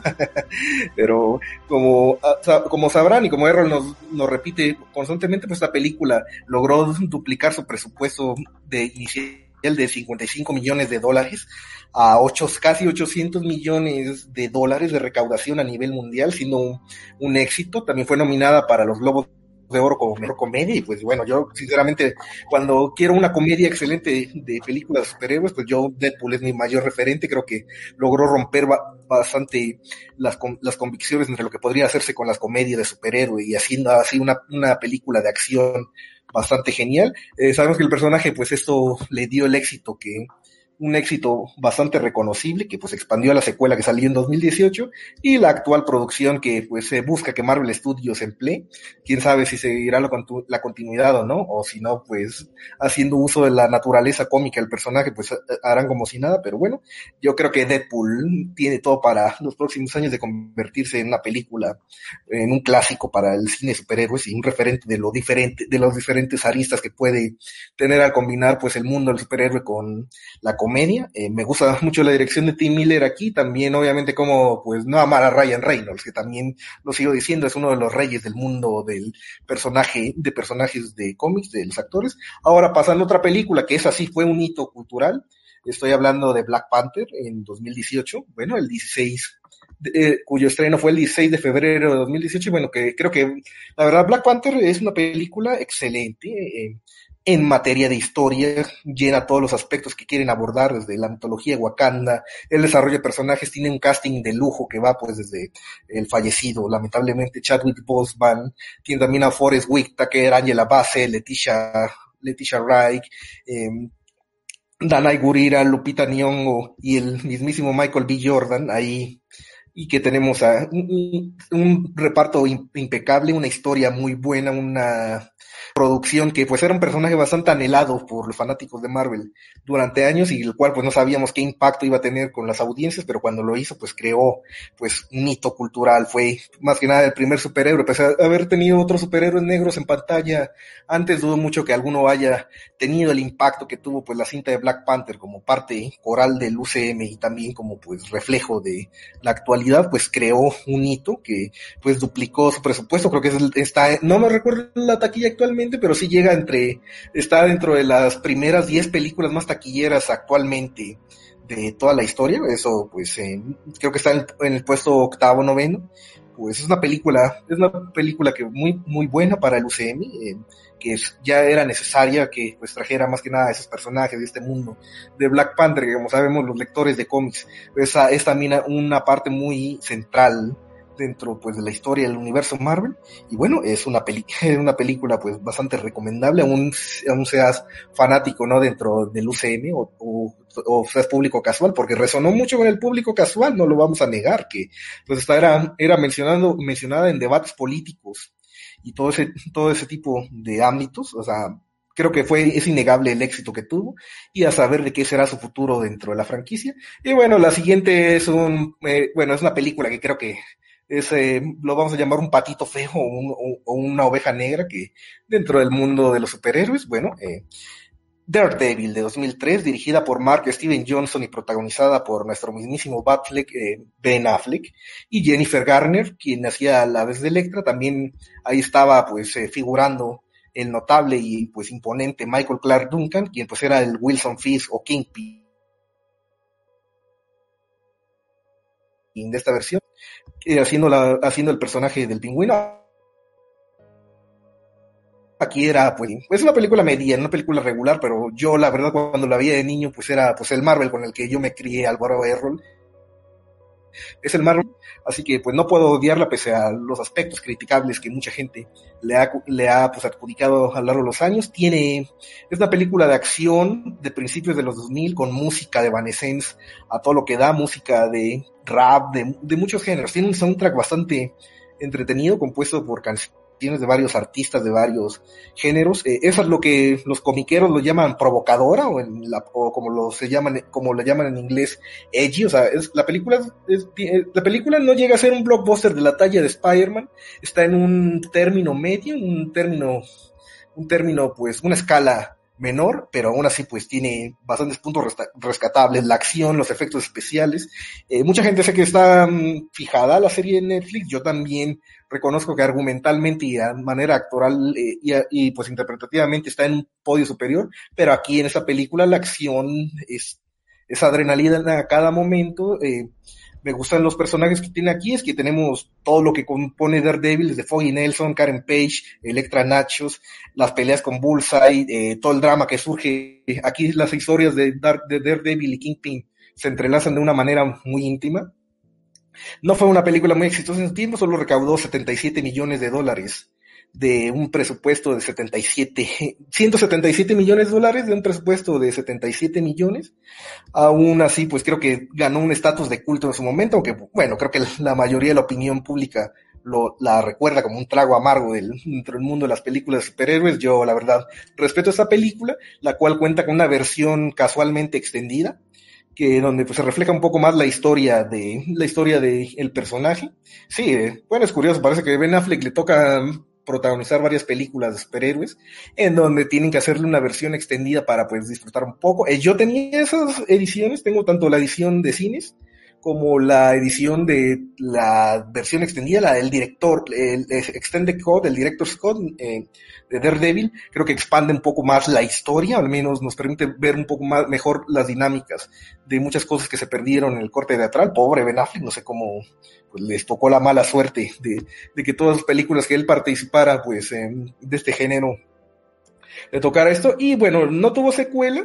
Pero como, como sabrán y como Errol nos, nos repite constantemente, pues esta película logró duplicar su presupuesto de inicial de cincuenta y cinco millones de dólares a ocho, casi ochocientos millones de dólares de recaudación a nivel mundial, siendo un, un éxito. También fue nominada para los Globos de Oro como mejor comedia, y pues bueno, yo sinceramente cuando quiero una comedia excelente de, de películas de superhéroes, pues yo Deadpool es mi mayor referente. Creo que logró romper ba- bastante las, las convicciones entre lo que podría hacerse con las comedias de superhéroe, y haciendo así una, una película de acción bastante genial. Eh, sabemos que el personaje, pues esto le dio el éxito que un éxito bastante reconocible, que pues expandió a la secuela que salió en dos mil dieciocho, y la actual producción que pues se busca que Marvel Studios emplee. Quién sabe si seguirá la, la continuidad o no, o si no, pues haciendo uso de la naturaleza cómica del personaje, pues harán como si nada. Pero bueno, yo creo que Deadpool tiene todo para los próximos años de convertirse en una película, en un clásico para el cine de superhéroes, y un referente de lo diferente, de los diferentes aristas que puede tener al combinar pues el mundo del superhéroe con la comedia. Eh, me gusta mucho la dirección de Tim Miller aquí, también obviamente como pues no amar a Ryan Reynolds, que también lo sigo diciendo, es uno de los reyes del mundo del personaje, de personajes de cómics, de los actores. Ahora pasando a otra película que esa sí fue un hito cultural, estoy hablando de Black Panther en dos mil dieciocho, bueno, el dieciséis, eh, cuyo estreno fue el dieciséis de febrero de dos mil dieciocho, y bueno, que creo que la verdad Black Panther es una película excelente, eh, en materia de historia, llena todos los aspectos que quieren abordar, desde la mitología de Wakanda, el desarrollo de personajes, tiene un casting de lujo que va pues desde el fallecido, lamentablemente, Chadwick Boseman, tiene también a Forest Whitaker, Angela Bassett, Leticia, Leticia Wright, eh, Danai Gurira, Lupita Nyong'o y el mismísimo Michael B. Jordan ahí, y que tenemos a un, un reparto impecable, una historia muy buena, una producción que pues era un personaje bastante anhelado por los fanáticos de Marvel durante años, y el cual pues no sabíamos qué impacto iba a tener con las audiencias, pero cuando lo hizo pues creó pues un hito cultural. Fue más que nada el primer superhéroe, pese a haber tenido otros superhéroes negros en pantalla antes, dudo mucho que alguno haya tenido el impacto que tuvo pues la cinta de Black Panther como parte coral del U C M, y también como pues reflejo de la actualidad. Pues creó un hito que pues duplicó su presupuesto. Creo que es, está, no me recuerdo la taquilla actualmente, pero sí llega entre, está dentro de las primeras diez películas más taquilleras actualmente de toda la historia. Eso pues eh, creo que está en el, en el puesto octavo, noveno. Pues es una película, es una película que muy, muy buena para el U C M, eh, que es, ya era necesaria que pues trajera más que nada a esos personajes de este mundo de Black Panther, que como sabemos los lectores de cómics, esa es también una parte muy central dentro pues de la historia del universo Marvel. Y bueno, es una peli una película pues bastante recomendable, aún, aún seas fanático, ¿no?, dentro del U C M, o, o, o seas público casual, porque resonó mucho con el público casual, no lo vamos a negar, que pues esta era, era mencionando, mencionada en debates políticos y todo ese, todo ese tipo de ámbitos. O sea, creo que fue, es innegable el éxito que tuvo, y a saber de qué será su futuro dentro de la franquicia. Y bueno, la siguiente es un, eh, bueno, es una película que creo que es, eh, lo vamos a llamar un patito feo, o, un, o, o una oveja negra que dentro del mundo de los superhéroes. Bueno, eh, Daredevil de dos mil tres, dirigida por Mark Steven Johnson y protagonizada por nuestro mismísimo Batfleck, eh, Ben Affleck, y Jennifer Garner, quien hacía la vez de Electra. También ahí estaba pues eh, figurando el notable y pues imponente Michael Clark Duncan, quien pues era el Wilson Fisk o Kingpin de esta versión, eh, haciendo, la, haciendo el personaje del Pingüino. Aquí era, pues, es una película mediana, una película regular, pero yo, la verdad, cuando la vi de niño, pues era, pues, el Marvel con el que yo me crié, Álvaro Errol. Es el Marvel, así que, pues, no puedo odiarla pese a los aspectos criticables que mucha gente le ha, le ha, pues, adjudicado a lo largo de los años. Tiene, es una película de acción de principios de los dos mil, con música de Evanescence a todo lo que da, música de rap, de, de muchos géneros. Tiene un soundtrack bastante entretenido, compuesto por canciones de varios artistas de varios géneros. Eh, eso es lo que los comiqueros lo llaman provocadora, o, en la, o como lo se llaman, como le llaman en inglés, edgy. O sea, es, la película es, es, la película no llega a ser un blockbuster de la talla de Spider-Man, está en un término medio, un término, un término, pues, una escala menor, pero aún así pues tiene bastantes puntos rescatables, la acción, los efectos especiales. Eh, mucha gente sé que está um, fijada a la serie de Netflix, yo también reconozco que argumentalmente y de manera actoral eh, y, y pues interpretativamente está en un podio superior, pero aquí en esta película la acción es, es adrenalina a cada momento. eh, Me gustan los personajes que tiene aquí, es que tenemos todo lo que compone Daredevil, desde Foggy Nelson, Karen Page, Electra Nachos, las peleas con Bullseye, eh, todo el drama que surge. Aquí las historias de, Dar- de Daredevil y Kingpin se entrelazan de una manera muy íntima. No fue una película muy exitosa en su tiempo, solo recaudó setenta y siete millones de dólares de un presupuesto de setenta y siete, ciento setenta y siete millones de dólares de un presupuesto de setenta y siete millones. Aún así, pues creo que ganó un estatus de culto en su momento, aunque, bueno, creo que la mayoría de la opinión pública lo, la recuerda como un trago amargo del, dentro del mundo de las películas de superhéroes. Yo, la verdad, respeto esta película, la cual cuenta con una versión casualmente extendida, que donde pues se refleja un poco más la historia de, la historia de el personaje. Sí, eh, bueno, es curioso, parece que Ben Affleck le toca protagonizar varias películas de superhéroes, en donde tienen que hacerle una versión extendida para pues disfrutar un poco. Eh, yo tenía esas ediciones, tengo tanto la edición de cines como la edición de la versión extendida, la del director, el, el Extended Cut, el Director's Cut eh, de Daredevil. Creo que expande un poco más la historia, al menos nos permite ver un poco más mejor las dinámicas de muchas cosas que se perdieron en el corte teatral. Pobre Ben Affleck, no sé cómo pues, les tocó la mala suerte de, de que todas las películas que él participara pues eh, de este género le tocara esto. Y bueno, no tuvo secuela,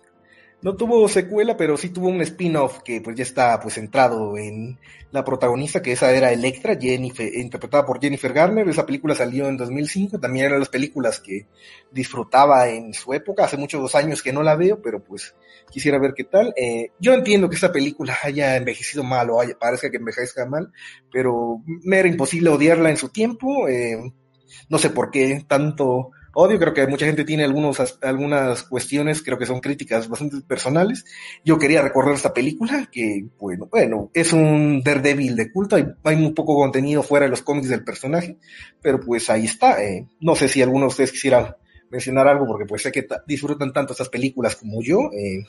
No tuvo secuela, pero sí tuvo un spin-off que pues ya está pues centrado en la protagonista, que esa era Electra, Jennifer, interpretada por Jennifer Garner. Esa película salió en dos mil cinco, también era de las películas que disfrutaba en su época. Hace muchos años que no la veo, pero pues quisiera ver qué tal. Eh, yo entiendo que esta película haya envejecido mal o haya, parezca que envejezca mal, pero me era imposible odiarla en su tiempo. Eh, no sé por qué tanto odio. Creo que mucha gente tiene algunos, algunas cuestiones, creo que son críticas bastante personales. Yo quería recordar esta película, que, bueno, bueno, es un Daredevil de culto, hay, hay muy poco contenido fuera de los cómics del personaje, pero pues ahí está. Eh, no sé si alguno de ustedes quisiera mencionar algo, porque pues sé que t- disfrutan tanto estas películas como yo. Eh.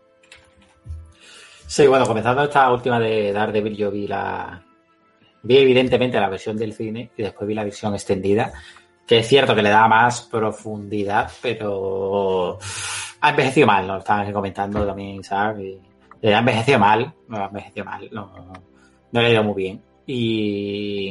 Sí, bueno, comenzando esta última de Daredevil, yo vi la... Vi evidentemente la versión del cine y después vi la versión extendida, que es cierto que le da más profundidad, pero ha envejecido mal, lo estaban comentando también, ¿sabes? Y ha envejecido mal, no ha envejecido mal, no, no le ha ido muy bien. Y,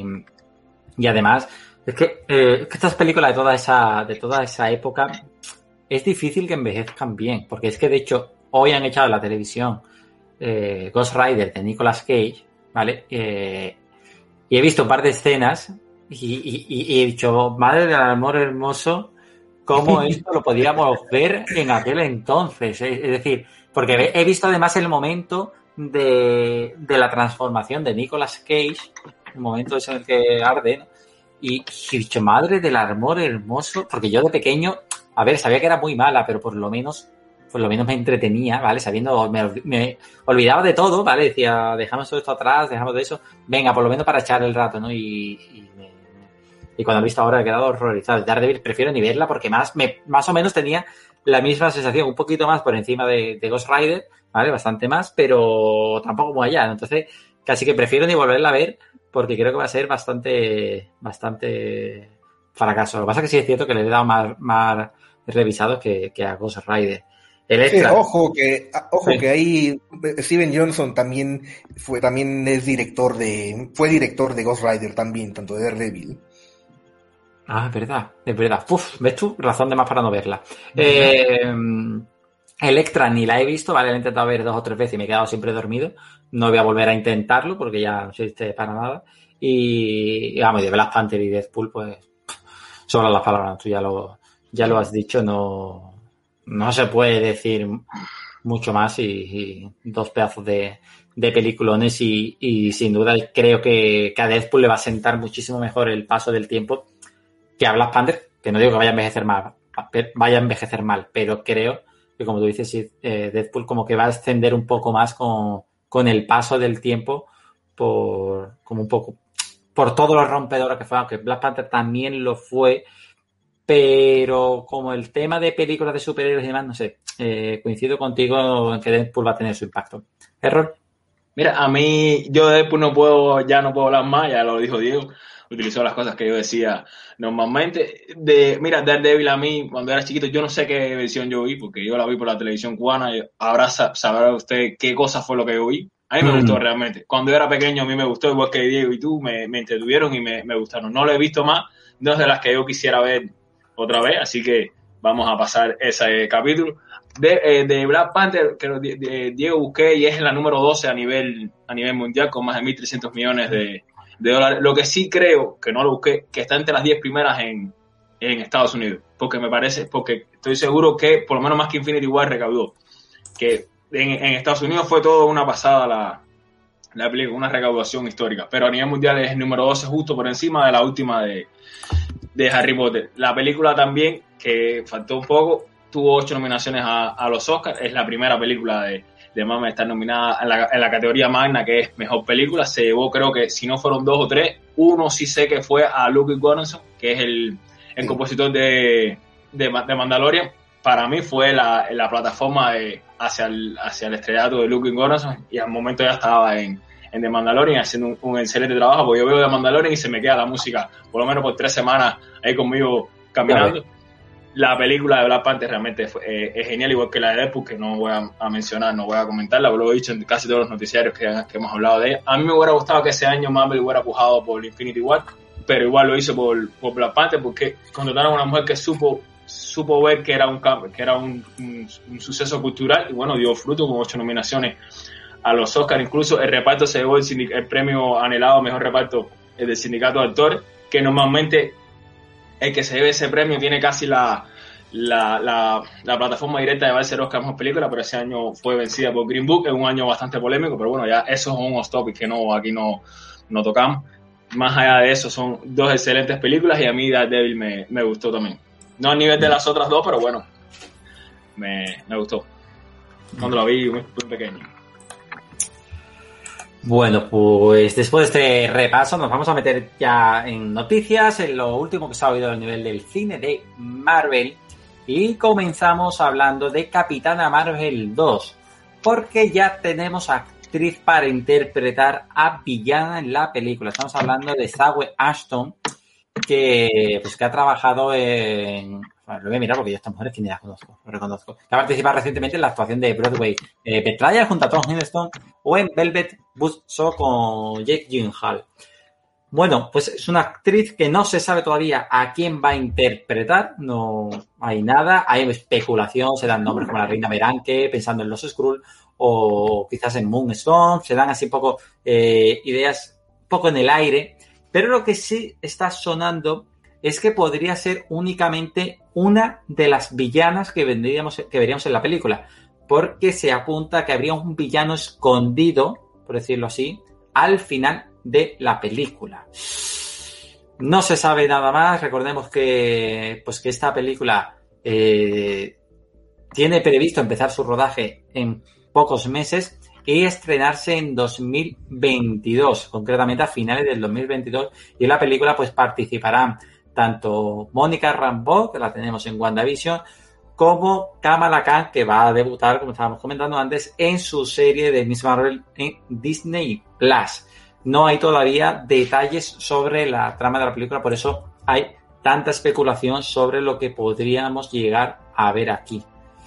y además, es que, eh, es que estas películas de toda esa, de toda esa época es difícil que envejezcan bien, porque es que de hecho hoy han echado en la televisión eh, Ghost Rider de Nicolas Cage, ¿vale? Eh, y he visto un par de escenas y, y, y he dicho, madre del amor hermoso, cómo esto lo podíamos ver en aquel entonces. Es, es decir, porque he visto además el momento de, de la transformación de Nicolas Cage, el momento ese en el que arde, ¿no? Y, y he dicho, madre del amor hermoso, porque yo de pequeño, a ver, sabía que era muy mala, pero por lo menos... por lo menos me entretenía, ¿vale? Sabiendo, me, me olvidaba de todo, ¿vale? Decía, dejamos todo esto atrás, dejamos de eso, venga, por lo menos para echar el rato, ¿no? Y, y, me, y cuando he visto ahora he quedado horrorizado. Daredevil prefiero ni verla porque más, me, más o menos tenía la misma sensación, un poquito más por encima de, de Ghost Rider, ¿vale? Bastante más, pero tampoco muy allá, ¿no? Entonces, casi que prefiero ni volverla a ver porque creo que va a ser bastante, bastante fracaso. Lo que pasa es que sí es cierto que le he dado más, más revisados que, que a Ghost Rider. Sí, ojo que, ojo sí. que ahí Steven Johnson también fue, también es director de, fue director de Ghost Rider también, tanto de Daredevil. Ah, es verdad, es verdad. Uf, ¿ves tú? Razón de más para no verla. Uh-huh. Eh, Electra ni la he visto, vale, la he intentado ver dos o tres veces y me he quedado siempre dormido. No voy a volver a intentarlo porque ya no existe para nada. Y, y vamos, de Black Panther y Deadpool, pues, sobran las palabras, tú ya lo, ya lo has dicho, no... No se puede decir mucho más y, y dos pedazos de, de peliculones y, y sin duda creo que, que a Deadpool le va a sentar muchísimo mejor el paso del tiempo que a Black Panther, que no digo que vaya a envejecer mal, vaya a envejecer mal, pero creo que como tú dices, sí, eh, Deadpool como que va a ascender un poco más con, con el paso del tiempo por como un poco por todo lo rompedora que fue, aunque Black Panther también lo fue, pero como el tema de películas de superhéroes y demás, no sé, eh, coincido contigo en que Deadpool va a tener su impacto. ¿Error? Mira, a mí, yo de Deadpool no puedo, ya no puedo hablar más, ya lo dijo Diego, utilizó las cosas que yo decía normalmente. De, mira, Daredevil a mí, cuando era chiquito, yo no sé qué versión yo vi, porque yo la vi por la televisión cubana, y ahora sabrá usted qué cosa fue lo que yo vi. A mí me mm. gustó realmente. Cuando yo era pequeño a mí me gustó, igual que Diego y tú, me, me entretuvieron y me, me gustaron. No lo he visto más, no es de las que yo quisiera ver otra vez, así que vamos a pasar ese capítulo. De, eh, de Black Panther, que de, de, Diego busqué y es la número doce a nivel, a nivel mundial con más de mil trescientos millones de, de dólares. Lo que sí creo, que no lo busqué, que está entre las diez primeras en, en Estados Unidos, porque me parece, porque estoy seguro que por lo menos más que Infinity War recaudó, que en, en Estados Unidos fue todo una pasada la, la película, una recaudación histórica, pero a nivel mundial es el número doce justo por encima de la última de, de Harry Potter. La película también, que faltó un poco, tuvo ocho nominaciones a, a los Oscars, es la primera película de, de Marvel a estar nominada en la, en la categoría magna, que es Mejor Película. Se llevó, creo que si no fueron dos o tres, uno sí sé que fue a Ludwig Göransson, que es el, el sí. compositor de, de, de Mandalorian. Para mí fue la, la plataforma de, hacia, el, hacia el estrellato de Ludwig Göransson, y al momento ya estaba en, en The Mandalorian haciendo un, un excelente trabajo, porque yo veo The Mandalorian y se me queda la música por lo menos por tres semanas ahí conmigo caminando. Claro. La película de Black Panther realmente fue, eh, es genial, igual que la de Deadpool, que no voy a, a mencionar, no voy a comentarla, lo he dicho en casi todos los noticiarios que, que hemos hablado de ella. A mí me hubiera gustado que ese año Marvel hubiera pujado por Infinity War, pero igual lo hizo por, por Black Panther, porque contrataron a una mujer que supo supo ver que era un que era un, un, un suceso cultural, y bueno, dio fruto con ocho nominaciones a los Oscars. Incluso el reparto se llevó el, sindic- el premio anhelado mejor reparto el del sindicato de actores, que normalmente el que se lleve ese premio tiene casi la, la, la, la plataforma directa de llevarse el Oscar mejor película, pero ese año fue vencida por Green Book. Es un año bastante polémico, pero bueno, ya eso es un off topic que no, aquí no, no tocamos. Más allá de eso, son dos excelentes películas, y a mí Daredevil me, me gustó también. No a nivel de las otras dos, pero bueno, me, me gustó. Cuando lo vi muy, muy pequeño. Bueno, pues después de este repaso nos vamos a meter ya en noticias, en lo último que se ha oído a nivel del cine de Marvel, y comenzamos hablando de Capitana Marvel dos, porque ya tenemos actriz para interpretar a villana en la película. Estamos hablando de Zoe Ashton, que pues que ha trabajado en... Bueno, lo voy a mirar porque yo estas mujeres que ni las conozco, lo reconozco. Que ha participado recientemente en la actuación de Broadway eh, Betrayal junto a Tom Hiddleston, o en Velvet Buzzsaw con Jake Gyllenhaal. Bueno, pues es una actriz que no se sabe todavía a quién va a interpretar, no hay nada, hay especulación, se dan nombres como la Reina Meranque, pensando en los Skrull, o quizás en Moonstone, se dan así un poco eh, ideas un poco en el aire, pero lo que sí está sonando es que podría ser únicamente una de las villanas que, vendríamos, que veríamos en la película, porque se apunta que habría un villano escondido, por decirlo así, al final de la película. No se sabe nada más. Recordemos que, pues que esta película eh, tiene previsto empezar su rodaje en pocos meses y estrenarse en dos mil veintidós, concretamente a finales del dos mil veintidós, y en la película pues participarán tanto Mónica Rambeau, que la tenemos en WandaVision, como Kamala Khan, que va a debutar, como estábamos comentando antes, en su serie de Miss Marvel en Disney Plus. No hay todavía detalles sobre la trama de la película, por eso hay tanta especulación sobre lo que podríamos llegar a ver aquí.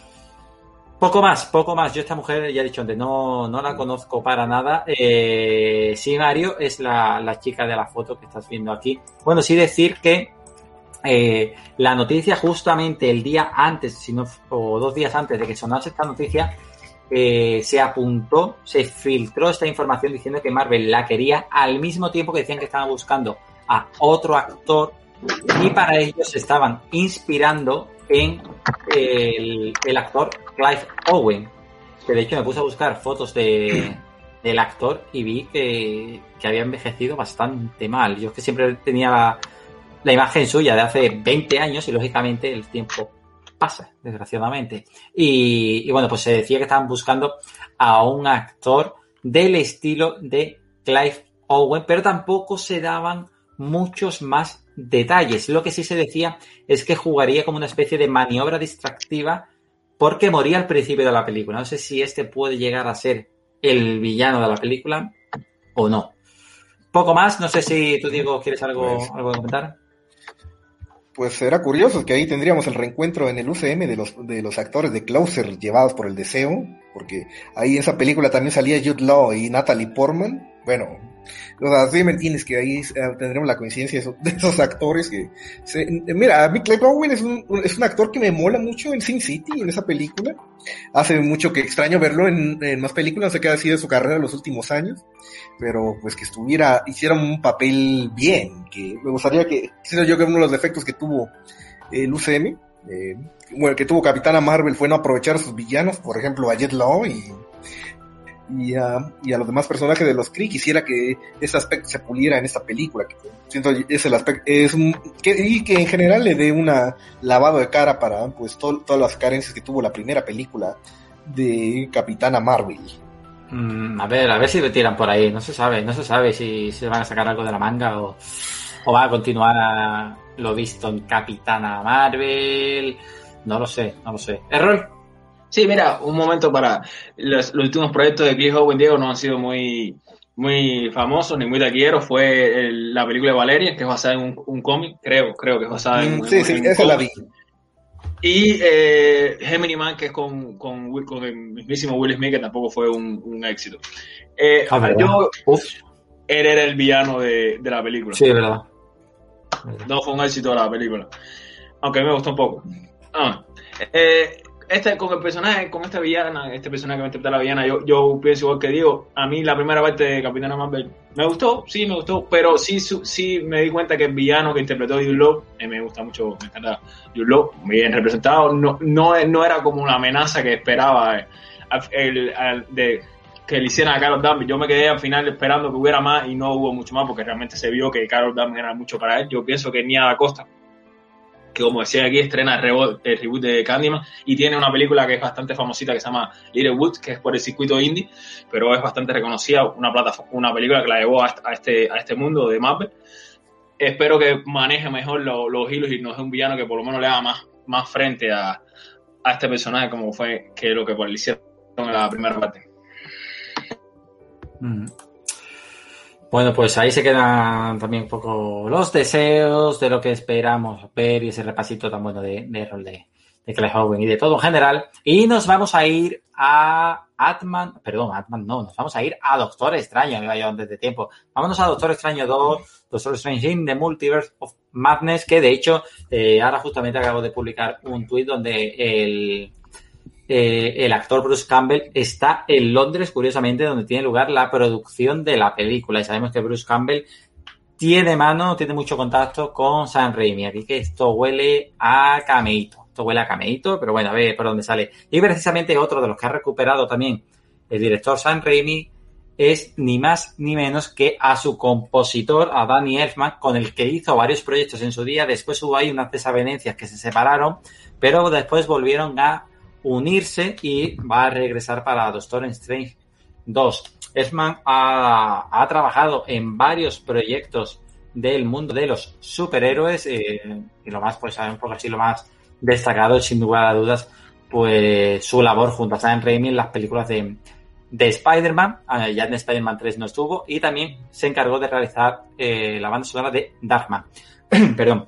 Poco más, poco más. Yo esta mujer, ya he dicho antes, no, no la conozco para nada. Eh, sí, Mario, es la, la chica de la foto que estás viendo aquí. Bueno, sí decir que eh, la noticia justamente el día antes, si no, o dos días antes de que sonase esta noticia, eh, se apuntó, se filtró esta información diciendo que Marvel la quería, al mismo tiempo que decían que estaban buscando a otro actor, y para ello se estaban inspirando en el, el actor Clive Owen, que de hecho me puse a buscar fotos de, del actor y vi que, que había envejecido bastante mal. Yo es que siempre tenía la, la imagen suya de hace veinte años y lógicamente el tiempo pasa, desgraciadamente. Y, y bueno, pues se decía que estaban buscando a un actor del estilo de Clive Owen, pero tampoco se daban muchos más detalles. Lo que sí se decía es que jugaría como una especie de maniobra distractiva porque moría al principio de la película. No sé si este puede llegar a ser el villano de la película o no. Poco más, no sé si tú, Diego, quieres algo, Pues, algo de comentar. Pues será curioso que ahí tendríamos el reencuentro en el U C M de los, de los actores de Closer llevados por el deseo, porque ahí en esa película también salía Jude Law y Natalie Portman. Bueno, o sea, sí me entiendes que ahí eh, tendremos la coincidencia de esos, de esos actores que... Se, mira, a mí Clive Owen es un, es un actor que me mola mucho en Sin City, en esa película. Hace mucho que extraño verlo en, en más películas, no sé qué ha sido de su carrera en los últimos años, pero pues que estuviera, hiciera un papel bien, que me gustaría que, quisiera yo que uno de los defectos que tuvo el U C M, eh, bueno, que tuvo Capitana Marvel fue no aprovechar a sus villanos, por ejemplo a Jude Law y y a, y a los demás personajes de los Kree. Quisiera que ese aspecto se puliera en esta película, que siento es el aspecto, es un, que, y que en general le dé una lavado de cara para pues to, todas las carencias que tuvo la primera película de Capitana Marvel. Mm, a ver, a ver si le tiran por ahí, no se sabe, no se sabe si, si van a sacar algo de la manga o, o va a continuar a lo visto en Capitana Marvel, no lo sé, no lo sé. ¿Error? Sí, mira, un momento para los, los últimos proyectos de Clive Owen, Diego, no han sido muy, muy famosos ni muy taquilleros. Fue el, la película de Valerian, que es basada en un, un cómic, creo, creo que es basada en, Mm, sí, en, sí, en un esa la cómic. vi. Y eh, Gemini Man, que es con, con, Will, con el mismísimo Will Smith, que tampoco fue un, un éxito. Eh, Ah, ¿verdad? yo, Uf. él era el villano de, de la película. Sí, es verdad. No fue un éxito la película, aunque a mí me gustó un poco. Ah, eh, este, con el personaje, con esta villana, este personaje que me interpreta la villana, yo, yo pienso igual que Diego. A mí la primera parte de Capitana Marvel me gustó, sí me gustó, pero sí, sí me di cuenta que el villano que interpretó Jude Law, eh, me gusta mucho, me encanta Jude Law, muy bien representado, no, no, no era como una amenaza que esperaba eh, el, el, de que le hicieran a Carol Danvers. Yo me quedé al final esperando que hubiera más y no hubo mucho más, porque realmente se vio que Carol Danvers era mucho para él. Yo pienso que Nia Da Costa, que como decía aquí, estrena el reboot, el reboot de Candyman y tiene una película que es bastante famosita que se llama Little Woods, que es por el circuito indie, pero es bastante reconocida, una plataforma, una película que la llevó a, a este a este mundo de Marvel. Espero que maneje mejor lo, los hilos y no es un villano que por lo menos le haga más, más frente a, a este personaje como fue que lo que le hicieron en la primera parte. Mm. Bueno, pues ahí se quedan también un poco los deseos de lo que esperamos ver y ese repasito tan bueno de, de rol de, de Clive Owen y de todo en general. Y nos vamos a ir a Ant-Man, perdón, Ant-Man no, nos vamos a ir a Doctor Extraño, me iba yo antes de tiempo. Vámonos a Doctor Extraño dos, Doctor Strange in the Multiverse of Madness, que de hecho, eh, ahora justamente acabo de publicar un tuit donde el... Eh, el actor Bruce Campbell está en Londres, curiosamente, donde tiene lugar la producción de la película. Y sabemos que Bruce Campbell tiene mano, tiene mucho contacto con Sam Raimi. Aquí que esto huele a cameíto. Esto huele a cameíto, pero bueno, a ver por dónde sale. Y precisamente otro de los que ha recuperado también el director Sam Raimi es ni más ni menos que a su compositor, a Danny Elfman, con el que hizo varios proyectos en su día. Después hubo ahí unas desavenencias que se separaron, pero después volvieron a unirse y va a regresar para Doctor Strange dos. Elfman ha, ha trabajado en varios proyectos del mundo de los superhéroes eh, y lo más, pues un poco así lo más destacado, sin lugar a dudas, pues su labor junto a Sam Raimi en las películas de, de Spider-Man. Eh, ya en Spider-Man tres no estuvo y también se encargó de realizar eh, la banda sonora de Darkman. Perdón.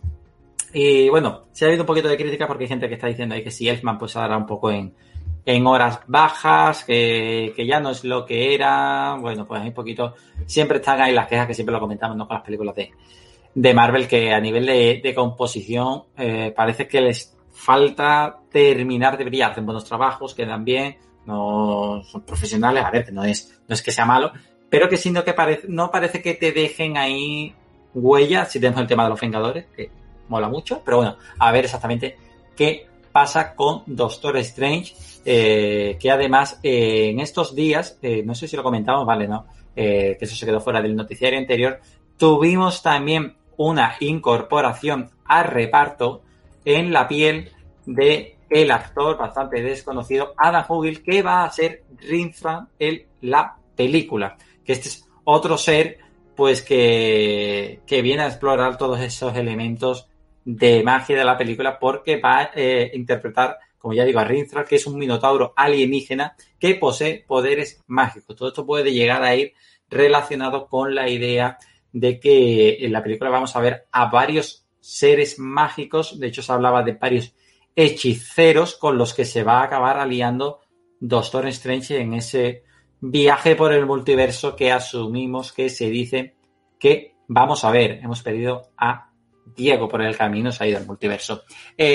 Y bueno, se ha habido un poquito de crítica porque hay gente que está diciendo ahí que si Elfman pues ahora un poco en, en horas bajas, que, que ya no es lo que era. Bueno, pues hay un poquito, siempre están ahí las quejas que siempre lo comentamos, ¿no? Con las películas de, de Marvel, que a nivel de, de composición eh, parece que les falta terminar de brillar. Hacen buenos trabajos, quedan bien, no son profesionales, a ver, que no es, no es que sea malo, pero que sino que parece, no parece que te dejen ahí huella. Si tenemos el tema de los Vengadores, que mola mucho, pero bueno, a ver exactamente qué pasa con Doctor Strange, eh, que además eh, en estos días, eh, no sé si lo comentamos, vale, no, eh, que eso se quedó fuera del noticiario anterior, tuvimos también una incorporación al reparto en la piel de el actor bastante desconocido Adam Hugel, que va a ser Rinfran en la película, que este es otro ser pues que, que viene a explorar todos esos elementos de magia de la película, porque va a eh, interpretar, como ya digo, a Rinthral, que es un minotauro alienígena que posee poderes mágicos. Todo esto puede llegar a ir relacionado con la idea de que en la película vamos a ver a varios seres mágicos. De hecho, se hablaba de varios hechiceros con los que se va a acabar aliando Doctor Strange en ese viaje por el multiverso que asumimos que se dice que vamos a ver. Hemos pedido a Diego por el camino, se ha ido al multiverso.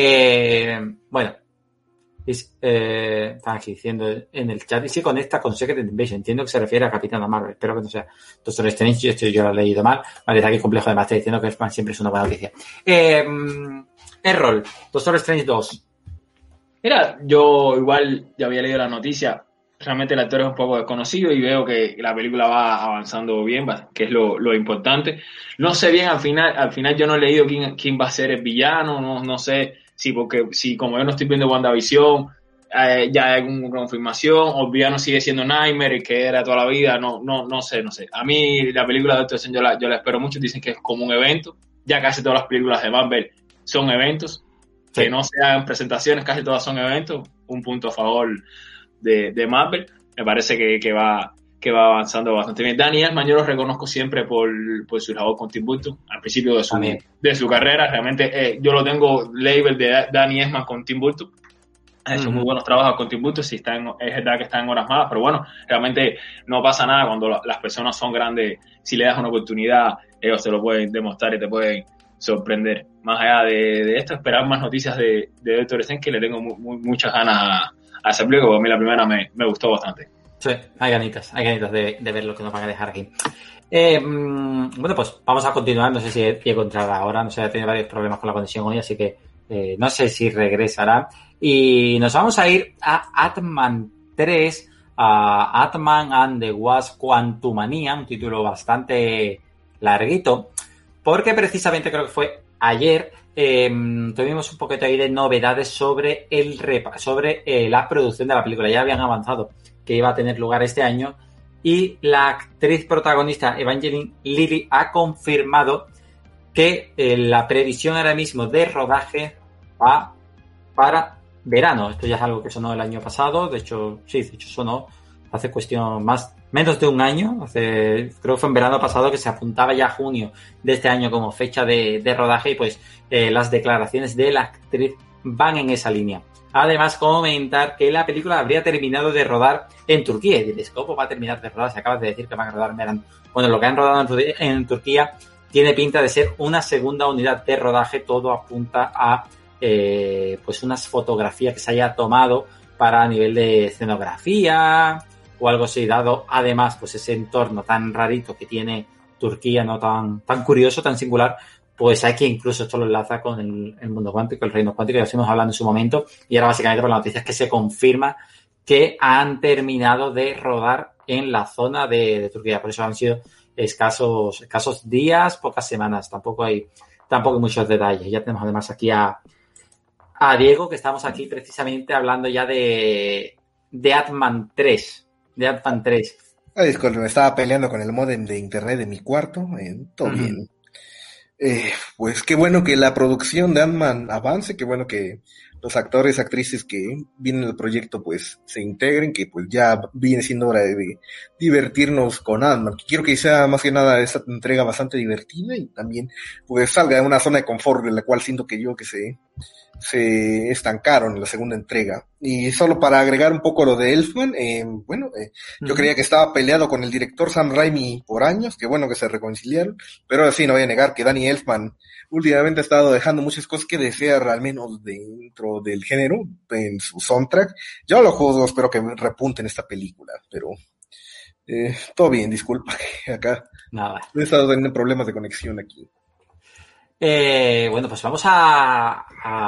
Eh, bueno, es, eh, están aquí diciendo en el chat, y se conecta con Secret Invasion. Entiendo que se refiere a Capitana Marvel. Espero que no sea Doctor Strange. Esto yo lo he leído mal. Vale, está aquí complejo, además está diciendo que X-Men siempre es una buena noticia. Eh, Errol, Doctor Strange dos. Mira, yo igual ya había leído la noticia. Realmente el actor es un poco desconocido y veo que la película va avanzando bien, que es lo, lo importante. No sé bien, al final al final yo no he leído quién, quién va a ser el villano, no, no sé si porque si como yo no estoy viendo WandaVision, eh, ya hay alguna confirmación, o el villano sigue siendo Nightmare, que era toda la vida, no no no sé, no sé. A mí la película de Doctor Strange yo la, yo la espero mucho, dicen que es como un evento, ya casi todas las películas de Marvel son eventos, sí. Que no sean presentaciones, casi todas son eventos, un punto a favor de, de Marvel. Me parece que, que va que va avanzando bastante bien. Danny Elfman yo lo reconozco siempre por, por su labor con Tim Burton al principio de su, de su carrera. Realmente eh, yo lo tengo label de Danny Elfman con Tim Burton. Ha hecho uh-huh. muy buenos trabajos con Tim Burton. Si está en, es verdad que está en horas malas, pero bueno, realmente no pasa nada cuando la, las personas son grandes. Si le das una oportunidad, ellos te lo pueden demostrar y te pueden sorprender. Más allá de, de esto, esperar más noticias de, de Doctor Strange, que le tengo muy, muy, muchas ganas a a esa película, porque a mí la primera me, me gustó bastante. Sí, hay ganitas, hay ganitas de, de ver lo que nos van a dejar aquí. Eh, bueno, pues vamos a continuar. No sé si Diego entrará ahora, no sé, tiene varios problemas con la conexión hoy, así que eh, no sé si regresará. Y nos vamos a ir a Ant-Man tres, a Ant-Man and the Wasp: Quantumania, un título bastante larguito, porque precisamente creo que fue ayer. Eh, tuvimos un poquito ahí de novedades sobre el repa- sobre eh, la producción de la película. Ya habían avanzado que iba a tener lugar este año y la actriz protagonista Evangeline Lilly ha confirmado que eh, la previsión ahora mismo de rodaje va para verano. Esto ya es algo que sonó el año pasado, de hecho, sí, de hecho sonó hace cuestión más menos de un año, hace, creo que fue en verano pasado, que se apuntaba ya a junio de este año como fecha de, de rodaje, y pues eh, las declaraciones de la actriz van en esa línea. Además, comentar que la película habría terminado de rodar en Turquía. Y dices, ¿cómo va a terminar de rodar? Se acabas de decir que van a rodar en verano. Bueno, lo que han rodado en, en Turquía tiene pinta de ser una segunda unidad de rodaje. Todo apunta a eh, pues unas fotografías que se haya tomado para a nivel de escenografía o algo así, dado además pues ese entorno tan rarito que tiene Turquía, no tan, tan curioso, tan singular. Pues hay que incluso esto lo enlaza con el, el mundo cuántico, el reino cuántico, ya estuvimos hablando en su momento, y ahora básicamente por la noticia es que se confirma que han terminado de rodar en la zona de, de Turquía. Por eso han sido escasos, escasos días, pocas semanas, tampoco hay, tampoco hay muchos detalles. Ya tenemos además aquí a, a Diego, que estamos aquí precisamente hablando ya de, de Ant-Man tres. De Ant-Man tres. Ay, disculpe, me estaba peleando con el módem de internet de mi cuarto, eh, todo uh-huh. bien. Eh, pues qué bueno que la producción de Ant-Man avance, qué bueno que los actores, actrices que vienen al proyecto pues se integren, que pues ya viene siendo hora de, de divertirnos con Ant-Man. Quiero que sea más que nada esta entrega bastante divertida y también pues salga de una zona de confort de la cual siento que yo que se, se estancaron en la segunda entrega. Y solo para agregar un poco lo de Elfman, eh, bueno, eh, uh-huh. yo creía que estaba peleado con el director Sam Raimi por años, qué bueno que se reconciliaron, pero ahora sí no voy a negar que Danny Elfman últimamente ha estado dejando muchas cosas que desear, al menos dentro del género, en su soundtrack. Yo lo juzgo, espero que repunte en esta película, pero eh, todo bien, disculpa, acá nada. He estado teniendo problemas de conexión aquí. Eh, bueno, pues vamos a,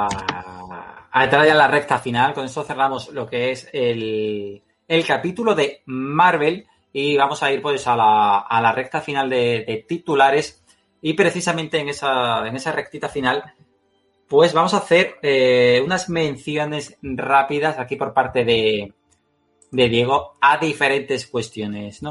a, a entrar ya en la recta final. Con esto cerramos lo que es el, el capítulo de Marvel y vamos a ir pues a la, a la recta final de, de titulares, y precisamente en esa, en esa rectita final pues vamos a hacer eh, unas menciones rápidas aquí por parte de, de Diego a diferentes cuestiones, ¿no?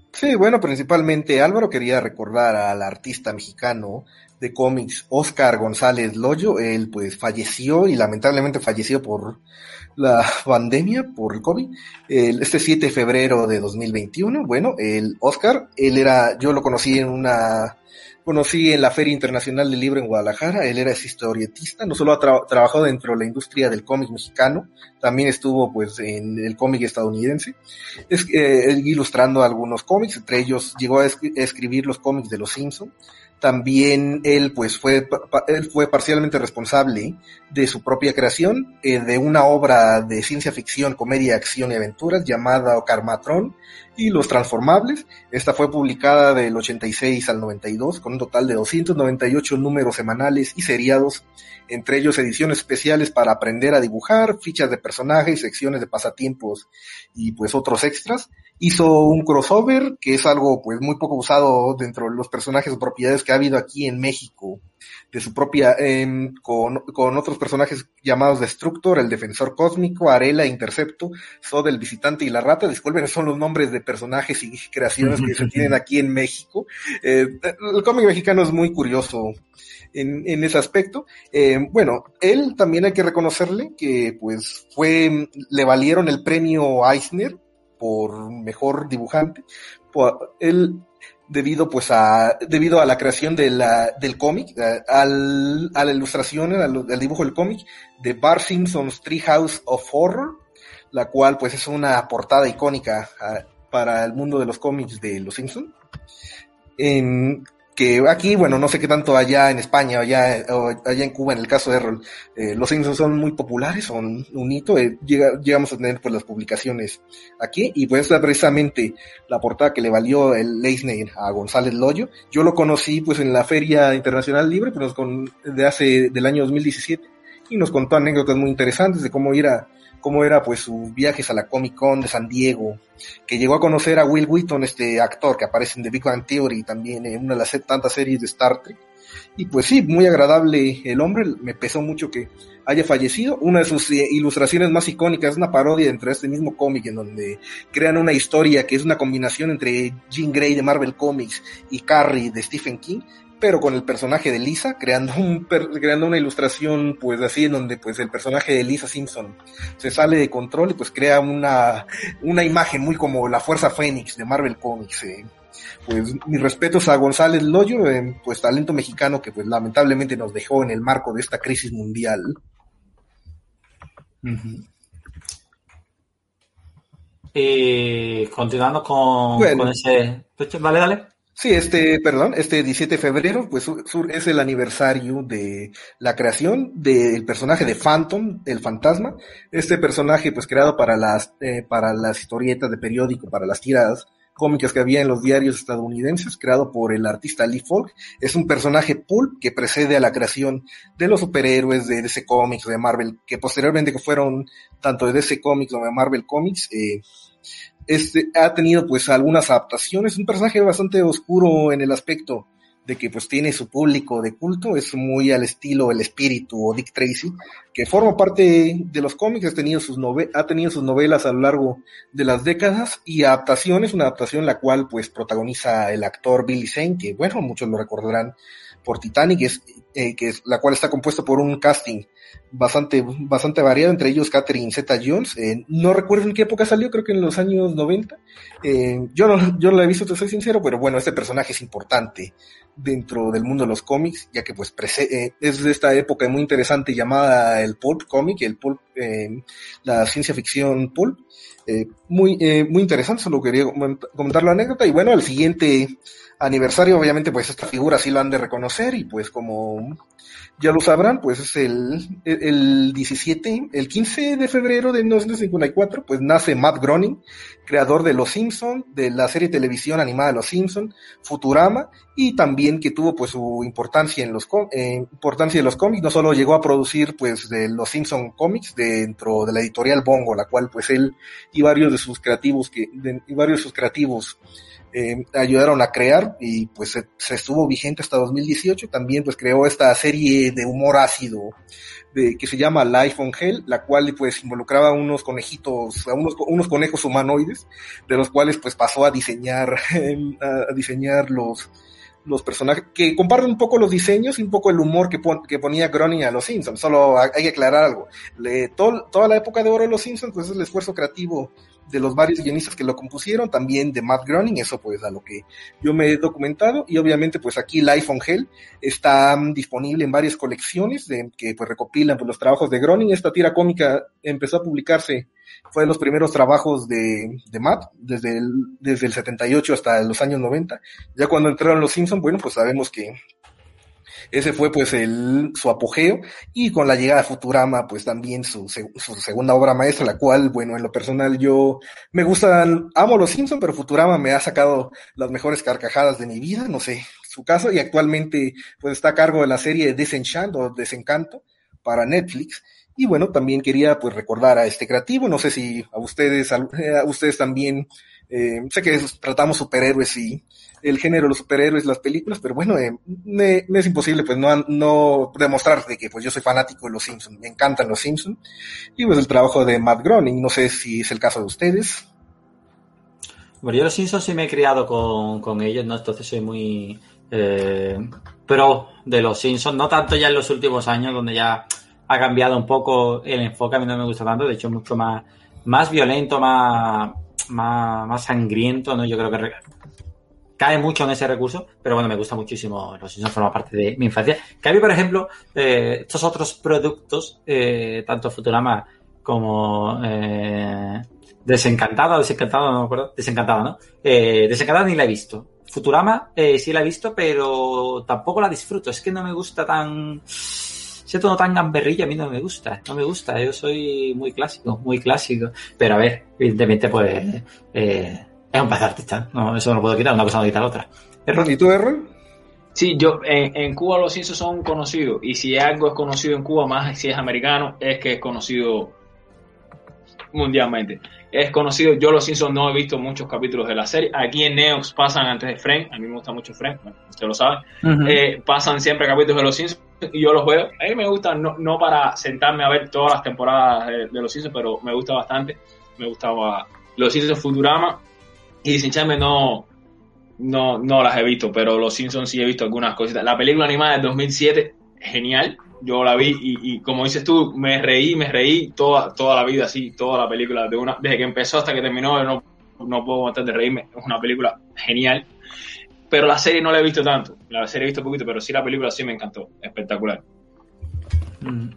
Sí, bueno, principalmente Álvaro quería recordar al artista mexicano de cómics Óscar González Loyo. Él pues falleció y lamentablemente falleció por la pandemia, por el COVID, el, este siete de febrero de dos mil veintiuno. Bueno, el Óscar, él era, yo lo conocí en una, conocí en la Feria Internacional del Libro en Guadalajara. Él era historietista, no solo ha tra- trabajado dentro de la industria del cómic mexicano, también estuvo pues en el cómic estadounidense, es, eh, ilustrando algunos cómics, entre ellos llegó a, esc- a escribir los cómics de Los Simpson. También él pues fue, pa- él fue parcialmente responsable de su propia creación, eh, de una obra de ciencia ficción, comedia, acción y aventuras llamada Carmatrón y Los Transformables. Esta fue publicada del ochenta y seis al noventa y dos con un total de doscientos noventa y ocho números semanales y seriados, entre ellos ediciones especiales para aprender a dibujar, fichas de personajes, secciones de pasatiempos y pues otros extras. Hizo un crossover, que es algo pues muy poco usado dentro de los personajes o propiedades que ha habido aquí en México, de su propia, eh, con, con otros personajes llamados Destructor, el Defensor Cósmico, Arela, Intercepto, Sod, el Visitante y la Rata. Disculpen, son los nombres de personajes y creaciones que se tienen aquí en México. Eh, el cómic mexicano es muy curioso en, en ese aspecto. Eh, bueno, él también hay que reconocerle que pues fue, le valieron el premio Eisner por mejor dibujante, por él, debido pues a, debido a la creación de la, del cómic, a, al, a la ilustración, al, al dibujo del cómic de Bart Simpson's Treehouse of Horror, la cual pues es una portada icónica a, para el mundo de los cómics de Los Simpson. En, que aquí, bueno, no sé qué tanto allá en España o allá, o allá en Cuba, en el caso de Errol, eh, los Simpsons son muy populares, son un hito, eh, llega, llegamos a tener pues las publicaciones aquí, y pues esta precisamente la portada que le valió el Eisner a González Loyo. Yo lo conocí pues en la Feria Internacional Libre, pues con, de hace, del año dos mil diecisiete, y nos contó anécdotas muy interesantes de cómo era, cómo era pues sus viajes a la Comic Con de San Diego, que llegó a conocer a Will Wheaton, este actor que aparece en The Big Bang Theory y también en una de las tantas series de Star Trek. Y pues sí, muy agradable el hombre, me pesó mucho que haya fallecido. Una de sus eh, ilustraciones más icónicas es una parodia dentro de este mismo cómic en donde crean una historia que es una combinación entre Jean Grey de Marvel Comics y Carrie de Stephen King, pero con el personaje de Lisa, creando un creando una ilustración pues así en donde pues el personaje de Lisa Simpson se sale de control y pues crea una una imagen muy como la Fuerza Fénix de Marvel Comics. Eh. Pues mis respetos a González Loyo, eh, pues talento mexicano que pues lamentablemente nos dejó en el marco de esta crisis mundial. Uh-huh. Y continuando con, bueno, con ese... Vale, dale. Sí, este, perdón, este diecisiete de febrero, pues sur, es el aniversario de la creación del personaje de Phantom, el fantasma. Este personaje, pues creado para las, eh, para las historietas de periódico, para las tiradas cómicas que había en los diarios estadounidenses, creado por el artista Lee Falk. Es un personaje pulp que precede a la creación de los superhéroes de D C Comics o de Marvel, que posteriormente que fueron tanto de D C Comics como de Marvel Comics. Eh, Este, ha tenido pues algunas adaptaciones, un personaje bastante oscuro en el aspecto de que pues tiene su público de culto, es muy al estilo El Espíritu o Dick Tracy, que forma parte de los cómics, ha tenido sus nove- ha tenido sus novelas a lo largo de las décadas y adaptaciones, una adaptación la cual pues protagoniza el actor Billy Zane, que bueno, muchos lo recordarán por Titanic, es, eh, que es la cual está compuesto por un casting bastante bastante variado, entre ellos Catherine Zeta-Jones. Eh, no recuerdo en qué época salió, creo que en los años noventa. Eh, yo no yo no la he visto, te soy sincero, pero bueno, este personaje es importante dentro del mundo de los cómics, ya que pues prese- eh, es de esta época muy interesante llamada el pulp comic, el pulp, eh, la ciencia ficción pulp. Eh, muy eh, muy interesante, solo quería comentar la anécdota. Y bueno, el siguiente aniversario, obviamente, pues esta figura sí la han de reconocer, y pues como ya lo sabrán, pues es el, el, el diecisiete, el quince de febrero de mil novecientos cincuenta y cuatro, pues nace Matt Groening, creador de Los Simpson, de la serie de televisión animada Los Simpson, Futurama, y también que tuvo pues su importancia en los eh, importancia en los cómics. No solo llegó a producir pues de Los Simpson Comics dentro de la editorial Bongo, la cual pues él y varios de sus creativos que de, y varios de sus creativos eh, ayudaron a crear y pues se, se estuvo vigente hasta dos mil dieciocho. También pues creó esta serie de humor ácido de, que se llama Life on Hell, la cual pues involucraba unos conejitos, a unos, unos conejos humanoides, de los cuales pues pasó a diseñar, a diseñar los los personajes, que comparten un poco los diseños y un poco el humor que, pon, que ponía Groening a los Simpsons. Solo hay que aclarar algo. Le, todo, toda la época de oro de los Simpsons, pues es el esfuerzo creativo de los varios guionistas que lo compusieron, también de Matt Groening, eso pues a lo que yo me he documentado, y obviamente pues aquí Life on Hell está um, disponible en varias colecciones de, que pues recopilan pues, los trabajos de Groening. Esta tira cómica empezó a publicarse, fue de los primeros trabajos de, de Matt, desde el, desde el setenta y ocho hasta los años noventa. Ya cuando entraron los Simpsons, bueno, pues sabemos que ese fue pues el, su apogeo, y con la llegada de Futurama pues también su, su segunda obra maestra, la cual, bueno, en lo personal yo me gustan, amo los Simpsons, pero Futurama me ha sacado las mejores carcajadas de mi vida, no sé, su caso, y actualmente pues está a cargo de la serie Disenchant o Desencanto para Netflix. Y bueno, también quería pues recordar a este creativo, no sé si a ustedes, a, a ustedes también, eh, sé que tratamos superhéroes y el género de los superhéroes, las películas, pero bueno, eh, me, me es imposible pues no, no demostrarte que pues yo soy fanático de los Simpsons, me encantan los Simpsons, y pues el trabajo de Matt Groening, no sé si es el caso de ustedes. Bueno, yo los Simpsons sí me he criado con, con ellos, ¿no? Entonces soy muy eh, pro de los Simpsons, no tanto ya en los últimos años, donde ya ha cambiado un poco el enfoque, a mí no me gusta tanto, de hecho es mucho más, más violento, más, más, más sangriento, ¿no? Yo creo que re- cae mucho en ese recurso, pero bueno, me gusta muchísimo, los Simpsons forman parte de mi infancia. Que a mí, por ejemplo, eh, estos otros productos, eh, tanto Futurama como eh, Desencantada, Desencantada, no me acuerdo, Desencantada, ¿no? Eh, Desencantada ni la he visto. Futurama eh, sí la he visto, pero tampoco la disfruto, es que no me gusta tan... Ese tono tan gamberrillo a mí no me gusta, no me gusta, yo soy muy clásico, muy clásico, pero a ver, evidentemente pues eh, es un pez artista, no, eso no lo puedo quitar, una cosa no quita la otra. ¿Y tú, Errol? Sí, yo en, en Cuba los Simpsons son conocidos, y si algo es conocido en Cuba, más si es americano, es que es conocido mundialmente. Es conocido, yo los Simpsons no he visto muchos capítulos de la serie. Aquí en Neox pasan antes de Friends, a mí me gusta mucho Friends, bueno, usted lo sabe. Uh-huh. Eh, pasan siempre capítulos de los Simpsons y yo los veo. A mí me gusta, no, no para sentarme a ver todas las temporadas de, de los Simpsons, pero me gusta bastante. Me gustaba los Simpsons, Futurama, y Disenchant no, no, no las he visto, pero los Simpsons sí he visto algunas cositas. La película animada del dos mil siete, genial. Yo la vi y, y como dices tú, me reí, me reí toda, toda la vida, así, toda la película, de una, desde que empezó hasta que terminó, no, no puedo aguantar de reírme, es una película genial, pero la serie no la he visto tanto, la serie he visto poquito, pero sí la película sí me encantó, espectacular. Mm.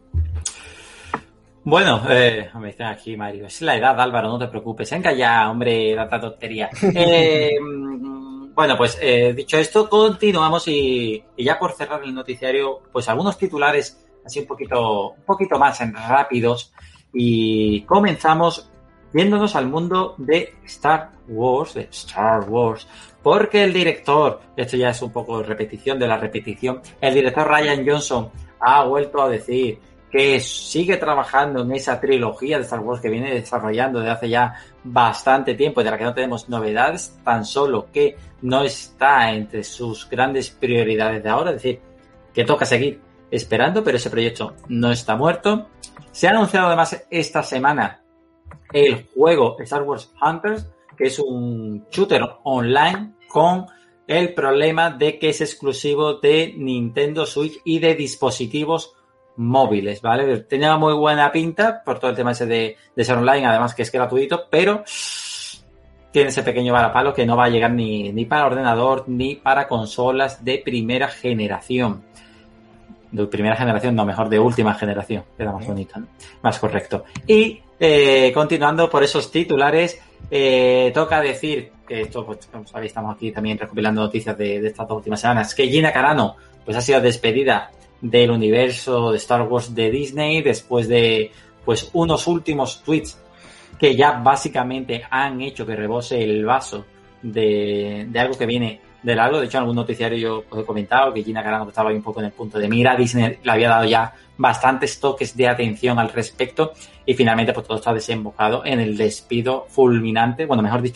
Bueno, eh, me dicen aquí, Mario, es la edad, Álvaro, no te preocupes, venga ya, hombre, tanta tontería. Eh, Bueno, pues eh, dicho esto, continuamos y, y ya por cerrar el noticiario, pues algunos titulares así un poquito, un poquito más rápidos, y comenzamos viéndonos al mundo de Star Wars, de Star Wars, porque el director, esto ya es un poco repetición de la repetición, el director Rian Johnson ha vuelto a decir que sigue trabajando en esa trilogía de Star Wars que viene desarrollando desde hace ya bastante tiempo y de la que no tenemos novedades, tan solo que no está entre sus grandes prioridades de ahora, es decir, que toca seguir esperando, pero ese proyecto no está muerto. Se ha anunciado además esta semana el juego Star Wars Hunters, que es un shooter online con el problema de que es exclusivo de Nintendo Switch y de dispositivos móviles, ¿vale? Tenía muy buena pinta por todo el tema ese de, de ser online, además que es gratuito, pero tiene ese pequeño varapalo que no va a llegar ni, ni para ordenador ni para consolas de primera generación. De primera generación, no, mejor de última generación, queda más bonito, ¿no? Más correcto. Y eh, continuando por esos titulares, eh, toca decir que esto, pues, como sabéis, estamos aquí también recopilando noticias de, de estas dos últimas semanas, que Gina Carano pues ha sido despedida del universo de Star Wars de Disney después de pues unos últimos tweets que ya básicamente han hecho que rebose el vaso de, de algo que viene de largo. De hecho, en algún noticiario yo os he comentado que Gina Carano estaba ahí un poco en el punto de mira. Disney le había dado ya bastantes toques de atención al respecto y finalmente pues todo está desembocado en el despido fulminante, bueno, mejor dicho,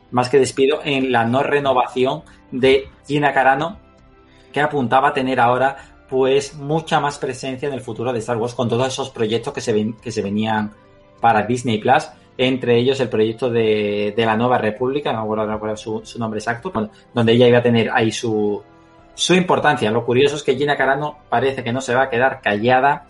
más que despido, en la no renovación de Gina Carano, que apuntaba a tener ahora pues mucha más presencia en el futuro de Star Wars con todos esos proyectos que se ven, que se venían para Disney Plus, entre ellos el proyecto de, de la Nueva República, no me acuerdo cuál es su, su nombre exacto, bueno, donde ella iba a tener ahí su, su importancia. Lo curioso es que Gina Carano parece que no se va a quedar callada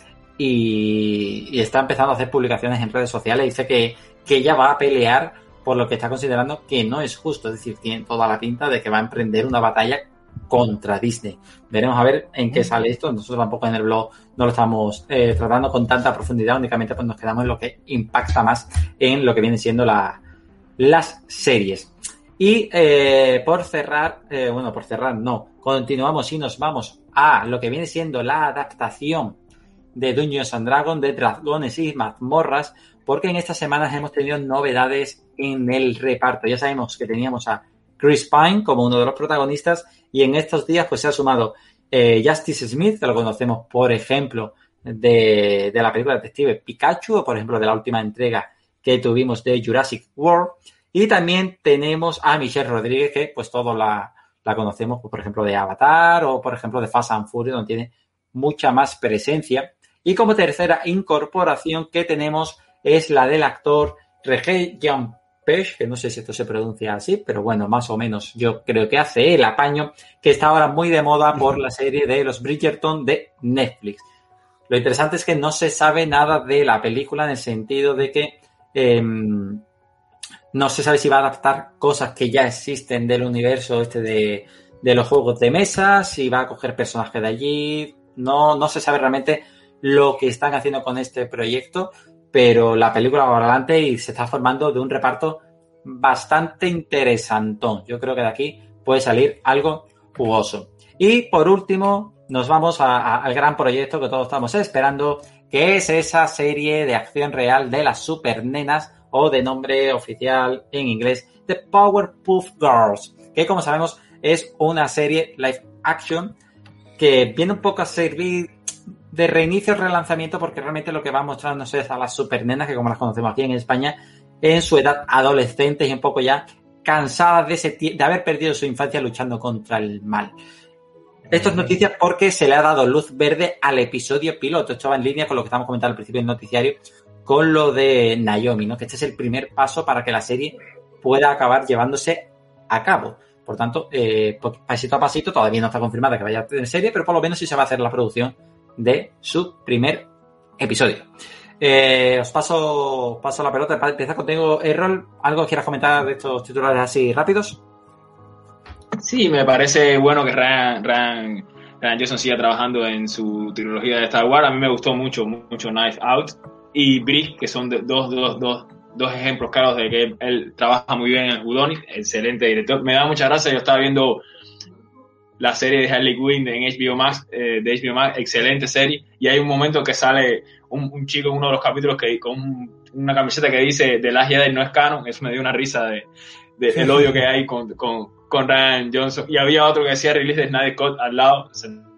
y, y está empezando a hacer publicaciones en redes sociales. Dice que, que ella va a pelear por lo que está considerando que no es justo, es decir, tiene toda la pinta de que va a emprender una batalla contra Disney. Veremos a ver en qué sale esto. Nosotros tampoco en el blog no lo estamos eh, tratando con tanta profundidad, únicamente pues nos quedamos en lo que impacta más en lo que vienen siendo la, las series. Y eh, por cerrar, eh, bueno, por cerrar no, continuamos y nos vamos a lo que viene siendo la adaptación de Dungeons and Dragons, de Dragones y Mazmorras, porque en estas semanas hemos tenido novedades en el reparto. Ya sabemos que teníamos a Chris Pine como uno de los protagonistas y en estos días pues se ha sumado eh, Justice Smith, que lo conocemos por ejemplo de, de la película Detective Pikachu o por ejemplo de la última entrega que tuvimos de Jurassic World, y también tenemos a Michelle Rodríguez, que pues todos la, la conocemos pues, por ejemplo de Avatar o por ejemplo de Fast and Furious, donde tiene mucha más presencia. Y como tercera incorporación que tenemos es la del actor Regé Jean Page, que no sé si esto se pronuncia así, pero bueno, más o menos yo creo que hace el apaño, que está ahora muy de moda por la serie de los Bridgerton de Netflix. Lo interesante es que no se sabe nada de la película en el sentido de que eh, no se sabe si va a adaptar cosas que ya existen del universo este de, de los juegos de mesa, si va a coger personajes de allí, no, no se sabe realmente lo que están haciendo con este proyecto, pero la película va adelante y se está formando de un reparto bastante interesantón. Yo creo que de aquí puede salir algo jugoso. Y por último, nos vamos a, a, al gran proyecto que todos estamos esperando, que es esa serie de acción real de las supernenas, o de nombre oficial en inglés, The Powerpuff Girls, que como sabemos es una serie live action que viene un poco a servir de reinicio, relanzamiento, porque realmente lo que va mostrarnos es a las supernenas, que como las conocemos aquí en España, en su edad adolescente y un poco ya cansadas de, ese t- de haber perdido su infancia luchando contra el mal. Esto es noticia porque se le ha dado luz verde al episodio piloto. Esto va en línea con lo que estamos comentando al principio del noticiario, con lo de Naomi, ¿no? Que este es el primer paso para que la serie pueda acabar llevándose a cabo. Por tanto, eh, pasito a pasito, todavía no está confirmada que vaya a tener serie, pero por lo menos sí se va a hacer la producción de su primer episodio. Eh, os paso, paso la pelota. Para empezar contigo, Errol, ¿algo que quieras comentar de estos titulares así rápidos? Sí, me parece bueno que Ryan, Ryan, Ryan Johnson siga trabajando en su trilogía de Star Wars. A mí me gustó mucho, mucho Knives Out y Brick, que son de, dos, dos, dos, dos ejemplos claros de que él, él trabaja muy bien en Whodunit, excelente director. Me da mucha gracia, yo estaba viendo la serie de Harley Quinn en H B O Max, eh, de H B O Max, excelente serie, y hay un momento que sale un, un chico en uno de los capítulos que con un, una camiseta que dice The Last Jedi no es canon. Eso me dio una risa de, de el odio que hay con, con, con Ryan Johnson, y había otro que decía Release de Snyder Cut al lado, sentado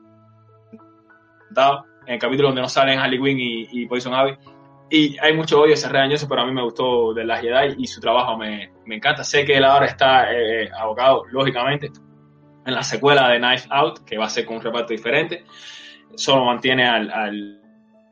en el capítulo donde no salen Harley Quinn y, y Poison Ivy, y hay mucho odio hacia Ryan Johnson, pero a mí me gustó The Last Jedi y su trabajo me, me encanta. Sé que él ahora está eh, abocado, lógicamente, en la secuela de Knives Out, que va a ser con un reparto diferente. Solo mantiene al, al,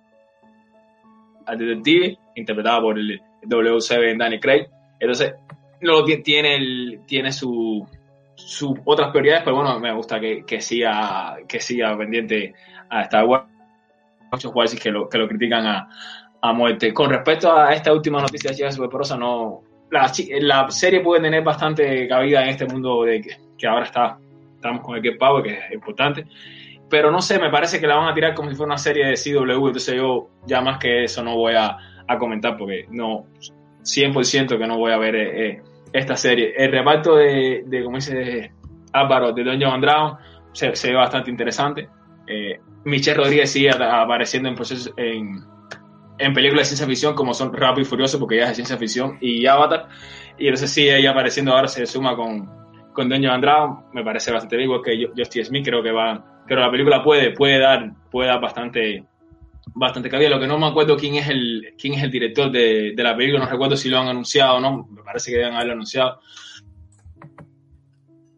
al detective, interpretado por el W siete Danny Craig. Entonces, luego tiene, el, tiene su, sus otras prioridades, pero bueno, me gusta que, que, siga, que siga pendiente a Star Wars. Muchos jueces que lo, que lo critican a, a muerte. Con respecto a esta última noticia de Chicas Superpoderosas, no, la, la serie puede tener bastante cabida en este mundo de que, que ahora está estamos con el Get Power, que es importante, pero no sé, me parece que la van a tirar como si fuera una serie de C W, entonces yo ya más que eso no voy a, a comentar, porque no, cien por ciento que no voy a ver eh, esta serie. El reparto de, de como dice Álvaro, de Dungeons and Dragons se, se ve bastante interesante. eh, Michelle Rodríguez sigue apareciendo en procesos en, en películas de ciencia ficción como son Rápido y Furioso, porque ella es de ciencia ficción, y Avatar, y entonces sí, ella apareciendo ahora se suma con con Dungeons and Dragons. Me parece bastante bien, igual que Justice Smith. Creo que va, pero la película puede, puede dar, puede dar bastante, bastante cabida. Lo que no me acuerdo quién es el, quién es el director de, de la película, no recuerdo si lo han anunciado o no, me parece que deben haberlo anunciado.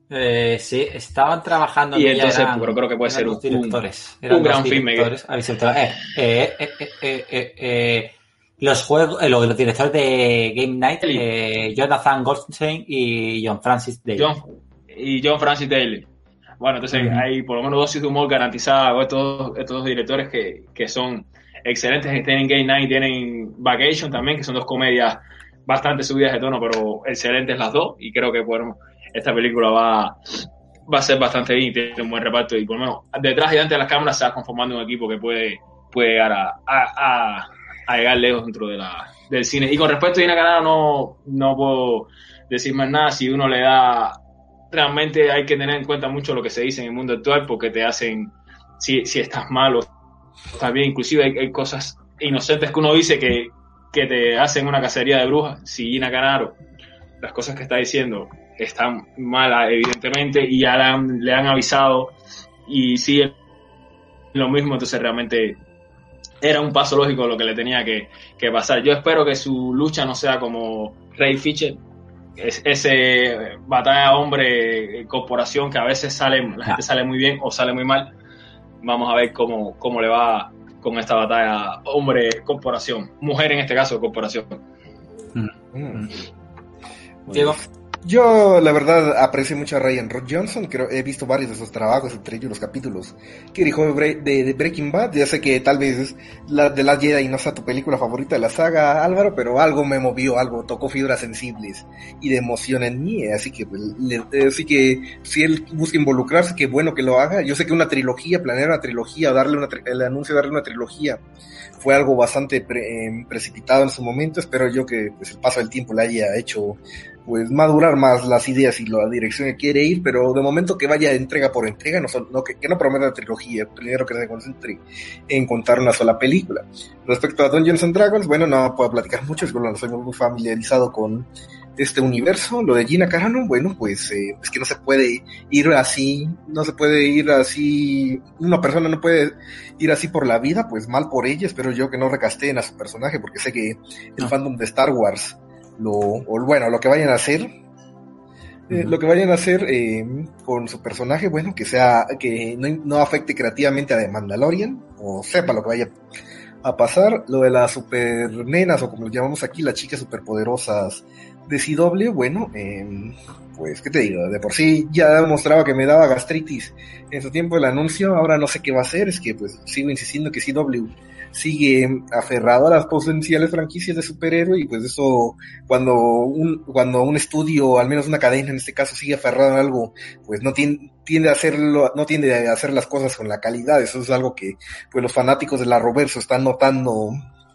Eh, sí, estaban trabajando y en ella, entonces eran, pero creo que puede ser un, directores, un, un gran filme. Eh, eh, eh, eh, eh, eh, eh, los juegos, eh, los, los directores de Game Night, eh, Jonathan Goldstein y John Francis Daly. John, y John Francis Daly. Bueno, entonces uh-huh. hay por lo menos dosis de humor garantizadas con estos, estos dos directores que, que son excelentes. Tienen Game Night, tienen Vacation también, que son dos comedias bastante subidas de tono, pero excelentes las dos. Y creo que bueno, esta película va, va a ser bastante bien y tiene un buen reparto. Y por lo menos detrás y delante de las cámaras se va conformando un equipo que puede, puede llegar a, a, a, a llegar lejos dentro de la, del cine. Y con respecto a Gina Carano, no, no puedo decir más nada. Si uno le da... Realmente hay que tener en cuenta mucho lo que se dice en el mundo actual, porque te hacen, si, si estás mal o estás bien, inclusive hay, hay cosas inocentes que uno dice que, que te hacen una cacería de brujas. Si Gina Carano, las cosas que está diciendo están malas, evidentemente, y ya le han, le han avisado y siguen lo mismo, entonces realmente era un paso lógico lo que le tenía que, que pasar. Yo espero que su lucha no sea como Ray Fisher, es, ese batalla hombre corporación que a veces sale, la gente sale muy bien o sale muy mal. Vamos a ver cómo, cómo le va con esta batalla hombre corporación, mujer en este caso corporación. Mm. Diego. Yo, la verdad, aprecio mucho a Ryan Johnson. Creo, he visto varios de sus trabajos, entre ellos los capítulos que dirigió de, de, de Breaking Bad. Ya sé que tal vez la de Last Jedi no sea tu película favorita de la saga, Álvaro, pero algo me movió, algo tocó fibras sensibles y de emoción en mí. Así que, pues, le, así que si él busca involucrarse, qué bueno que lo haga. Yo sé que una trilogía, planear una trilogía, darle una, el anuncio de darle una trilogía fue algo bastante pre, eh, precipitado en su momento. Espero yo que pues, el paso del tiempo le haya hecho pues madurar más las ideas y la dirección que quiere ir, pero de momento que vaya entrega por entrega, no, no que, que no prometa la trilogía, primero que se concentre en contar una sola película. Respecto a Dungeons and Dragons, bueno, no puedo platicar mucho, es que no soy muy familiarizado con este universo. Lo de Gina Carano, bueno, pues eh, es que no se puede ir así, no se puede ir así, una persona no puede ir así por la vida, pues mal por ella. Espero yo que no recasteen a su personaje, porque sé que el no. fandom de Star Wars lo, o bueno, lo que vayan a hacer, eh, uh-huh. lo que vayan a hacer eh, con su personaje, bueno, que sea, que no, no afecte creativamente a The Mandalorian, o sepa lo que vaya a pasar. Lo de las super nenas, o como lo llamamos aquí, las chicas superpoderosas de C W, bueno, eh, pues, ¿qué te digo? De por sí ya demostraba que me daba gastritis en su tiempo el anuncio, ahora no sé qué va a hacer, es que pues sigo insistiendo que C W sigue aferrado a las potenciales franquicias de superhéroe, y pues eso, cuando un, cuando un estudio, al menos una cadena en este caso, sigue aferrado a algo, pues no tiende, tiende a hacerlo, no tiende a hacer las cosas con la calidad. Eso es algo que pues los fanáticos de la Roverso están notando,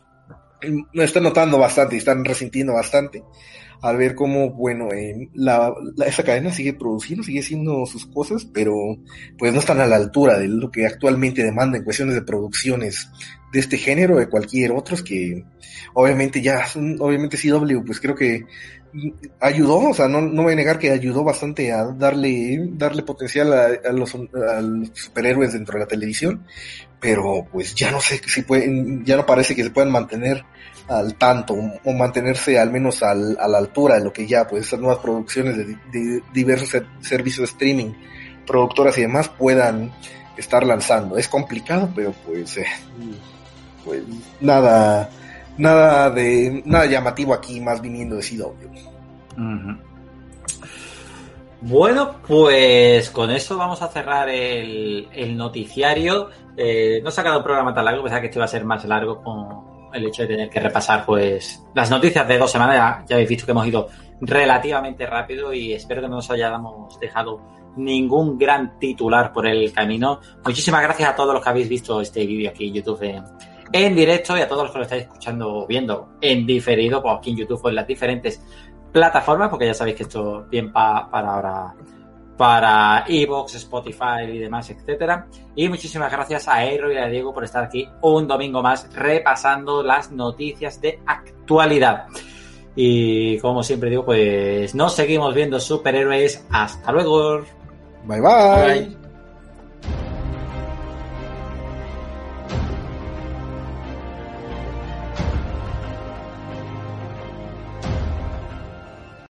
no están notando bastante, y están resintiendo bastante al ver cómo, bueno, eh, la, la, esa cadena sigue produciendo, sigue haciendo sus cosas, pero pues no están a la altura de lo que actualmente demanda en cuestiones de producciones de este género, de cualquier otros, que obviamente ya, obviamente C W, pues creo que ayudó, o sea, no, no voy a negar que ayudó bastante a darle, darle potencial a, a, los, a los superhéroes dentro de la televisión, pero pues ya no sé si pueden, ya no parece que se puedan mantener al tanto, o mantenerse al menos al, a la altura de lo que ya, pues, esas nuevas producciones de, de diversos ser, servicios de streaming, productoras y demás puedan estar lanzando. Es complicado, pero pues, eh, pues nada, nada de, nada llamativo aquí, más viniendo de C W. Uh-huh. Bueno, pues con eso vamos a cerrar el, el noticiario. Eh, no se ha quedado un programa tan largo, pensaba que esto iba a ser más largo con el hecho de tener que repasar pues las noticias de dos semanas. Ya, ya habéis visto que hemos ido relativamente rápido, y espero que no nos hayamos dejado ningún gran titular por el camino. Muchísimas gracias a todos los que habéis visto este vídeo aquí en YouTube en, en directo, y a todos los que lo estáis escuchando o viendo en diferido, pues aquí en YouTube o en las diferentes plataformas, porque ya sabéis que esto es bien pa, para ahora para iVoox, Spotify y demás, etcétera. Y muchísimas gracias a Eero y a Diego por estar aquí un domingo más repasando las noticias de actualidad. Y como siempre digo, pues nos seguimos viendo superhéroes. Hasta luego. Bye bye. Bye.